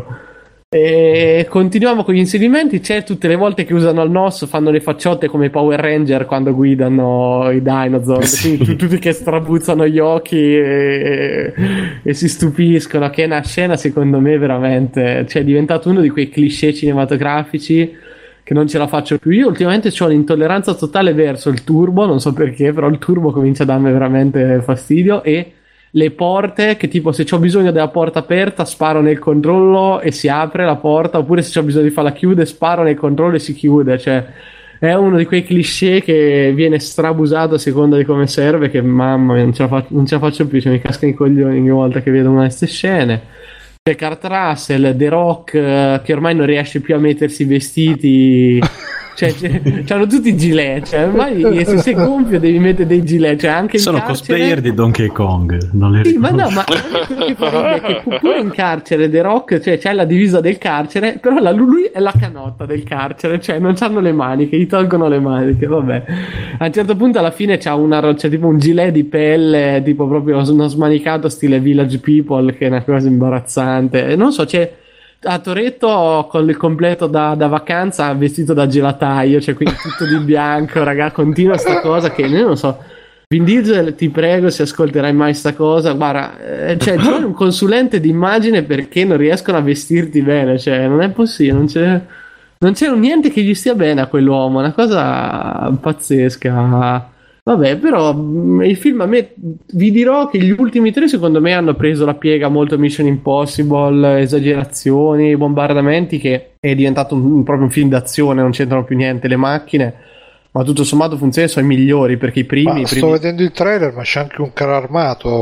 E continuiamo con gli inserimenti. C'è tutte le volte che usano il NOS, fanno le facciotte come i Power Ranger quando guidano i dinosaur, sì. Tutti che strabuzzano gli occhi e si stupiscono, che è una scena secondo me veramente, cioè è diventato uno di quei cliché cinematografici che non ce la faccio più. Io ultimamente ho l'intolleranza totale verso il turbo, non so perché, però il turbo comincia a darmi veramente fastidio, e le porte che tipo se c'ho bisogno della porta aperta sparo nel controllo e si apre la porta, oppure se c'ho bisogno di farla chiudere sparo nel controllo e si chiude, cioè è uno di quei cliché che viene strabusato a seconda di come serve, che mamma mia, non ce la faccio più, cioè mi cascano i coglioni ogni volta che vedo una di queste scene. C'è Kurt Russell, The Rock, che ormai non riesce più a mettersi i vestiti Cioè, c'hanno tutti i gilet, cioè ormai se sei gonfio devi mettere dei gilet, cioè anche sono in carcere... cosplayer di Donkey Kong, non li Sì, ma riconosco. no, ma quello che fa ridere è che pure in carcere The Rock, cioè c'è la divisa del carcere, però lui è la canotta del carcere, cioè non c'hanno le maniche, gli tolgono le maniche, vabbè. A un certo punto alla fine c'è tipo un gilet di pelle, tipo proprio uno smanicato stile Village People, che è una cosa imbarazzante. Non so, c'è a Toretto con il completo da vacanza vestito da gelataio, cioè quindi tutto di bianco, raga, continua sta cosa che io non so. Vin Diesel, ti prego, se ascolterai mai sta cosa, guarda, cioè c'è un consulente d'immagine perché non riescono a vestirti bene, cioè non è possibile, non c'è niente che gli stia bene a quell'uomo, una cosa pazzesca. Vabbè, però il film a me, vi dirò che gli ultimi 3 secondo me hanno preso la piega molto Mission Impossible, esagerazioni, bombardamenti, che è diventato proprio un film d'azione, non c'entrano più niente le macchine, ma tutto sommato funziona, sono i migliori perché i primi... Sto vedendo il trailer, ma c'è anche un carro armato.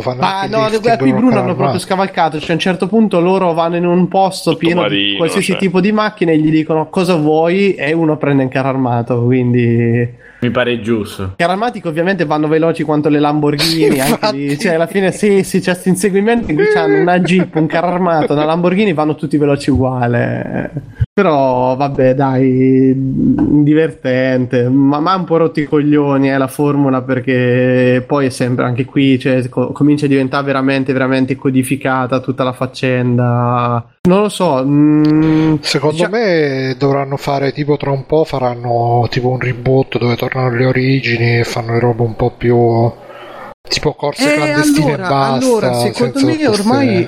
Qui Bruno hanno proprio scavalcato, cioè a un certo punto loro vanno in un posto tutto pieno marino, di qualsiasi tipo di macchine e gli dicono cosa vuoi e uno prende un carro armato, quindi... Mi pare giusto. Carri armati che ovviamente vanno veloci quanto le Lamborghini, anche lì, cioè alla fine sì, c'è questo inseguimento in cui c'hanno una Jeep, un carro armato, una Lamborghini, vanno tutti veloci uguale. Però vabbè, dai, divertente, ma un po' rotti i coglioni la formula, perché poi è sempre anche qui, cioè, comincia a diventare veramente veramente codificata tutta la faccenda. Non lo so. Secondo me dovranno fare tipo tra un po' faranno tipo un reboot dove tornano alle origini e fanno le robe un po' più tipo corse clandestine e basta. Allora, secondo me ormai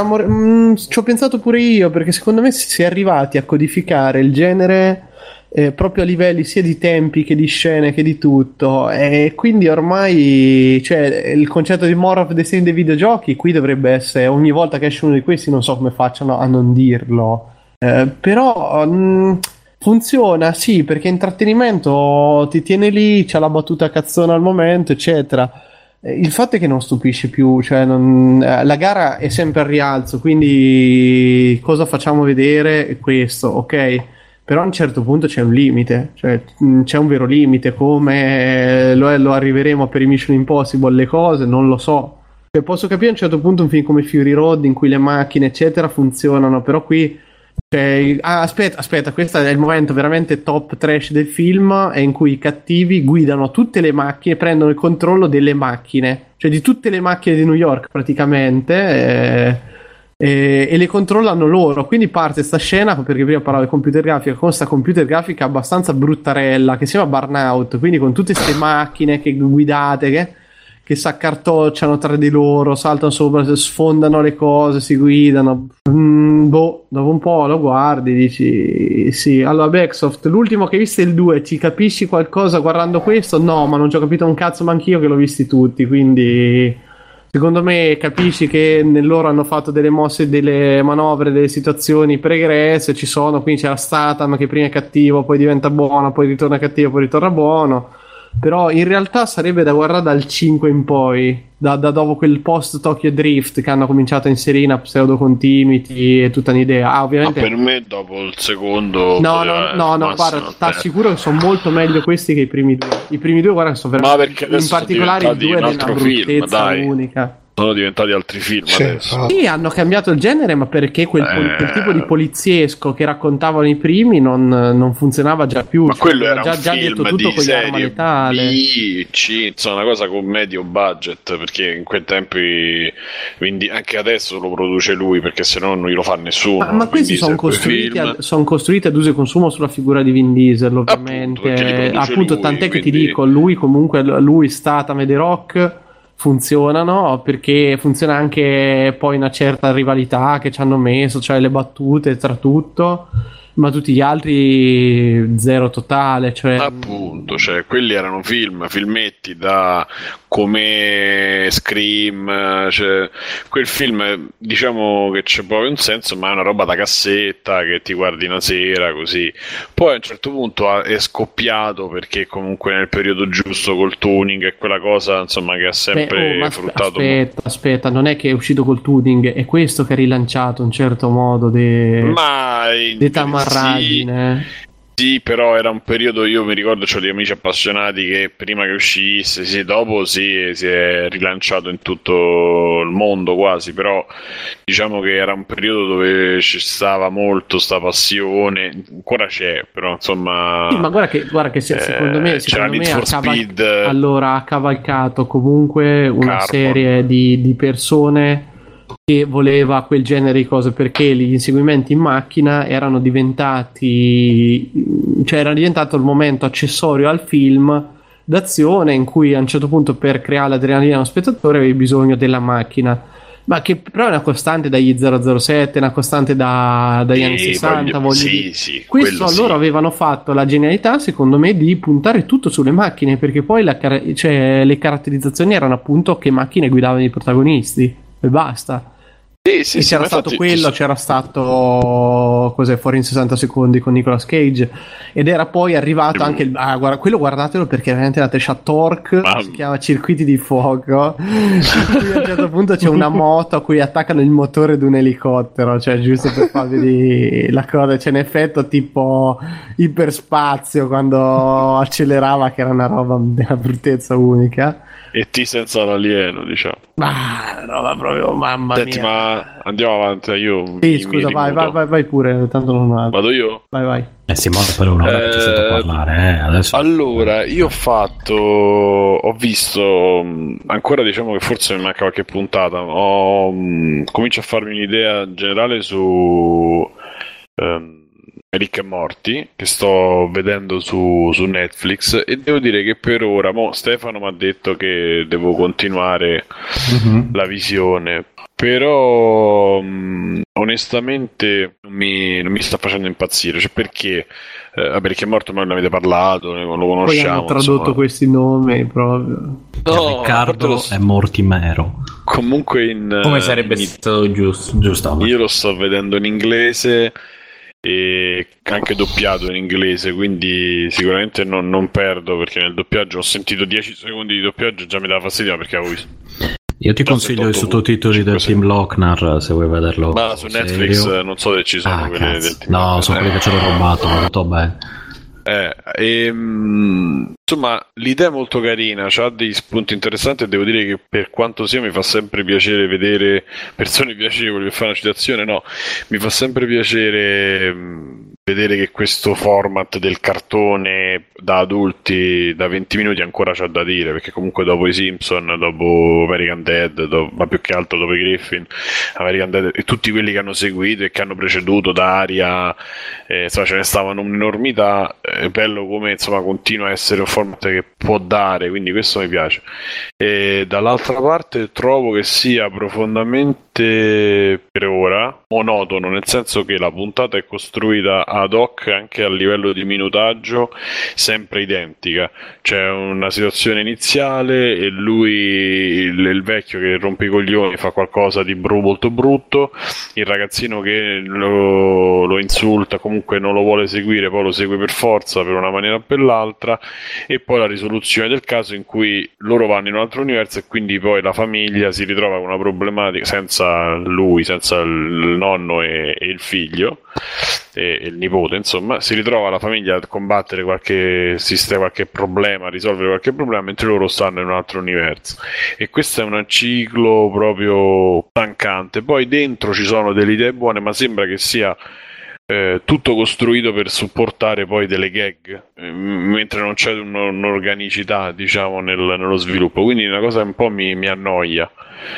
siamo ci ho pensato pure io, perché secondo me si è arrivati a codificare il genere proprio a livelli sia di tempi che di scene che di tutto, e quindi ormai, cioè, il concetto di more of the same dei videogiochi qui dovrebbe essere, ogni volta che esce uno di questi non so come facciano a non dirlo, però funziona, sì, perché intrattenimento ti tiene lì, c'ha la battuta cazzona al momento, eccetera. Il fatto è che non stupisce più, cioè la gara è sempre al rialzo, quindi cosa facciamo vedere? Questo, ok? Però a un certo punto c'è un limite, cioè c'è un vero limite, come lo arriveremo per i Mission Impossible, le cose, non lo so. Cioè, posso capire a un certo punto un film come Fury Road in cui le macchine eccetera funzionano, però qui aspetta, questo è il momento veramente top trash del film, è in cui i cattivi guidano tutte le macchine, prendono il controllo delle macchine, cioè di tutte le macchine di New York praticamente, e le controllano loro. Quindi parte sta scena, perché prima parlavo di computer grafica, con sta computer grafica abbastanza bruttarella che sembra Burnout, quindi con tutte queste macchine che guidate che si accartocciano tra di loro, saltano sopra, sfondano le cose, si guidano. Dopo un po' lo guardi e dici sì. Allora, Backsoft, l'ultimo che hai visto è il 2, ci capisci qualcosa guardando questo? No, ma non ci ho capito un cazzo manch'io, che l'ho visti tutti, quindi secondo me capisci che loro hanno fatto delle mosse, delle manovre, delle situazioni pregresse, ci sono, quindi c'era Statham che prima è cattivo, poi diventa buono, poi ritorna cattivo, poi ritorna buono. Però in realtà sarebbe da guardare dal 5 in poi, da dopo quel post Tokyo Drift che hanno cominciato a inserire una pseudo continuity e tutta un'idea. Ovviamente per me dopo il secondo no, guarda, ti assicuro che sono molto meglio questi che i primi due. I primi due, guarda, sono veramente, in particolare il 2 è una bruttezza unica. Sono diventati altri film adesso. Sì, hanno cambiato il genere, ma perché quel tipo di poliziesco che raccontavano i primi non funzionava già più. Ma quello era già un film detto tutto di con l'arma serie letale. B, C, insomma, una cosa con medio budget, perché in quei tempi, quindi anche adesso lo produce lui, perché se no non glielo fa nessuno. Ma questi sono costruiti ad uso e consumo sulla figura di Vin Diesel, ovviamente. Appunto lui, tant'è che ti dico, lui Statham e The Rock funzionano, perché funziona anche poi una certa rivalità che ci hanno messo, cioè le battute tra tutto, ma tutti gli altri zero totale, cioè appunto, cioè quelli erano filmetti da come Scream, cioè quel film diciamo che c'è poi un senso, ma è una roba da cassetta che ti guardi una sera così. Poi a un certo punto è scoppiato, perché comunque nel periodo giusto col tuning e quella cosa insomma che ha sempre fruttato. Aspetta, non è che è uscito col tuning, è questo che ha rilanciato un certo modo di tamarragine. Sì, però era un periodo, io mi ricordo, c'ho degli amici appassionati che prima che uscisse, sì, dopo sì, si è rilanciato in tutto il mondo quasi, però diciamo che era un periodo dove ci stava molto sta passione, ancora c'è, però insomma... Sì, ma guarda che secondo me, c'era Need for Speed, allora ha cavalcato comunque una Carbon. serie di persone che voleva quel genere di cose, perché gli inseguimenti in macchina erano diventati, cioè era diventato il momento accessorio al film d'azione in cui a un certo punto, per creare l'adrenalina allo spettatore, avevi bisogno della macchina, ma che però è una costante dagli 007, è una costante dagli anni 60, voglio dire. Sì, Questo loro avevano fatto la genialità, secondo me, di puntare tutto sulle macchine, perché poi le caratterizzazioni erano appunto che macchine guidavano i protagonisti e basta. Sì, e c'era stato quello, c'era stato cos'è, Fuori in 60 secondi con Nicolas Cage, ed era poi arrivato anche quello, guardatelo, perché veramente la treccia Torque, si chiama Circuiti di Fuoco, in cui a un certo punto c'è una moto a cui attaccano il motore di un elicottero, cioè giusto per farvi la cosa, c'è un effetto tipo iperspazio quando accelerava, che era una roba della bruttezza unica. E T senza l'alieno, diciamo. Ma roba proprio, mamma Senti, mia. ma andiamo avanti, io Sì, scusa, vai pure, tanto non vado. Vado io? Vai. Simone, per un'ora che ti sento parlare, adesso. Allora, io ho visto, ancora diciamo che forse mi manca qualche puntata, comincio a farmi un'idea generale su Rick e Morty, che sto vedendo su Netflix, e devo dire che per ora, Stefano mi ha detto che devo continuare la visione, però onestamente non mi sta facendo impazzire, cioè perché Rick e Morty ormai ne avete parlato, lo conosciamo. Poi hanno tradotto insomma. Questi nomi proprio. No, Riccardo è Mortimero. Comunque come sarebbe stato giusto. Io lo sto vedendo in inglese e anche doppiato in inglese, quindi sicuramente non perdo, perché nel doppiaggio ho sentito 10 secondi di doppiaggio, già mi dava fastidio perché avevo visto. Io ti consiglio i sottotitoli del Tim Lochner, se vuoi vederlo. Ma su Netflix serio. Non so se ci sono quelli del Tim No, sono quelli che ce l'ho rubato, ma tutto bene. Insomma, l'idea è molto carina, c'ha dei spunti interessanti, e devo dire che per quanto sia mi fa sempre piacere vedere persone piacevoli, per fare una citazione, no, mi fa sempre piacere vedere che questo format del cartone da adulti da 20 minuti ancora c'ha da dire, perché comunque dopo i Simpson, dopo American Dad, ma più che altro dopo i Griffin, American Dad e tutti quelli che hanno seguito e che hanno preceduto, Daria, insomma ce ne stavano un'enormità. È bello come insomma continua a essere un format che può dare, quindi questo mi piace. E dall'altra parte trovo che sia profondamente, per ora, monotono, nel senso che la puntata è costruita ad hoc anche a livello di minutaggio, sempre identica. C'è una situazione iniziale e lui, il vecchio che rompe i coglioni, fa qualcosa di molto brutto, il ragazzino che lo insulta, comunque non lo vuole seguire, poi lo segue per forza, per una maniera o per l'altra, e poi la risoluzione del caso in cui loro vanno in un altro universo e quindi poi la famiglia si ritrova con una problematica senza lui, senza il nonno e il figlio e il nipote, insomma si ritrova la famiglia a combattere qualche problema, a risolvere qualche problema, mentre loro stanno in un altro universo, e questo è un ciclo proprio stancante. Poi dentro ci sono delle idee buone, ma sembra che sia tutto costruito per supportare poi delle gag, mentre non c'è un'organicità, diciamo, nello sviluppo, quindi una cosa un po' mi annoia,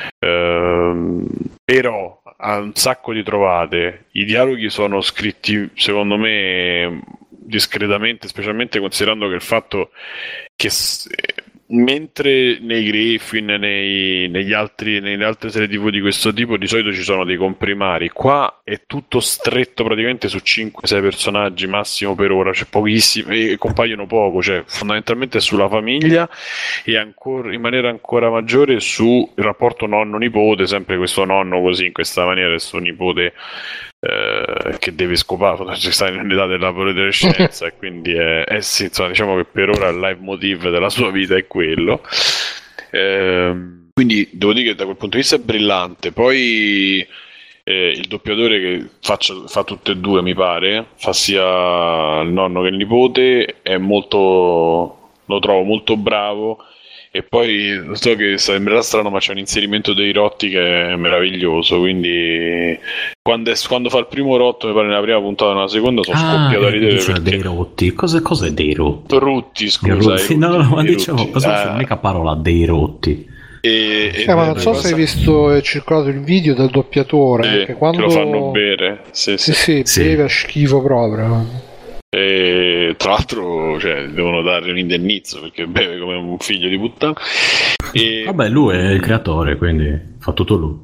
però ha un sacco di trovate, i dialoghi sono scritti secondo me discretamente, specialmente considerando che il fatto che mentre nei Griffin, nelle altre serie TV di questo tipo di solito ci sono dei comprimari, qua è tutto stretto praticamente su 5-6 personaggi massimo per ora, cioè pochissimi, e compaiono poco, cioè fondamentalmente è sulla famiglia e ancora in maniera ancora maggiore sul rapporto nonno-nipote, sempre questo nonno così in questa maniera e suo nipote che deve scopare, ci sta in un'età della adolescenza e quindi sì, insomma, diciamo che per ora il leitmotiv della sua vita è quello, quindi devo dire che da quel punto di vista è brillante. Poi il doppiatore che fa tutte e due, mi pare, fa sia il nonno che il nipote, lo trovo molto bravo. E poi so che sembrerà strano, ma c'è un inserimento dei rotti che è meraviglioso. Quindi quando fa il primo rotto, mi pare nella prima puntata, nella seconda, sono scoppiato a ridere. Diceva dei rotti. Cos'è dei rotti? Rutti, scusa. No, ma dicevo, cosa c'è l'unica parola dei rotti? Ma non so se hai visto, è circolato il video del doppiatore che quando che lo fanno bere, sì, beve a schifo proprio. E tra l'altro, devono dare un indennizzo perché beve come un figlio di puttana. Vabbè, lui è il creatore, quindi fa tutto lui.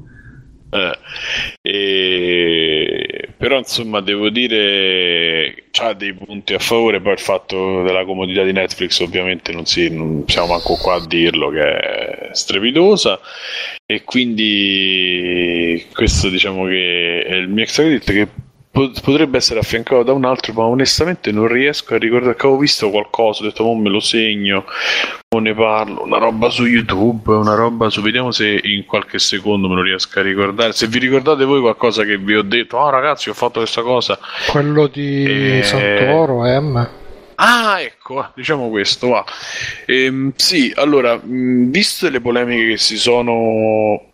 Però insomma devo dire c'ha dei punti a favore. Poi il fatto della comodità di Netflix, ovviamente non siamo manco qua a dirlo, che è strepitosa, e quindi questo diciamo che è il mio extra credit, che potrebbe essere affiancato da un altro, ma onestamente non riesco a ricordare. Che avevo visto qualcosa, ho detto me lo segno o ne parlo, una roba su YouTube, una roba su, vediamo se in qualche secondo me lo riesco a ricordare. Se vi ricordate voi qualcosa che vi ho detto, ragazzi ho fatto questa cosa, quello di Santoro M. Ecco, diciamo questo, va. Sì, allora, viste le polemiche che si sono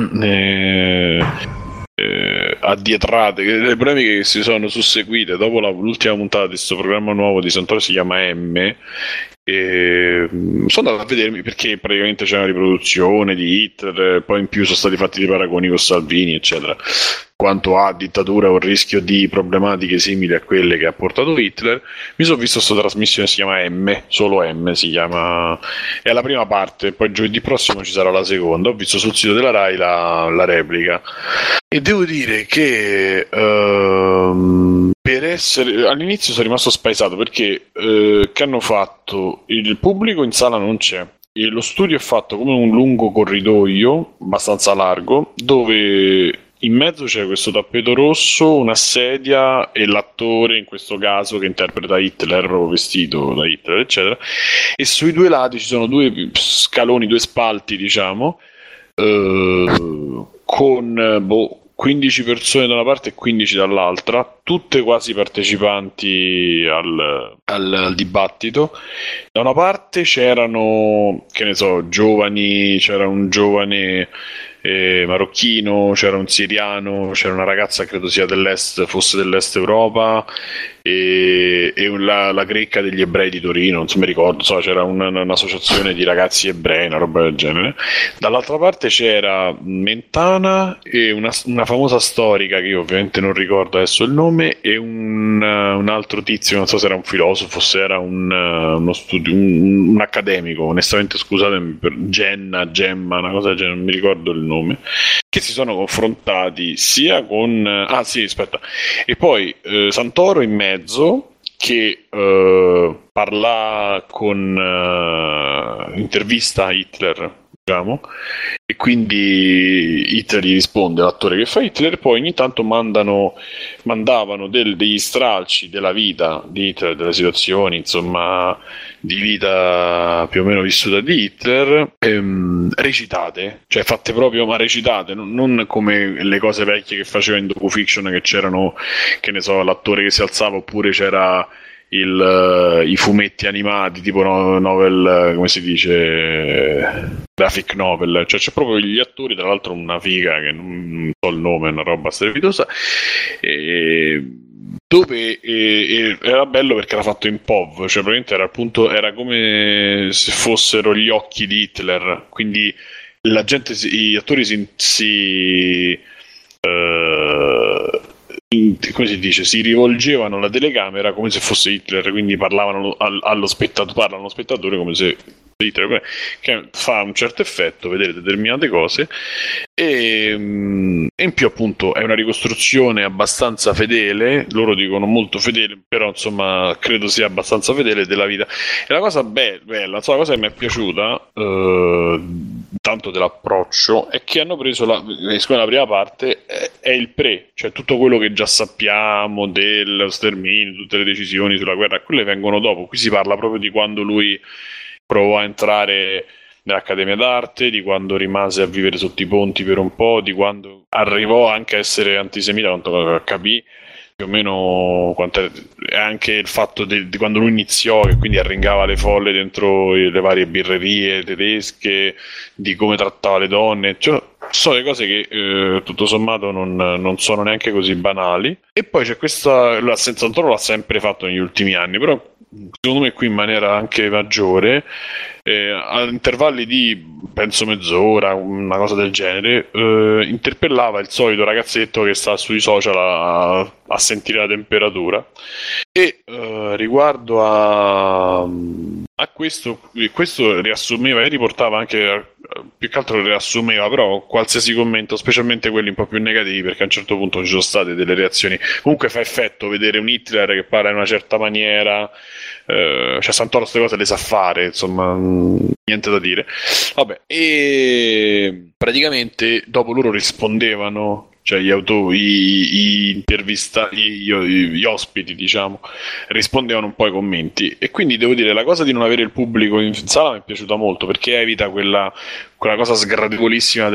addietrate, le polemiche che si sono susseguite dopo l'ultima puntata di questo programma nuovo di Santoro, si chiama M, sono andato a vedermi perché praticamente c'è una riproduzione di Hitler, poi in più sono stati fatti dei paragoni con Salvini, eccetera, quanto a dittatura o rischio di problematiche simili a quelle che ha portato Hitler. Mi sono visto questa trasmissione, si chiama M, solo M si chiama, è la prima parte, poi giovedì prossimo ci sarà la seconda. Ho visto sul sito della Rai la replica e devo dire che all'inizio sono rimasto spaesato perché che hanno fatto, il pubblico in sala non c'è e lo studio è fatto come un lungo corridoio abbastanza largo, dove in mezzo c'è questo tappeto rosso, una sedia e l'attore, in questo caso, che interpreta Hitler, proprio vestito da Hitler, eccetera, e sui due lati ci sono due scaloni, due spalti, diciamo, con 15 persone da una parte e 15 dall'altra, tutte quasi partecipanti al dibattito. Da una parte c'erano, che ne so, giovani, c'era un giovane marocchino, c'era un siriano, c'era una ragazza, credo sia fosse dell'est Europa, e la greca degli ebrei di Torino, non so, mi ricordo, c'era un'associazione di ragazzi ebrei, una roba del genere. Dall'altra parte c'era Mentana e una famosa storica che io ovviamente non ricordo adesso il nome, e un altro tizio, non so se era un filosofo, se era un accademico, onestamente scusatemi, per Gemma, una cosa del genere, non mi ricordo il nome, che si sono confrontati sia con e poi Santoro in mezzo, che parla intervista Hitler, diciamo, e quindi Hitler gli risponde, l'attore che fa Hitler, e poi ogni tanto mandavano degli stralci della vita di Hitler, delle situazioni, insomma, di vita più o meno vissuta di Hitler, recitate, cioè fatte proprio, ma recitate, non come le cose vecchie che faceva in docufiction, che c'erano, che ne so, l'attore che si alzava, oppure c'era i fumetti animati tipo novel, come si dice, graphic novel, cioè c'è proprio gli attori, tra l'altro una figa che non so il nome, è una roba strepitosa, dove era bello perché era fatto in POV, cioè praticamente era come se fossero gli occhi di Hitler, quindi gli attori come si dice, si rivolgevano alla telecamera come se fosse Hitler, quindi parlavano allo spettatore come se Hitler, che fa un certo effetto vedere determinate cose, e in più appunto è una ricostruzione abbastanza fedele, loro dicono molto fedele, però insomma credo sia abbastanza fedele della vita. E la cosa bella, la cosa che mi è piaciuta tanto dell'approccio è che hanno preso la prima parte è il cioè tutto quello che già sappiamo dello sterminio, tutte le decisioni sulla guerra, quelle vengono dopo. Qui si parla proprio di quando lui provò a entrare nell'Accademia d'Arte, di quando rimase a vivere sotto i ponti per un po', di quando arrivò anche a essere antisemita, quanto capì più o meno, è anche il fatto di quando lui iniziò, che quindi arringava le folle dentro le varie birrerie tedesche, di come trattava le donne, cioè sono le cose che tutto sommato non sono neanche così banali. E poi c'è questa, Santoro l'ha sempre fatto negli ultimi anni, però secondo me qui in maniera anche maggiore, a intervalli di penso mezz'ora, una cosa del genere, interpellava il solito ragazzetto che sta sui social a sentire la temperatura. E riguardo a questo riassumeva e riportava anche, più che altro riassumeva però qualsiasi commento, specialmente quelli un po' più negativi, perché a un certo punto ci sono state delle reazioni. Comunque fa effetto vedere un Hitler che parla in una certa maniera, cioè Santoro queste cose le sa fare, insomma, niente da dire. Vabbè, e praticamente dopo loro rispondevano, cioè gli ospiti, diciamo, rispondevano un po' ai commenti. E quindi devo dire, la cosa di non avere il pubblico in sala mi è piaciuta molto, perché evita quella cosa sgradevolissima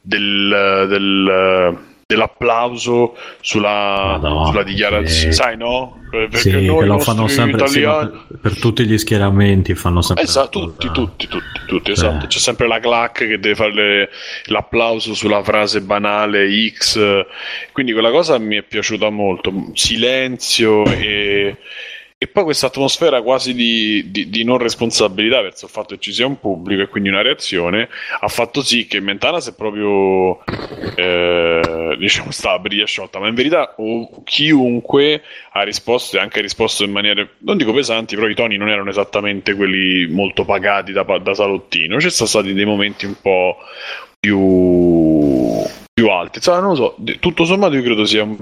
dell'applauso sulla dichiarazione, sai, no? Perché sì, noi che lo fanno sempre per tutti gli schieramenti, fanno sempre tutti, esatto. C'è sempre la clac che deve fare l'applauso sulla frase banale X, quindi quella cosa mi è piaciuta molto, silenzio e poi questa atmosfera quasi di non responsabilità verso il fatto che ci sia un pubblico e quindi una reazione ha fatto sì che Mentanas è proprio diciamo stava a briglia sciolta, ma in verità chiunque ha risposto, e anche risposto in maniere non dico pesanti, però i toni non erano esattamente quelli molto pagati da salottino. Ci sono stati dei momenti un po' più alti, insomma, non lo so, tutto sommato io credo sia un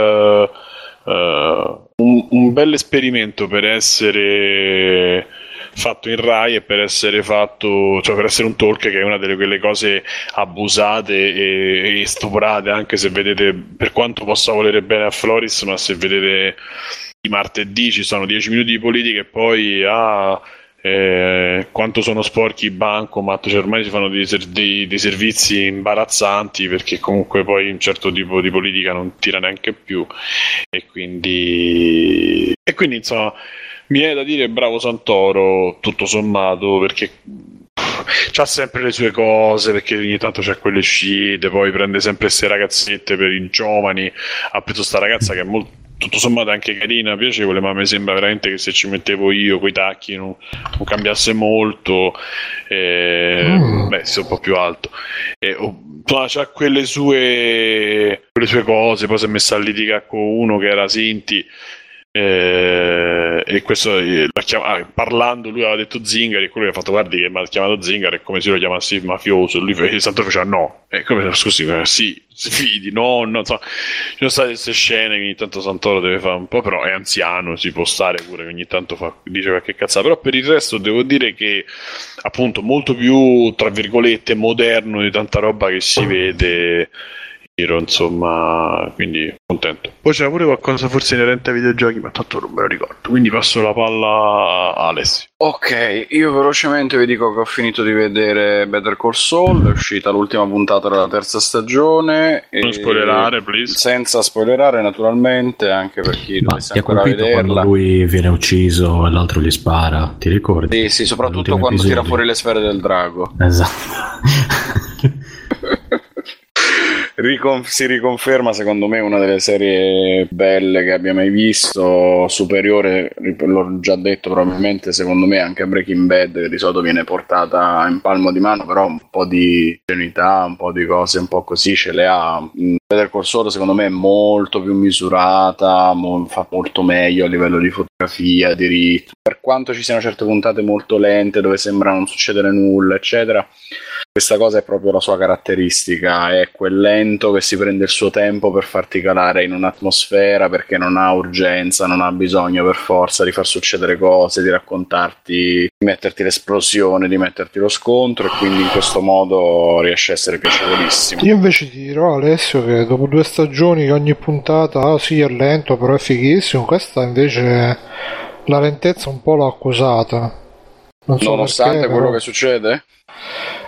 bel esperimento per essere fatto in Rai e per essere fatto, cioè per essere un talk, che è una delle quelle cose abusate e stuprate, anche se vedete, per quanto possa volere bene a Floris, ma se vedete i martedì ci sono 10 minuti di politica e poi quanto sono sporchi i bancomat, cioè ormai si fanno dei servizi imbarazzanti, perché comunque poi un certo tipo di politica non tira neanche più, e quindi insomma mi viene da dire bravo Santoro tutto sommato, perché c'ha sempre le sue cose, perché ogni tanto c'ha quelle uscite, poi prende sempre queste ragazzette per i giovani. Ha preso sta ragazza che è molto, tutto sommato anche carina, piacevole, ma mi sembra veramente che se ci mettevo io coi tacchi non cambiasse molto. Beh, sei un po' più alto, c'ha quelle sue cose. Poi si è messa a litigare con uno che era Sinti, e questo parlando lui aveva detto Zingari, e quello gli ha fatto guardi che mi ha chiamato Zingari, è come se lo chiamassi mafioso, e lui Santoro faceva no, come scusi, sì, si fidi, no, insomma, ci sono state queste scene che ogni tanto Santoro deve fare un po', però è anziano, si può stare pure che ogni tanto dice qualche cazzata. Però per il resto devo dire che appunto molto più tra virgolette moderno di tanta roba che si vede, insomma, quindi contento. Poi c'era pure qualcosa forse inerente ai videogiochi, ma tanto non me lo ricordo, quindi passo la palla a Alessio. Ok, io velocemente vi dico che ho finito di vedere Better Call Saul, è uscita l'ultima puntata della terza stagione. Non spoilerare, please. Senza spoilerare, naturalmente, anche per chi dovesse ancora vederla. Quando lui viene ucciso e l'altro gli spara, ti ricordi? Sì, soprattutto quando tira fuori le sfere del drago. Esatto. Si riconferma secondo me una delle serie belle che abbia mai visto, superiore, l'ho già detto, probabilmente secondo me anche a Breaking Bad, che di solito viene portata in palmo di mano, però un po' di ingenuità, un po' di cose un po' così ce le ha. Better Call Saul secondo me è molto più misurata, fa molto meglio a livello di fotografia, di ritmo, per quanto ci siano certe puntate molto lente dove sembra non succedere nulla eccetera. Questa cosa è proprio la sua caratteristica, è quel lento che si prende il suo tempo per farti calare in un'atmosfera, perché non ha urgenza, non ha bisogno per forza di far succedere cose, di raccontarti, di metterti l'esplosione, di metterti lo scontro, e quindi in questo modo riesce a essere piacevolissimo. Io invece ti dirò, Alessio, che dopo 2 stagioni che ogni puntata sì è lento però è fighissimo, questa invece la lentezza un po' l'ho accusata, non so nonostante perché, quello però... che succede?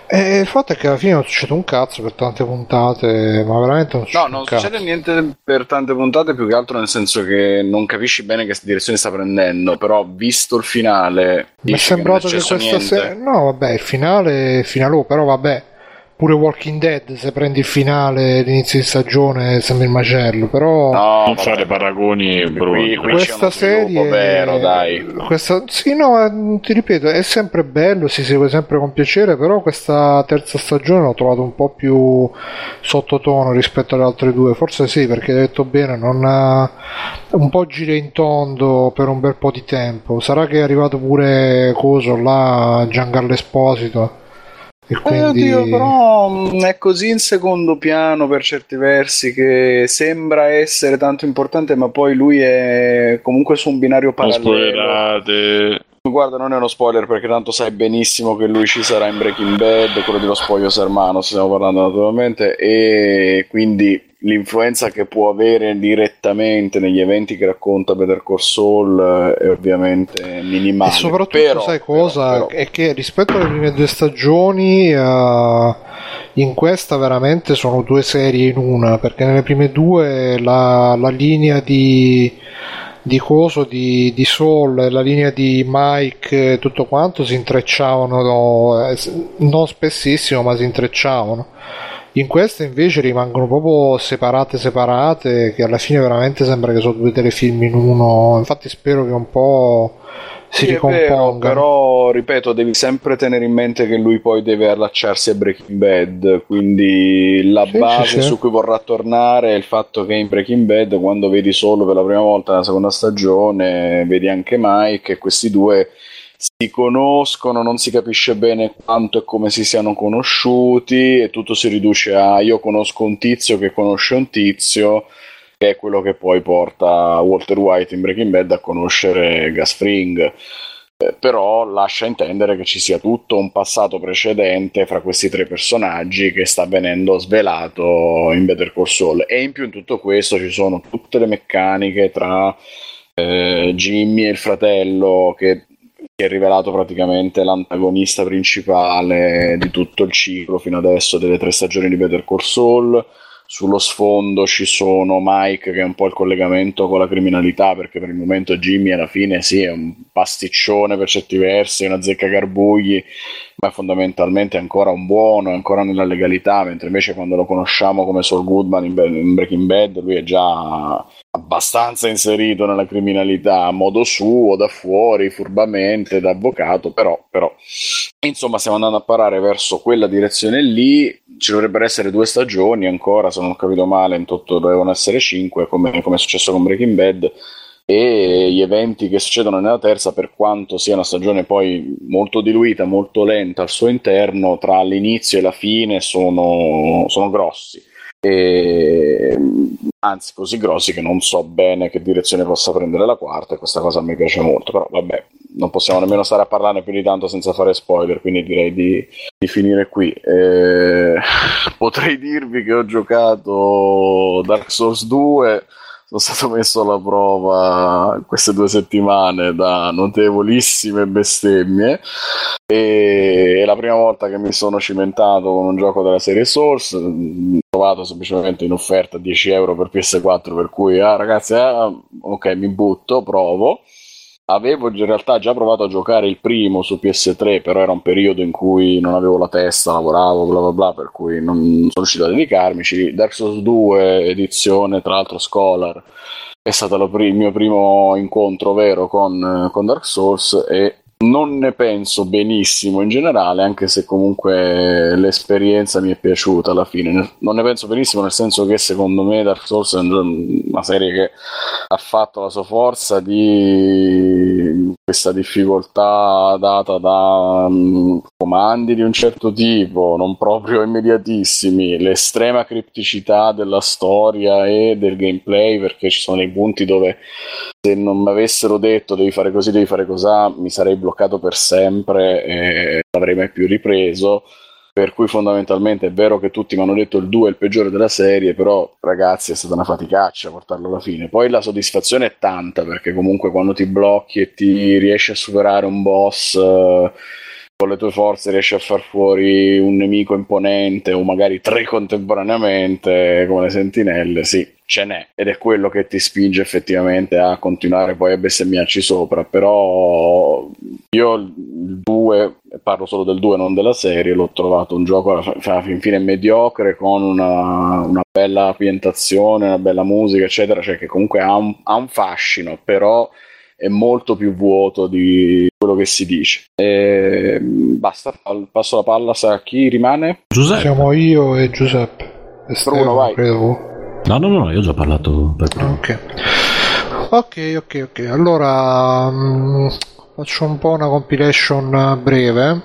E il fatto è che alla fine non succede un cazzo per tante puntate, ma veramente non succede No, un non cazzo. succede niente per tante puntate, più che altro nel senso che non capisci bene che direzione sta prendendo, però visto il finale Mi è dici che non è sembrato che successo questa niente. serie... No, vabbè, il finale, però vabbè, pure Walking Dead, se prendi il finale, l'inizio di stagione, sembra il macello, però... No, Non vabbè. fare paragoni bruni. Qui c'è Questa uno sviluppo serie vero, dai. sì, no, ti ripeto, è sempre bello, si segue sempre con piacere, però questa terza stagione l'ho trovato un po' più sottotono rispetto alle altre due. Forse sì, perché hai detto bene, non ha un po' gira in tondo per un bel po' di tempo. Sarà che è arrivato pure coso là, Giancarlo Esposito, e quindi Oddio, però è così in secondo piano per certi versi che sembra essere tanto importante, ma poi lui è comunque su un binario Non parallelo. spoilerate. Guarda, non è uno spoiler perché tanto sai benissimo che lui ci sarà in Breaking Bad, quello dello spoglio Hermanos, stiamo parlando naturalmente, e quindi l'influenza che può avere direttamente negli eventi che racconta Better Call Saul è ovviamente minimale. e soprattutto Però, sai cosa? però. È che rispetto alle prime due stagioni in questa veramente sono due serie in una, perché nelle prime due la linea di coso di Saul e la linea di Mike e tutto quanto si intrecciavano, non spessissimo, ma si intrecciavano. In queste invece rimangono proprio separate, che alla fine veramente sembra che sono due telefilm in uno. Infatti spero che un po' si Sì, è vero, ricompongano. però ripeto, devi sempre tenere in mente che lui poi deve allacciarsi a Breaking Bad, quindi la Sì, base sì, sì. su cui vorrà tornare è il fatto che in Breaking Bad, quando vedi solo per la prima volta nella seconda stagione, vedi anche Mike e questi due si conoscono, non si capisce bene quanto e come si siano conosciuti e tutto si riduce a io conosco un tizio che conosce un tizio, che è quello che poi porta Walter White in Breaking Bad a conoscere Gus Fring. Però lascia intendere che ci sia tutto un passato precedente fra questi tre personaggi che sta venendo svelato in Better Call Saul, e in più in tutto questo ci sono tutte le meccaniche tra Jimmy e il fratello, che è rivelato praticamente l'antagonista principale di tutto il ciclo fino adesso delle 3 stagioni di Better Call Saul. Sullo sfondo ci sono Mike, che è un po' il collegamento con la criminalità, perché per il momento Jimmy alla fine sì, è un pasticcione per certi versi, è una zeccagarbugli, ma fondamentalmente è ancora un buono, è ancora nella legalità, mentre invece quando lo conosciamo come Saul Goodman in Breaking Bad, lui è già abbastanza inserito nella criminalità a modo suo, da fuori, furbamente, da avvocato, però insomma stiamo andando a parare verso quella direzione lì. Ci dovrebbero essere 2 stagioni ancora, se non ho capito male, in tutto dovevano essere 5, come è successo con Breaking Bad, e gli eventi che succedono nella terza, per quanto sia una stagione poi molto diluita, molto lenta al suo interno, tra l'inizio e la fine sono grossi, e anzi così grossi che non so bene che direzione possa prendere la quarta, e questa cosa mi piace molto, però vabbè, non possiamo nemmeno stare a parlarne più di tanto senza fare spoiler, quindi direi di finire qui. Potrei dirvi che ho giocato Dark Souls 2, sono stato messo alla prova queste 2 settimane da notevolissime bestemmie, e è la prima volta che mi sono cimentato con un gioco della serie Souls. Trovato semplicemente in offerta 10 euro per PS4, per cui ragazzi, ok, mi butto, provo. Avevo in realtà già provato a giocare il primo su PS3, però era un periodo in cui non avevo la testa, lavoravo, bla bla bla, per cui non sono riuscito a dedicarmici. Dark Souls 2, edizione tra l'altro Scholar, è stato il mio primo incontro vero con Dark Souls, e non ne penso benissimo in generale, anche se comunque l'esperienza mi è piaciuta alla fine. Non ne penso benissimo nel senso che secondo me Dark Souls è una serie che ha fatto la sua forza di questa difficoltà data da comandi di un certo tipo, non proprio immediatissimi, l'estrema cripticità della storia e del gameplay, perché ci sono dei punti dove se non mi avessero detto devi fare così, devi fare cosà, mi sarei bloccato per sempre e non avrei mai più ripreso. Per cui fondamentalmente è vero che tutti mi hanno detto il 2 è il peggiore della serie, però ragazzi è stata una faticaccia portarlo alla fine. Poi la soddisfazione è tanta, perché comunque quando ti blocchi e ti riesci a superare un boss con le tue forze riesci a far fuori un nemico imponente o magari 3 contemporaneamente come le sentinelle, sì, ce n'è, ed è quello che ti spinge effettivamente a continuare poi a bestemmiarci sopra. Però io il 2, parlo solo del 2 non della serie, l'ho trovato un gioco alla fin fine mediocre, con una bella ambientazione, una bella musica eccetera, cioè che comunque ha un fascino, però è molto più vuoto di quello che si dice. E basta, passo la palla, sa chi rimane? Giuseppe. Siamo io e Giuseppe. E Bruno, vai. No, io ho già parlato per primo. Ok. Allora faccio un po' una compilation breve.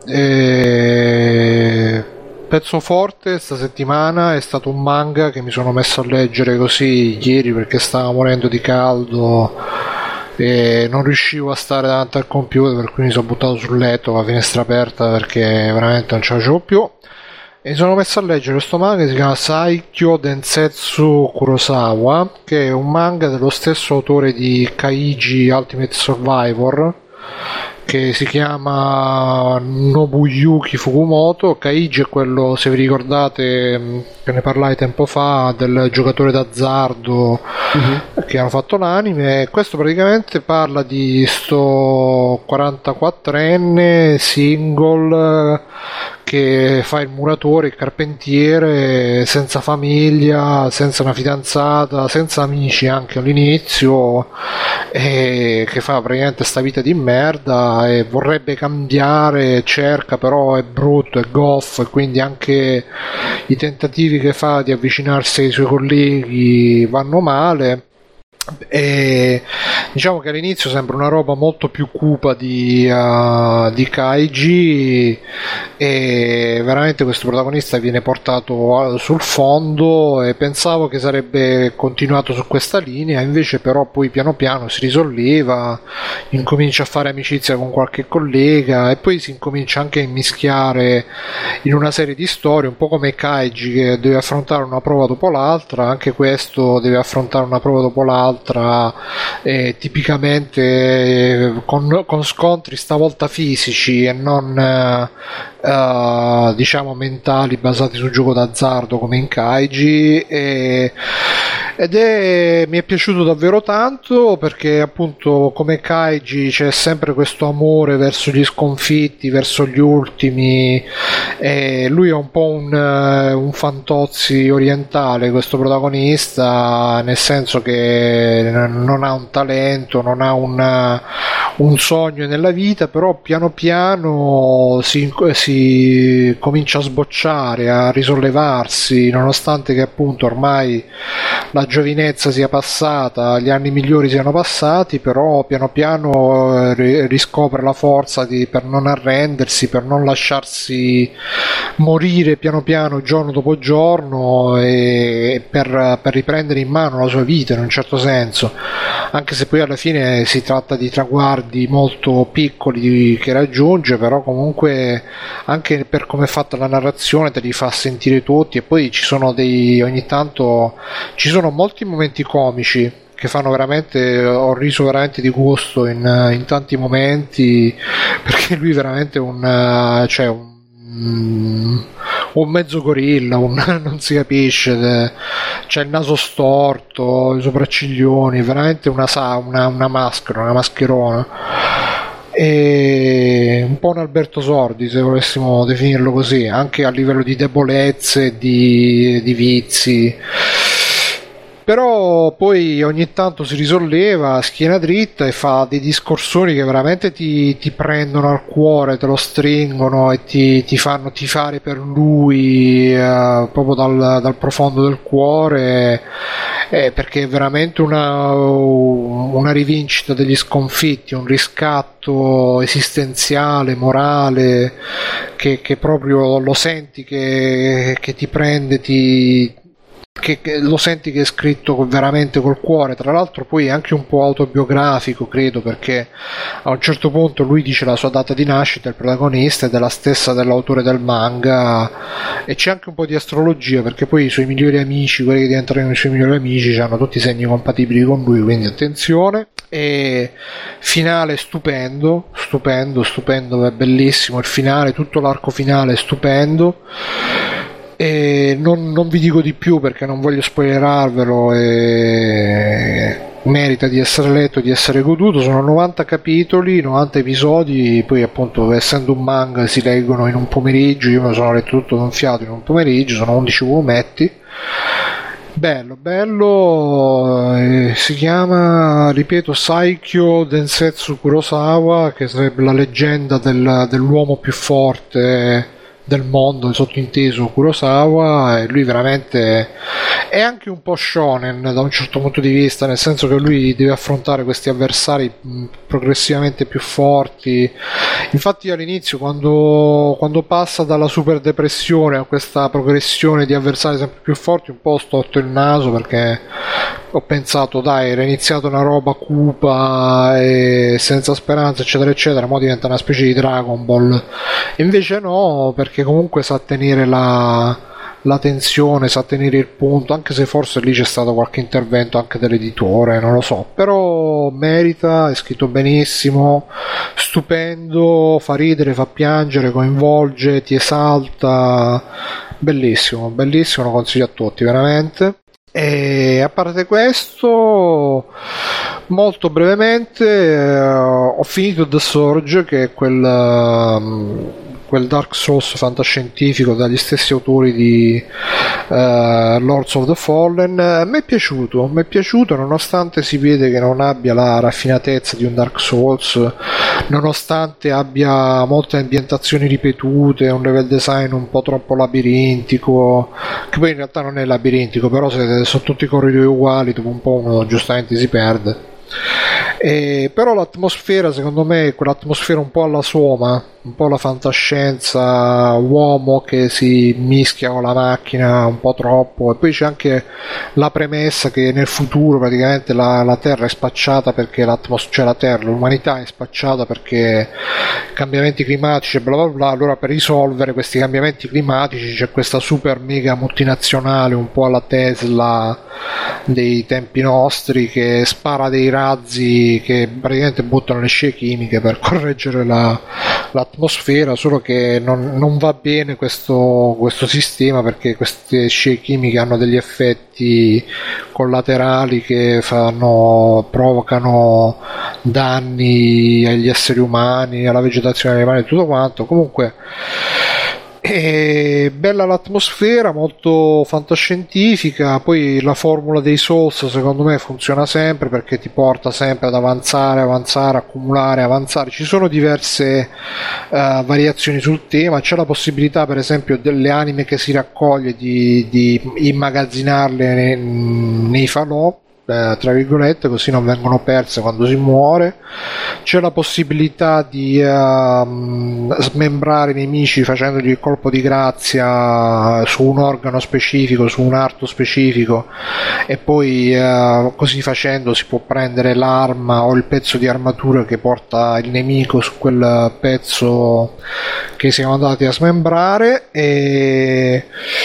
Pezzo forte sta settimana è stato un manga che mi sono messo a leggere così ieri perché stavo morendo di caldo e non riuscivo a stare davanti al computer, per cui mi sono buttato sul letto con la finestra aperta perché veramente non ce la facevo più, e mi sono messo a leggere questo manga che si chiama Saikyo Densetsu Kurosawa, che è un manga dello stesso autore di Kaiji Ultimate Survivor, che si chiama Nobuyuki Fukumoto. Kaiji è quello, se vi ricordate, che ne parlai tempo fa, del giocatore d'azzardo che hanno fatto l'anime. Questo praticamente parla di sto 44enne single che fa il muratore, il carpentiere, senza famiglia, senza una fidanzata, senza amici anche all'inizio, e che fa praticamente sta vita di merda e vorrebbe cambiare, cerca, però è brutto, è goffo, e quindi anche i tentativi che fa di avvicinarsi ai suoi colleghi vanno male. E diciamo che all'inizio sembra una roba molto più cupa di Kaiji, e veramente questo protagonista viene portato sul fondo, e pensavo che sarebbe continuato su questa linea, invece però poi piano piano si risolleva, incomincia a fare amicizia con qualche collega e poi si incomincia anche a immischiare in una serie di storie, un po' come Kaiji che deve affrontare una prova dopo l'altra. Anche questo deve affrontare una prova dopo l'altra, tipicamente con scontri stavolta fisici e non diciamo mentali, basati sul gioco d'azzardo come in Kaiji, mi è piaciuto davvero tanto, perché appunto come Kaiji c'è sempre questo amore verso gli sconfitti, verso gli ultimi, e lui è un po' un Fantozzi orientale, questo protagonista, nel senso che non ha un talento, non ha un sogno nella vita, però piano piano si comincia a sbocciare, a risollevarsi, nonostante che appunto ormai la giovinezza sia passata, gli anni migliori siano passati, però piano piano riscopre la forza per non arrendersi, per non lasciarsi morire piano piano, giorno dopo giorno, e per riprendere in mano la sua vita in un certo senso, anche se poi alla fine si tratta di traguardi molto piccoli che raggiunge, però comunque anche per come è fatta la narrazione te li fa sentire tutti. E poi ogni tanto ci sono molti momenti comici che fanno veramente, ho riso veramente di gusto in tanti momenti, perché lui veramente un mezzo gorilla, non si capisce, c'è il naso storto, i sopracciglioni, veramente una maschera, una mascherona, e un po' un Alberto Sordi, se volessimo definirlo così, anche a livello di debolezze, di vizi. Però poi ogni tanto si risolleva a schiena dritta e fa dei discorsoni che veramente ti prendono al cuore, te lo stringono e ti fanno tifare per lui, proprio dal profondo del cuore, perché è veramente una rivincita degli sconfitti, un riscatto esistenziale, morale, che proprio lo senti che ti prende, che lo senti che è scritto veramente col cuore. Tra l'altro poi è anche un po' autobiografico, credo, perché a un certo punto lui dice la sua data di nascita, il protagonista, ed è la stessa dell'autore del manga, e c'è anche un po' di astrologia, perché poi i suoi migliori amici, quelli che diventano i suoi migliori amici, hanno tutti i segni compatibili con lui, quindi attenzione. E finale stupendo, è bellissimo il finale, tutto l'arco finale è stupendo. E non vi dico di più perché non voglio spoilerarvelo, e merita di essere letto, di essere goduto. Sono 90 capitoli, 90 episodi, poi appunto essendo un manga si leggono in un pomeriggio, io me lo sono letto tutto d'un fiato in un pomeriggio, sono 11 volumetti. Bello, si chiama, ripeto, Saikyo Densetsu Kurosawa, che sarebbe la leggenda dell'uomo più forte del mondo, sottinteso Kurosawa, e lui veramente è anche un po' shonen da un certo punto di vista, nel senso che lui deve affrontare questi avversari progressivamente più forti. Infatti all'inizio, quando passa dalla super depressione a questa progressione di avversari sempre più forti, un po' ho storto il naso, perché ho pensato, dai, era iniziata una roba cupa e senza speranza, eccetera eccetera, mo diventa una specie di Dragon Ball. Invece no, perché comunque sa tenere la tensione, sa tenere il punto, anche se forse lì c'è stato qualche intervento anche dell'editore, non lo so, però merita, è scritto benissimo, stupendo, fa ridere, fa piangere, coinvolge, ti esalta, bellissimo, lo consiglio a tutti veramente. E a parte questo, molto brevemente, ho finito The Surge, che è quel Dark Souls fantascientifico dagli stessi autori di Lords of the Fallen. Mi è piaciuto, nonostante si vede che non abbia la raffinatezza di un Dark Souls, nonostante abbia molte ambientazioni ripetute, un level design un po' troppo labirintico, che poi in realtà non è labirintico, però se sono tutti corridoi uguali, dopo un po' uno giustamente si perde. Però l'atmosfera, secondo me, è quell'atmosfera un po' alla Soma, un po' la fantascienza, uomo che si mischia con la macchina un po' troppo, e poi c'è anche la premessa che nel futuro praticamente la Terra è spacciata perché l'umanità è spacciata perché cambiamenti climatici e bla bla bla. Allora, per risolvere questi cambiamenti climatici c'è questa super mega multinazionale un po' alla Tesla dei tempi nostri, che spara dei razzi che praticamente buttano le scie chimiche per correggere l'atmosfera, solo che non va bene questo sistema, perché queste scie chimiche hanno degli effetti collaterali che provocano danni agli esseri umani, alla vegetazione animale e tutto quanto. Comunque è bella l'atmosfera, molto fantascientifica. Poi la formula dei Souls secondo me funziona sempre, perché ti porta sempre ad avanzare, accumulare, avanzare. Ci sono diverse variazioni sul tema. C'è la possibilità, per esempio, delle anime che si raccoglie di immagazzinarle nei falò, tra virgolette, così non vengono perse quando si muore. C'è la possibilità di smembrare i nemici facendogli il colpo di grazia su un organo specifico, su un arto specifico, e poi così facendo si può prendere l'arma o il pezzo di armatura che porta il nemico su quel pezzo che siamo andati a smembrare. E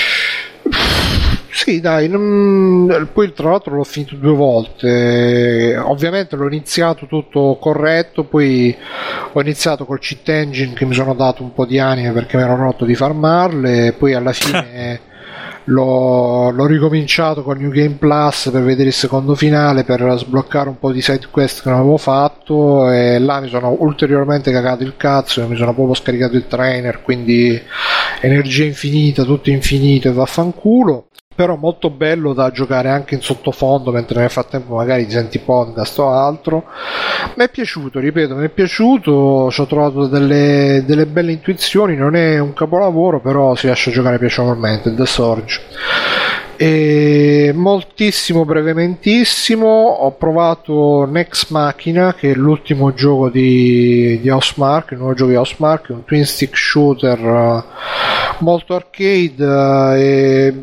sì, dai, poi tra l'altro l'ho finito 2 volte. Ovviamente l'ho iniziato tutto corretto, poi ho iniziato col cheat engine che mi sono dato un po' di anime perché mi ero rotto di farmarle, poi alla fine l'ho ricominciato con New Game Plus per vedere il secondo finale, per sbloccare un po' di side quest che non avevo fatto, e là mi sono ulteriormente cagato il cazzo e mi sono proprio scaricato il trainer, quindi energia infinita, tutto infinito e vaffanculo. Però molto bello da giocare anche in sottofondo, mentre nel frattempo magari ti senti podcast o altro. Mi è piaciuto, ripeto, ci ho trovato delle belle intuizioni. Non è un capolavoro, però si lascia giocare piacevolmente, The Surge. E moltissimo brevementissimo ho provato Nex Machina, che è l'ultimo gioco di Housemarque, il nuovo gioco di Housemarque, un twin stick shooter molto arcade, e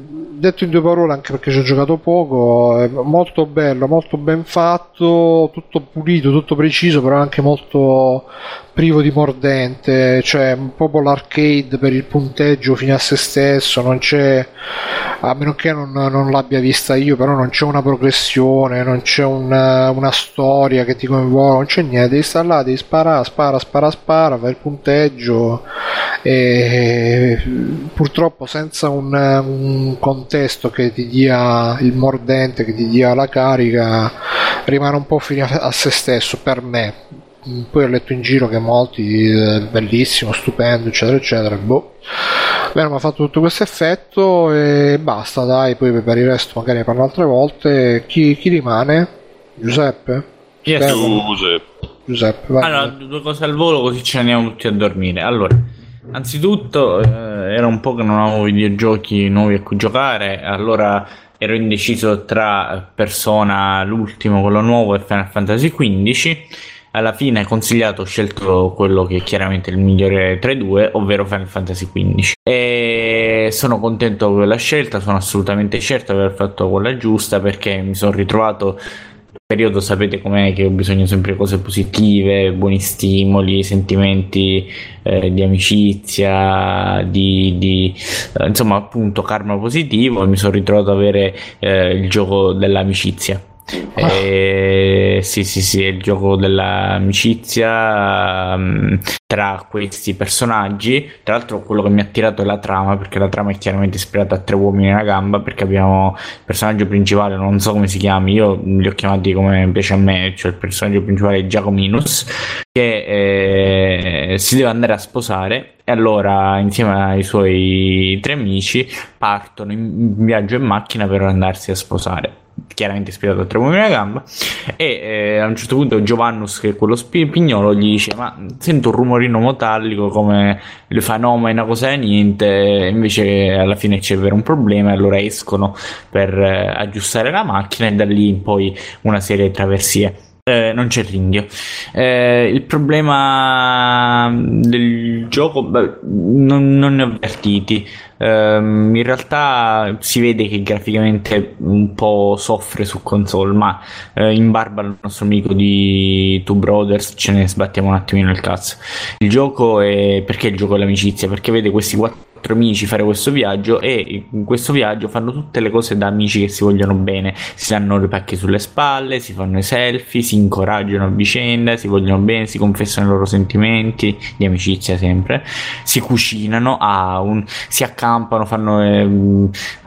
detto in due parole, anche perché ci ho giocato poco, è molto bello, molto ben fatto, tutto pulito, tutto preciso, però anche molto privo di mordente, cioè proprio l'arcade per il punteggio fine a se stesso, non c'è, a meno che non l'abbia vista io, però non c'è una progressione, non c'è una storia che ti coinvolge, non c'è niente, devi stare là, devi spara, fai il punteggio, e purtroppo senza un contesto che ti dia il mordente, che ti dia la carica, rimane un po' fine a se stesso per me. Poi ho letto in giro che molti bellissimo, stupendo, eccetera eccetera, boh. Bene, mi ha fatto tutto questo effetto e basta, dai, poi per il resto magari ne parlo altre volte. Chi rimane? Giuseppe? Yes. Giuseppe, vai. Allora, due cose al volo così ce ne andiamo tutti a dormire. Allora, anzitutto era un po' che non avevo videogiochi nuovi a cui giocare, allora ero indeciso tra Persona, l'ultimo, quello nuovo, e Final Fantasy XV. Alla fine consigliato, ho scelto quello che è chiaramente il migliore tra i due, ovvero Final Fantasy XV, e sono contento di quella scelta, sono assolutamente certo di aver fatto quella giusta, perché mi sono ritrovato in periodo, sapete com'è, che ho bisogno sempre di cose positive, buoni stimoli, sentimenti di amicizia, insomma appunto karma positivo, e mi sono ritrovato ad avere il gioco dell'amicizia. Sì, è il gioco dell'amicizia tra questi personaggi. Tra l'altro quello che mi ha attirato è la trama, perché la trama è chiaramente ispirata a Tre uomini e una gamba, perché abbiamo il personaggio principale, non so come si chiami, io li ho chiamati come piace a me, cioè il personaggio principale è Giacominus, che si deve andare a sposare, e allora insieme ai suoi tre amici partono in viaggio in macchina per andarsi a sposare, chiaramente ispirato a Tre uomini e una gamba. E a un certo punto Giovannus, che è quello pignolo, gli dice: ma sento un rumorino metallico, come le fa no, ma è una cosa da niente. Invece alla fine c'è vero un problema, e allora escono per aggiustare la macchina, e da lì in poi una serie di traversie. Non c'è ringhio. Il problema del gioco, non ne ho avvertiti. In realtà si vede che graficamente un po' soffre su console, ma in barba al nostro amico di Two Brothers ce ne sbattiamo un attimino il cazzo. Il gioco è, perché il gioco è l'amicizia? Perché vede questi quattro amici fare questo viaggio, e in questo viaggio fanno tutte le cose da amici che si vogliono bene, si danno le pacche sulle spalle, si fanno i selfie, si incoraggiano a vicenda, si vogliono bene, si confessano i loro sentimenti di amicizia sempre, si cucinano, si accampano, fanno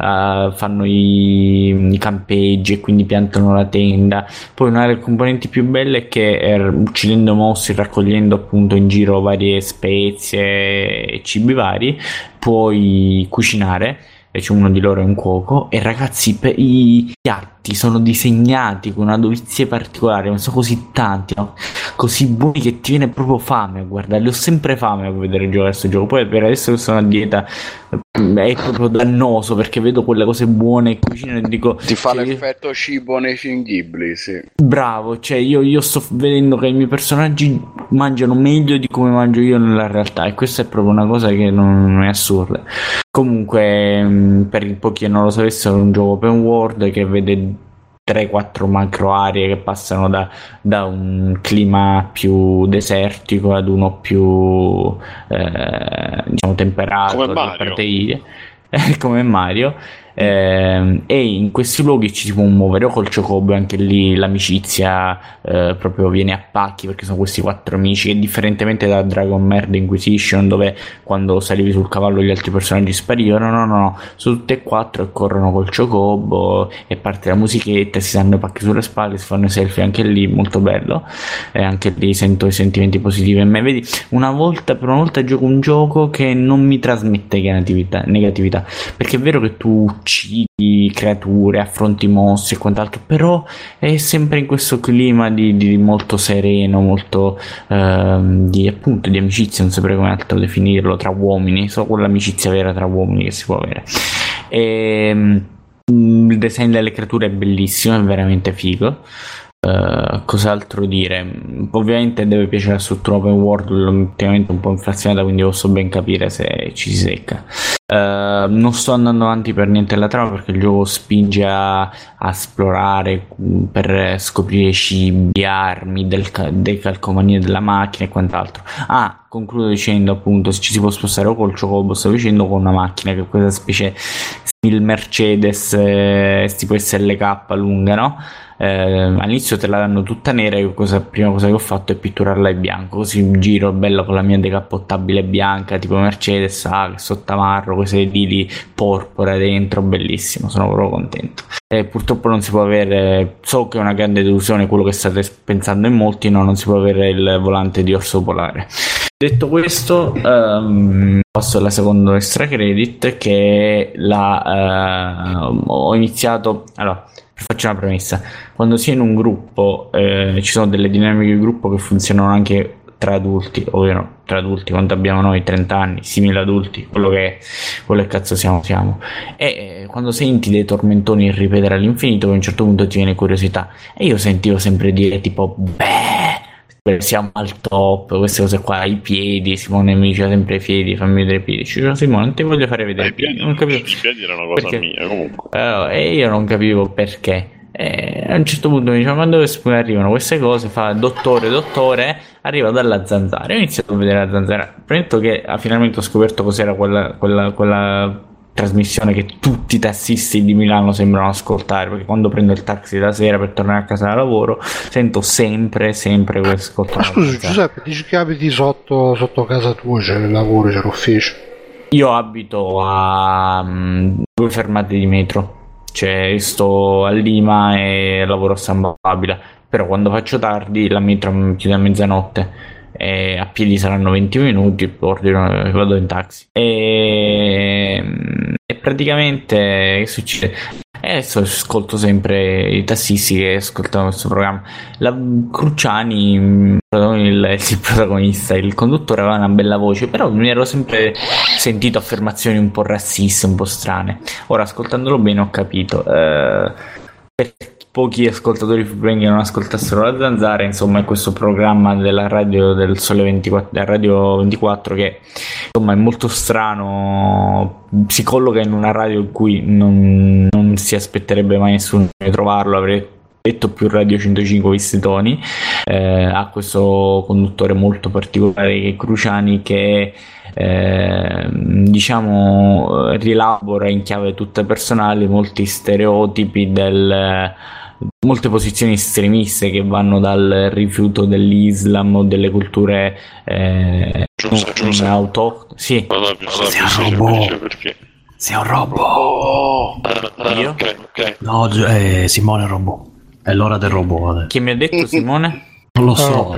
i campeggi, e quindi piantano la tenda. Poi una delle componenti più belle è che uccidendo mostri, raccogliendo appunto in giro varie spezie e cibi vari, puoi cucinare, e c'è uno di loro è un cuoco, e ragazzi, i piatti sono disegnati con una dovizia particolare, non so, così tanti, no? Così buoni che ti viene proprio fame a guardarli. Ho sempre fame a vedere giocare questo gioco. Poi per adesso che sono a dieta è proprio dannoso, perché vedo quelle cose buone e cucino e dico, ti fa l'effetto cibo nei film Ghibli, sì. Bravo, cioè io sto vedendo che i miei personaggi mangiano meglio di come mangio io nella realtà, e questa è proprio una cosa che non è assurda. Comunque, per i pochi che non lo sapessero, è un gioco open world che vede 3-4 macro aree che passano da un clima più desertico ad uno più diciamo temperato, come Mario. Come Mario. E in questi luoghi ci si può muovere o col Chocobo, anche lì l'amicizia proprio viene a pacchi, perché sono questi quattro amici che, differentemente da Dragon Maid Inquisition, dove quando salivi sul cavallo gli altri personaggi sparivano, no, sono tutte e quattro e corrono col Chocobo, e parte la musichetta, si danno i pacchi sulle spalle, si fanno i selfie, anche lì molto bello, e anche lì sento i sentimenti positivi in me. Vedi, per una volta gioco un gioco che non mi trasmette negatività, perché è vero che tu uccidi creature, affronti mostri e quant'altro, però è sempre in questo clima di molto sereno, molto di amicizia, non saprei come altro definirlo, tra uomini, solo quell'amicizia vera tra uomini che si può avere. Il design delle creature è bellissimo, è veramente figo. Cos'altro dire? Ovviamente deve piacere la struttura open world, ultimamente un po' inflazionata, quindi posso ben capire se ci si secca. Non sto andando avanti per niente la trama perché il gioco spinge a esplorare per scoprire cibi, armi, dei calcomanie della macchina e quant'altro. Concludo dicendo appunto se ci si può spostare o col Chocobo, stavo dicendo con una macchina che è questa specie il Mercedes tipo SLK lunga, no? All'inizio te la danno tutta nera. Io prima cosa che ho fatto è pitturarla in bianco, così giro bello con la mia decappottabile bianca tipo Mercedes, che sottamarro, quei sedili porpora dentro, bellissimo, sono proprio contento. Purtroppo non si può avere, so che è una grande delusione quello che state pensando in molti, no, non si può avere il volante di Orso Polare. Detto questo, passo alla seconda extra credit, che ho iniziato. Allora, faccio una premessa: quando si è in un gruppo ci sono delle dinamiche di gruppo che funzionano anche tra adulti, ovvero tra adulti, quando abbiamo noi 30 anni, simili adulti, quello che cazzo siamo. E quando senti dei tormentoni ripetere all'infinito, a un certo punto ti viene curiosità, e io sentivo sempre dire tipo siamo al top, queste cose qua, i piedi. Simone mi diceva sempre i piedi, fammi vedere i piedi. Dicevo, Simone, non ti voglio fare vedere i piedi. Non capivo. I piedi era una cosa mia comunque. E io non capivo perché. A un certo punto mi diceva, ma dove arrivano queste cose? Fa dottore, arriva dalla zanzara. Ho iniziato a vedere la zanzara. Premetto che finalmente ho scoperto cos'era quella trasmissione che tutti i tassisti di Milano sembrano ascoltare, perché quando prendo il taxi la sera per tornare a casa da lavoro sento sempre questo. Ma scusi Giuseppe, dici che abiti sotto casa tua, c'è il lavoro, c'è l'ufficio? Io abito a 2 fermate di metro, cioè sto a Lima e lavoro a San Babila, però quando faccio tardi la metro mi chiude a mezzanotte. A piedi saranno 20 minuti, vado in taxi e praticamente che succede? Adesso ascolto sempre i tassisti che ascoltano questo programma. Cruciani, il protagonista, il conduttore, aveva una bella voce, però mi ero sempre sentito affermazioni un po' razziste, un po' strane. Ora, ascoltandolo bene, ho capito. Per pochi ascoltatori che non ascoltassero la zanzara, insomma, è questo programma della radio del Sole 24, della Radio 24, che insomma è molto strano, si colloca in una radio in cui non si aspetterebbe mai nessuno di trovarlo, avrei detto più Radio 105 visti i toni. Ha questo conduttore molto particolare che è Cruciani, che diciamo rielabora in chiave tutta personale molti stereotipi molte posizioni estremiste che vanno dal rifiuto dell'Islam o delle culture autoctone. Sì. Sei un robot. Io? Okay. No, Simone robot. È l'ora del robot. Chi mi ha detto Simone? Non lo so.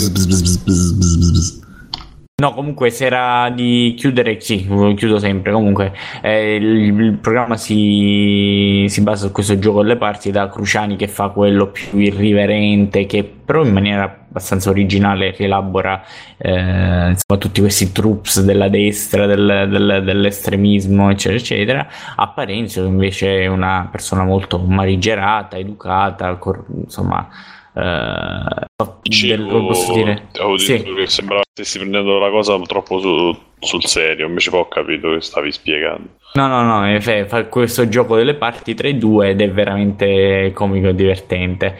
No, comunque se era di chiudere, sì, chiudo sempre. Comunque il programma si basa su questo gioco delle parti, da Cruciani che fa quello più irriverente, che però in maniera abbastanza originale rielabora insomma tutti questi troops della destra, dell'estremismo, eccetera eccetera. A Parenzo invece è una persona molto morigerata, educata, insomma. Posso dire? Avevo detto che sembrava che stessi prendendo la cosa troppo sul serio, invece poi ho capito che stavi spiegando. No, fa questo gioco delle parti tra i due ed è veramente comico e divertente.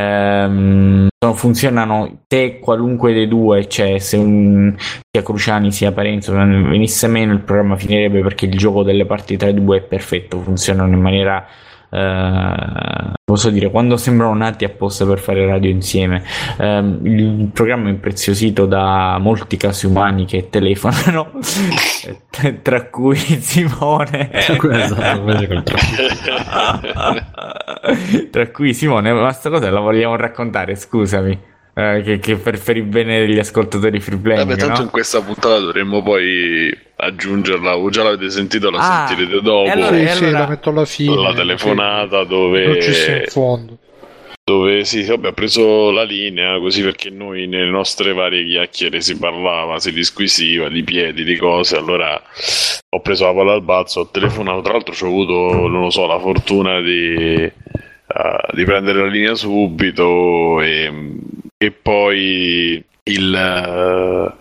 Funzionano se qualunque dei due, cioè se sia Cruciani sia Parenzo venisse meno, il programma finirebbe, perché il gioco delle parti tra i due è perfetto, funzionano in maniera posso dire, quando sembrano nati apposta per fare radio insieme. Il programma è impreziosito da molti casi umani che telefonano tra cui Simone tra cui Simone, ma sta cosa la vogliamo raccontare, scusami, che per il bene degli ascoltatori free playing. Vabbè, tanto no? In questa puntata dovremmo poi aggiungerla, o già l'avete sentito, la sentirete dopo. Sì, la metto alla fine. La telefonata dove non ci sia in fondo. Dove sì, vabbè, ho preso la linea così, perché noi nelle nostre varie chiacchiere si parlava, si disquisiva di piedi, di cose. Allora ho preso la palla al balzo, ho telefonato. Tra l'altro ho avuto, non lo so, la fortuna di prendere la linea subito, e poi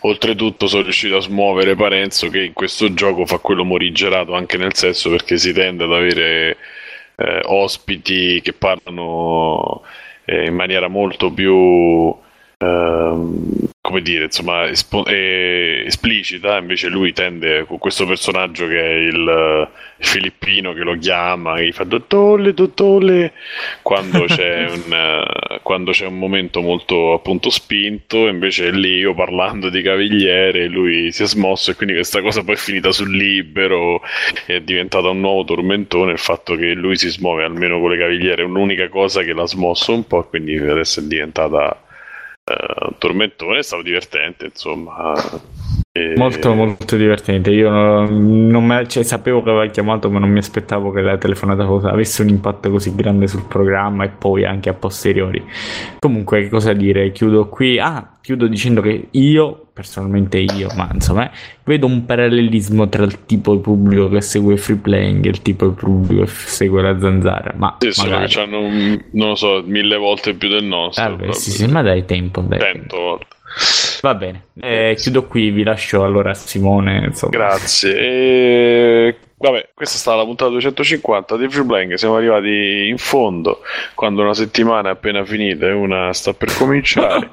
oltretutto sono riuscito a smuovere Parenzo, che in questo gioco fa quello morigerato, anche nel senso perché si tende ad avere ospiti che parlano in maniera molto più come dire, insomma, esplicita. Invece lui tende, con questo personaggio che è il filippino che lo chiama, che gli fa dottore quando c'è un momento molto appunto spinto. Invece lì, io parlando di Cavigliere, lui si è smosso, e quindi questa cosa poi è finita sul libero, è diventata un nuovo tormentone il fatto che lui si smuove almeno con le Cavigliere, è un'unica cosa che l'ha smosso un po', quindi adesso è diventata tormentone. È stato divertente, insomma, molto molto divertente. Io sapevo che aveva chiamato, ma non mi aspettavo che la telefonata avesse un impatto così grande sul programma e poi anche a posteriori. Comunque, che cosa dire, chiudo qui. Chiudo dicendo che personalmente ma insomma, vedo un parallelismo tra il tipo di pubblico che segue Free Playing e il tipo di pubblico che segue la Zanzara. Ma sì, magari che hanno, non lo so, 1000 volte più del nostro. Sì, ma dai tempo. 100 volte. Va bene, chiudo qui, vi lascio allora a Simone, insomma. Grazie. Vabbè, questa è stata la puntata 250 di Free Playing. Siamo arrivati in fondo, quando una settimana è appena finita e una sta per cominciare.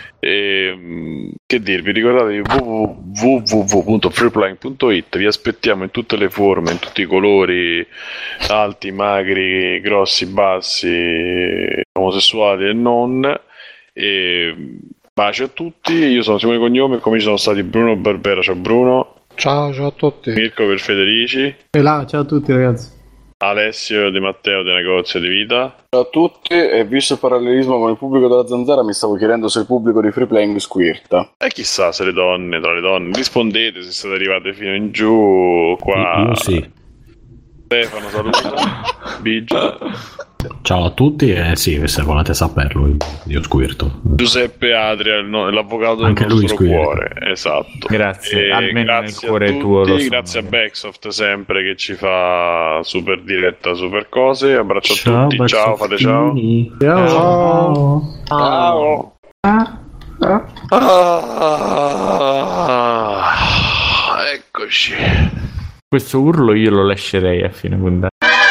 Che dirvi, ricordatevi www.freeplaying.it. vi aspettiamo in tutte le forme, in tutti i colori, alti, magri, grossi, bassi, omosessuali e non. Baci a tutti, io sono Simone Cognome, e come ci sono stati Bruno Barbera. Ciao Bruno. Ciao a tutti. Mirko per Federici. Ciao a tutti, ragazzi. Alessio Di Matteo di Negozio di Vita. Ciao a tutti, e visto il parallelismo con il pubblico della Zanzara, mi stavo chiedendo se il pubblico di Free Playing squirta. E chissà se tra le donne, rispondete se siete arrivate fino in giù qua. Io sì. Stefano, saluta. Bigia. Ciao a tutti, e sì, se volete saperlo, io squirto. Giuseppe Adria, l'avvocato anche del nostro cuore, esatto. Grazie, almeno grazie nel cuore a tutti, tuo. Grazie a Backsoft sempre, che ci fa super diretta, super cose. Abbraccio a tutti, ciao, fate ciao. Ciao. Eccoci. Questo urlo io lo lascerei a fine puntata.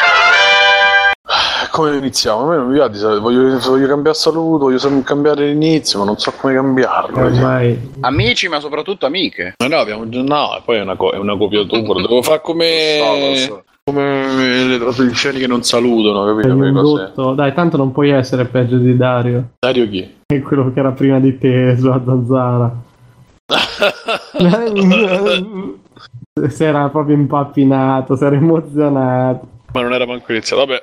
Come iniziamo? A me non mi va, voglio cambiare saluto, voglio cambiare l'inizio, ma non so come cambiarlo. Ormai. Amici, ma soprattutto amiche. No, poi è una copiatura. Devo fare come le trasmissioni che non salutano, capito? Dai, tanto non puoi essere peggio di Dario. Dario chi? È quello che era prima di te sulla Zanzara. Si era proprio impappinato, si era emozionato. Ma non era manco iniziato, vabbè.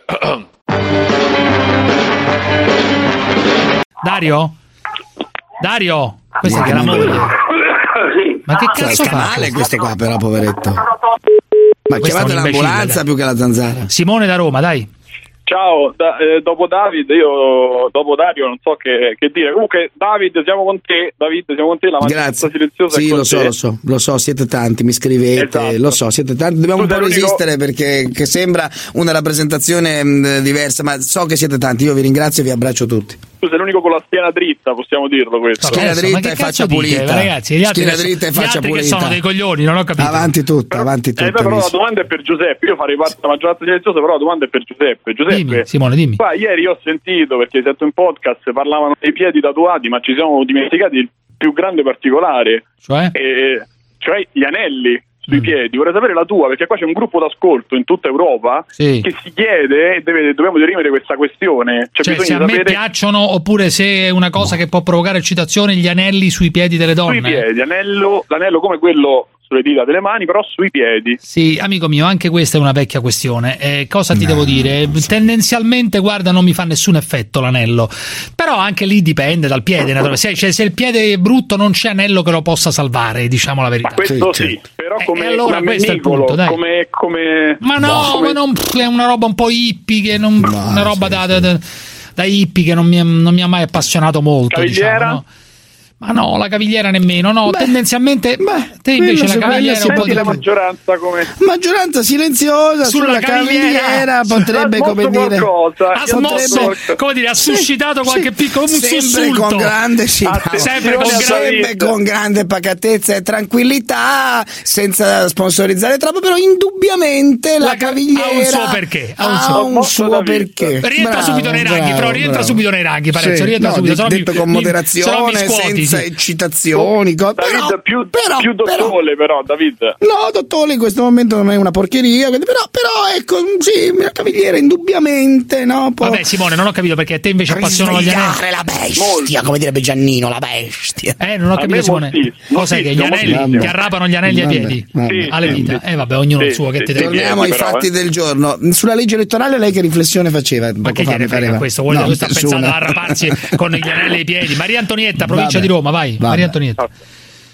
Dario? Questa è la moglie. Ma che cazzo fa? Male questo qua, però, poveretto. Ma chiamate l'ambulanza più che la Zanzara. Simone da Roma, dai. Ciao, dopo David, io dopo Dario non so che dire. Comunque David, siamo con te, la maggioranza silenziosa. Sì, lo so, siete tanti, mi scrivete, esatto. Lo so, siete tanti, dobbiamo un po' resistere perché che sembra una rappresentazione diversa, ma so che siete tanti, io vi ringrazio e vi abbraccio tutti. Tu sei l'unico con la schiena dritta, possiamo dirlo questo. Schiena dritta e faccia pulita. Ragazzi, gli altri che sono dei coglioni, non ho capito. Avanti tutta. Però la domanda è per Giuseppe, io farei parte della maggioranza silenziosa, però la domanda è per Giuseppe. Dimmi, Simone, dimmi. Qua ieri ho sentito, perché sento in podcast, parlavano dei piedi tatuati, ma ci siamo dimenticati il più grande particolare. Cioè gli anelli sui piedi. Vorrei sapere la tua, perché qua c'è un gruppo d'ascolto in tutta Europa che si chiede, dobbiamo dirimere questa questione. Cioè se a me piacciono, oppure se è una cosa che può provocare eccitazione, gli anelli sui piedi delle donne. Sui piedi, l'anello come quello sulle dita delle mani, però sui piedi. Sì, amico mio, anche questa è una vecchia questione. Cosa ti devo dire? Tendenzialmente, guarda, non mi fa nessun effetto l'anello, però anche lì dipende dal piede. Se il piede è brutto non c'è anello che lo possa salvare, diciamo la verità. Ma questo sì, però come allora questo è il punto, dai. Ma non è una roba un po' hippie, una roba da hippie che non mi ha mai appassionato molto, diciamo, no? Ma no, la cavigliera nemmeno, no, tendenzialmente te invece la cavigliera un po' la maggioranza come maggioranza silenziosa sulla cavigliera potrebbe, come dire, ha suscitato qualche piccolo sussulto. Con grande sempre con grande pacatezza e tranquillità, senza sponsorizzare troppo, però indubbiamente la cavigliera ha un suo perché, ha un suo perché. Rientra subito nei ranghi, subito nei ranghi, Parenzo, rientra subito, detto con moderazione, senza eccitazioni, David, più Dottole però David. No, Dottole in questo momento non è una porcheria, però ecco, sì, la cavigliera indubbiamente, no? Vabbè Simone, non ho capito perché a te invece appassionano gli anelli. La bestia, come direbbe Giannino, la bestia. Non ho capito Simone. Cos'è che gli anelli ti arrapano gli anelli ai piedi? Alle dita. Vabbè, ognuno il suo, che te deve. Torniamo ai fatti del giorno. Sulla legge elettorale lei che riflessione faceva? Ma che gliene frega questo? Questo sta pensando a arraparsi con gli anelli ai piedi. Maria Antonietta, provincia di Roma, vai. Maria Antonietta.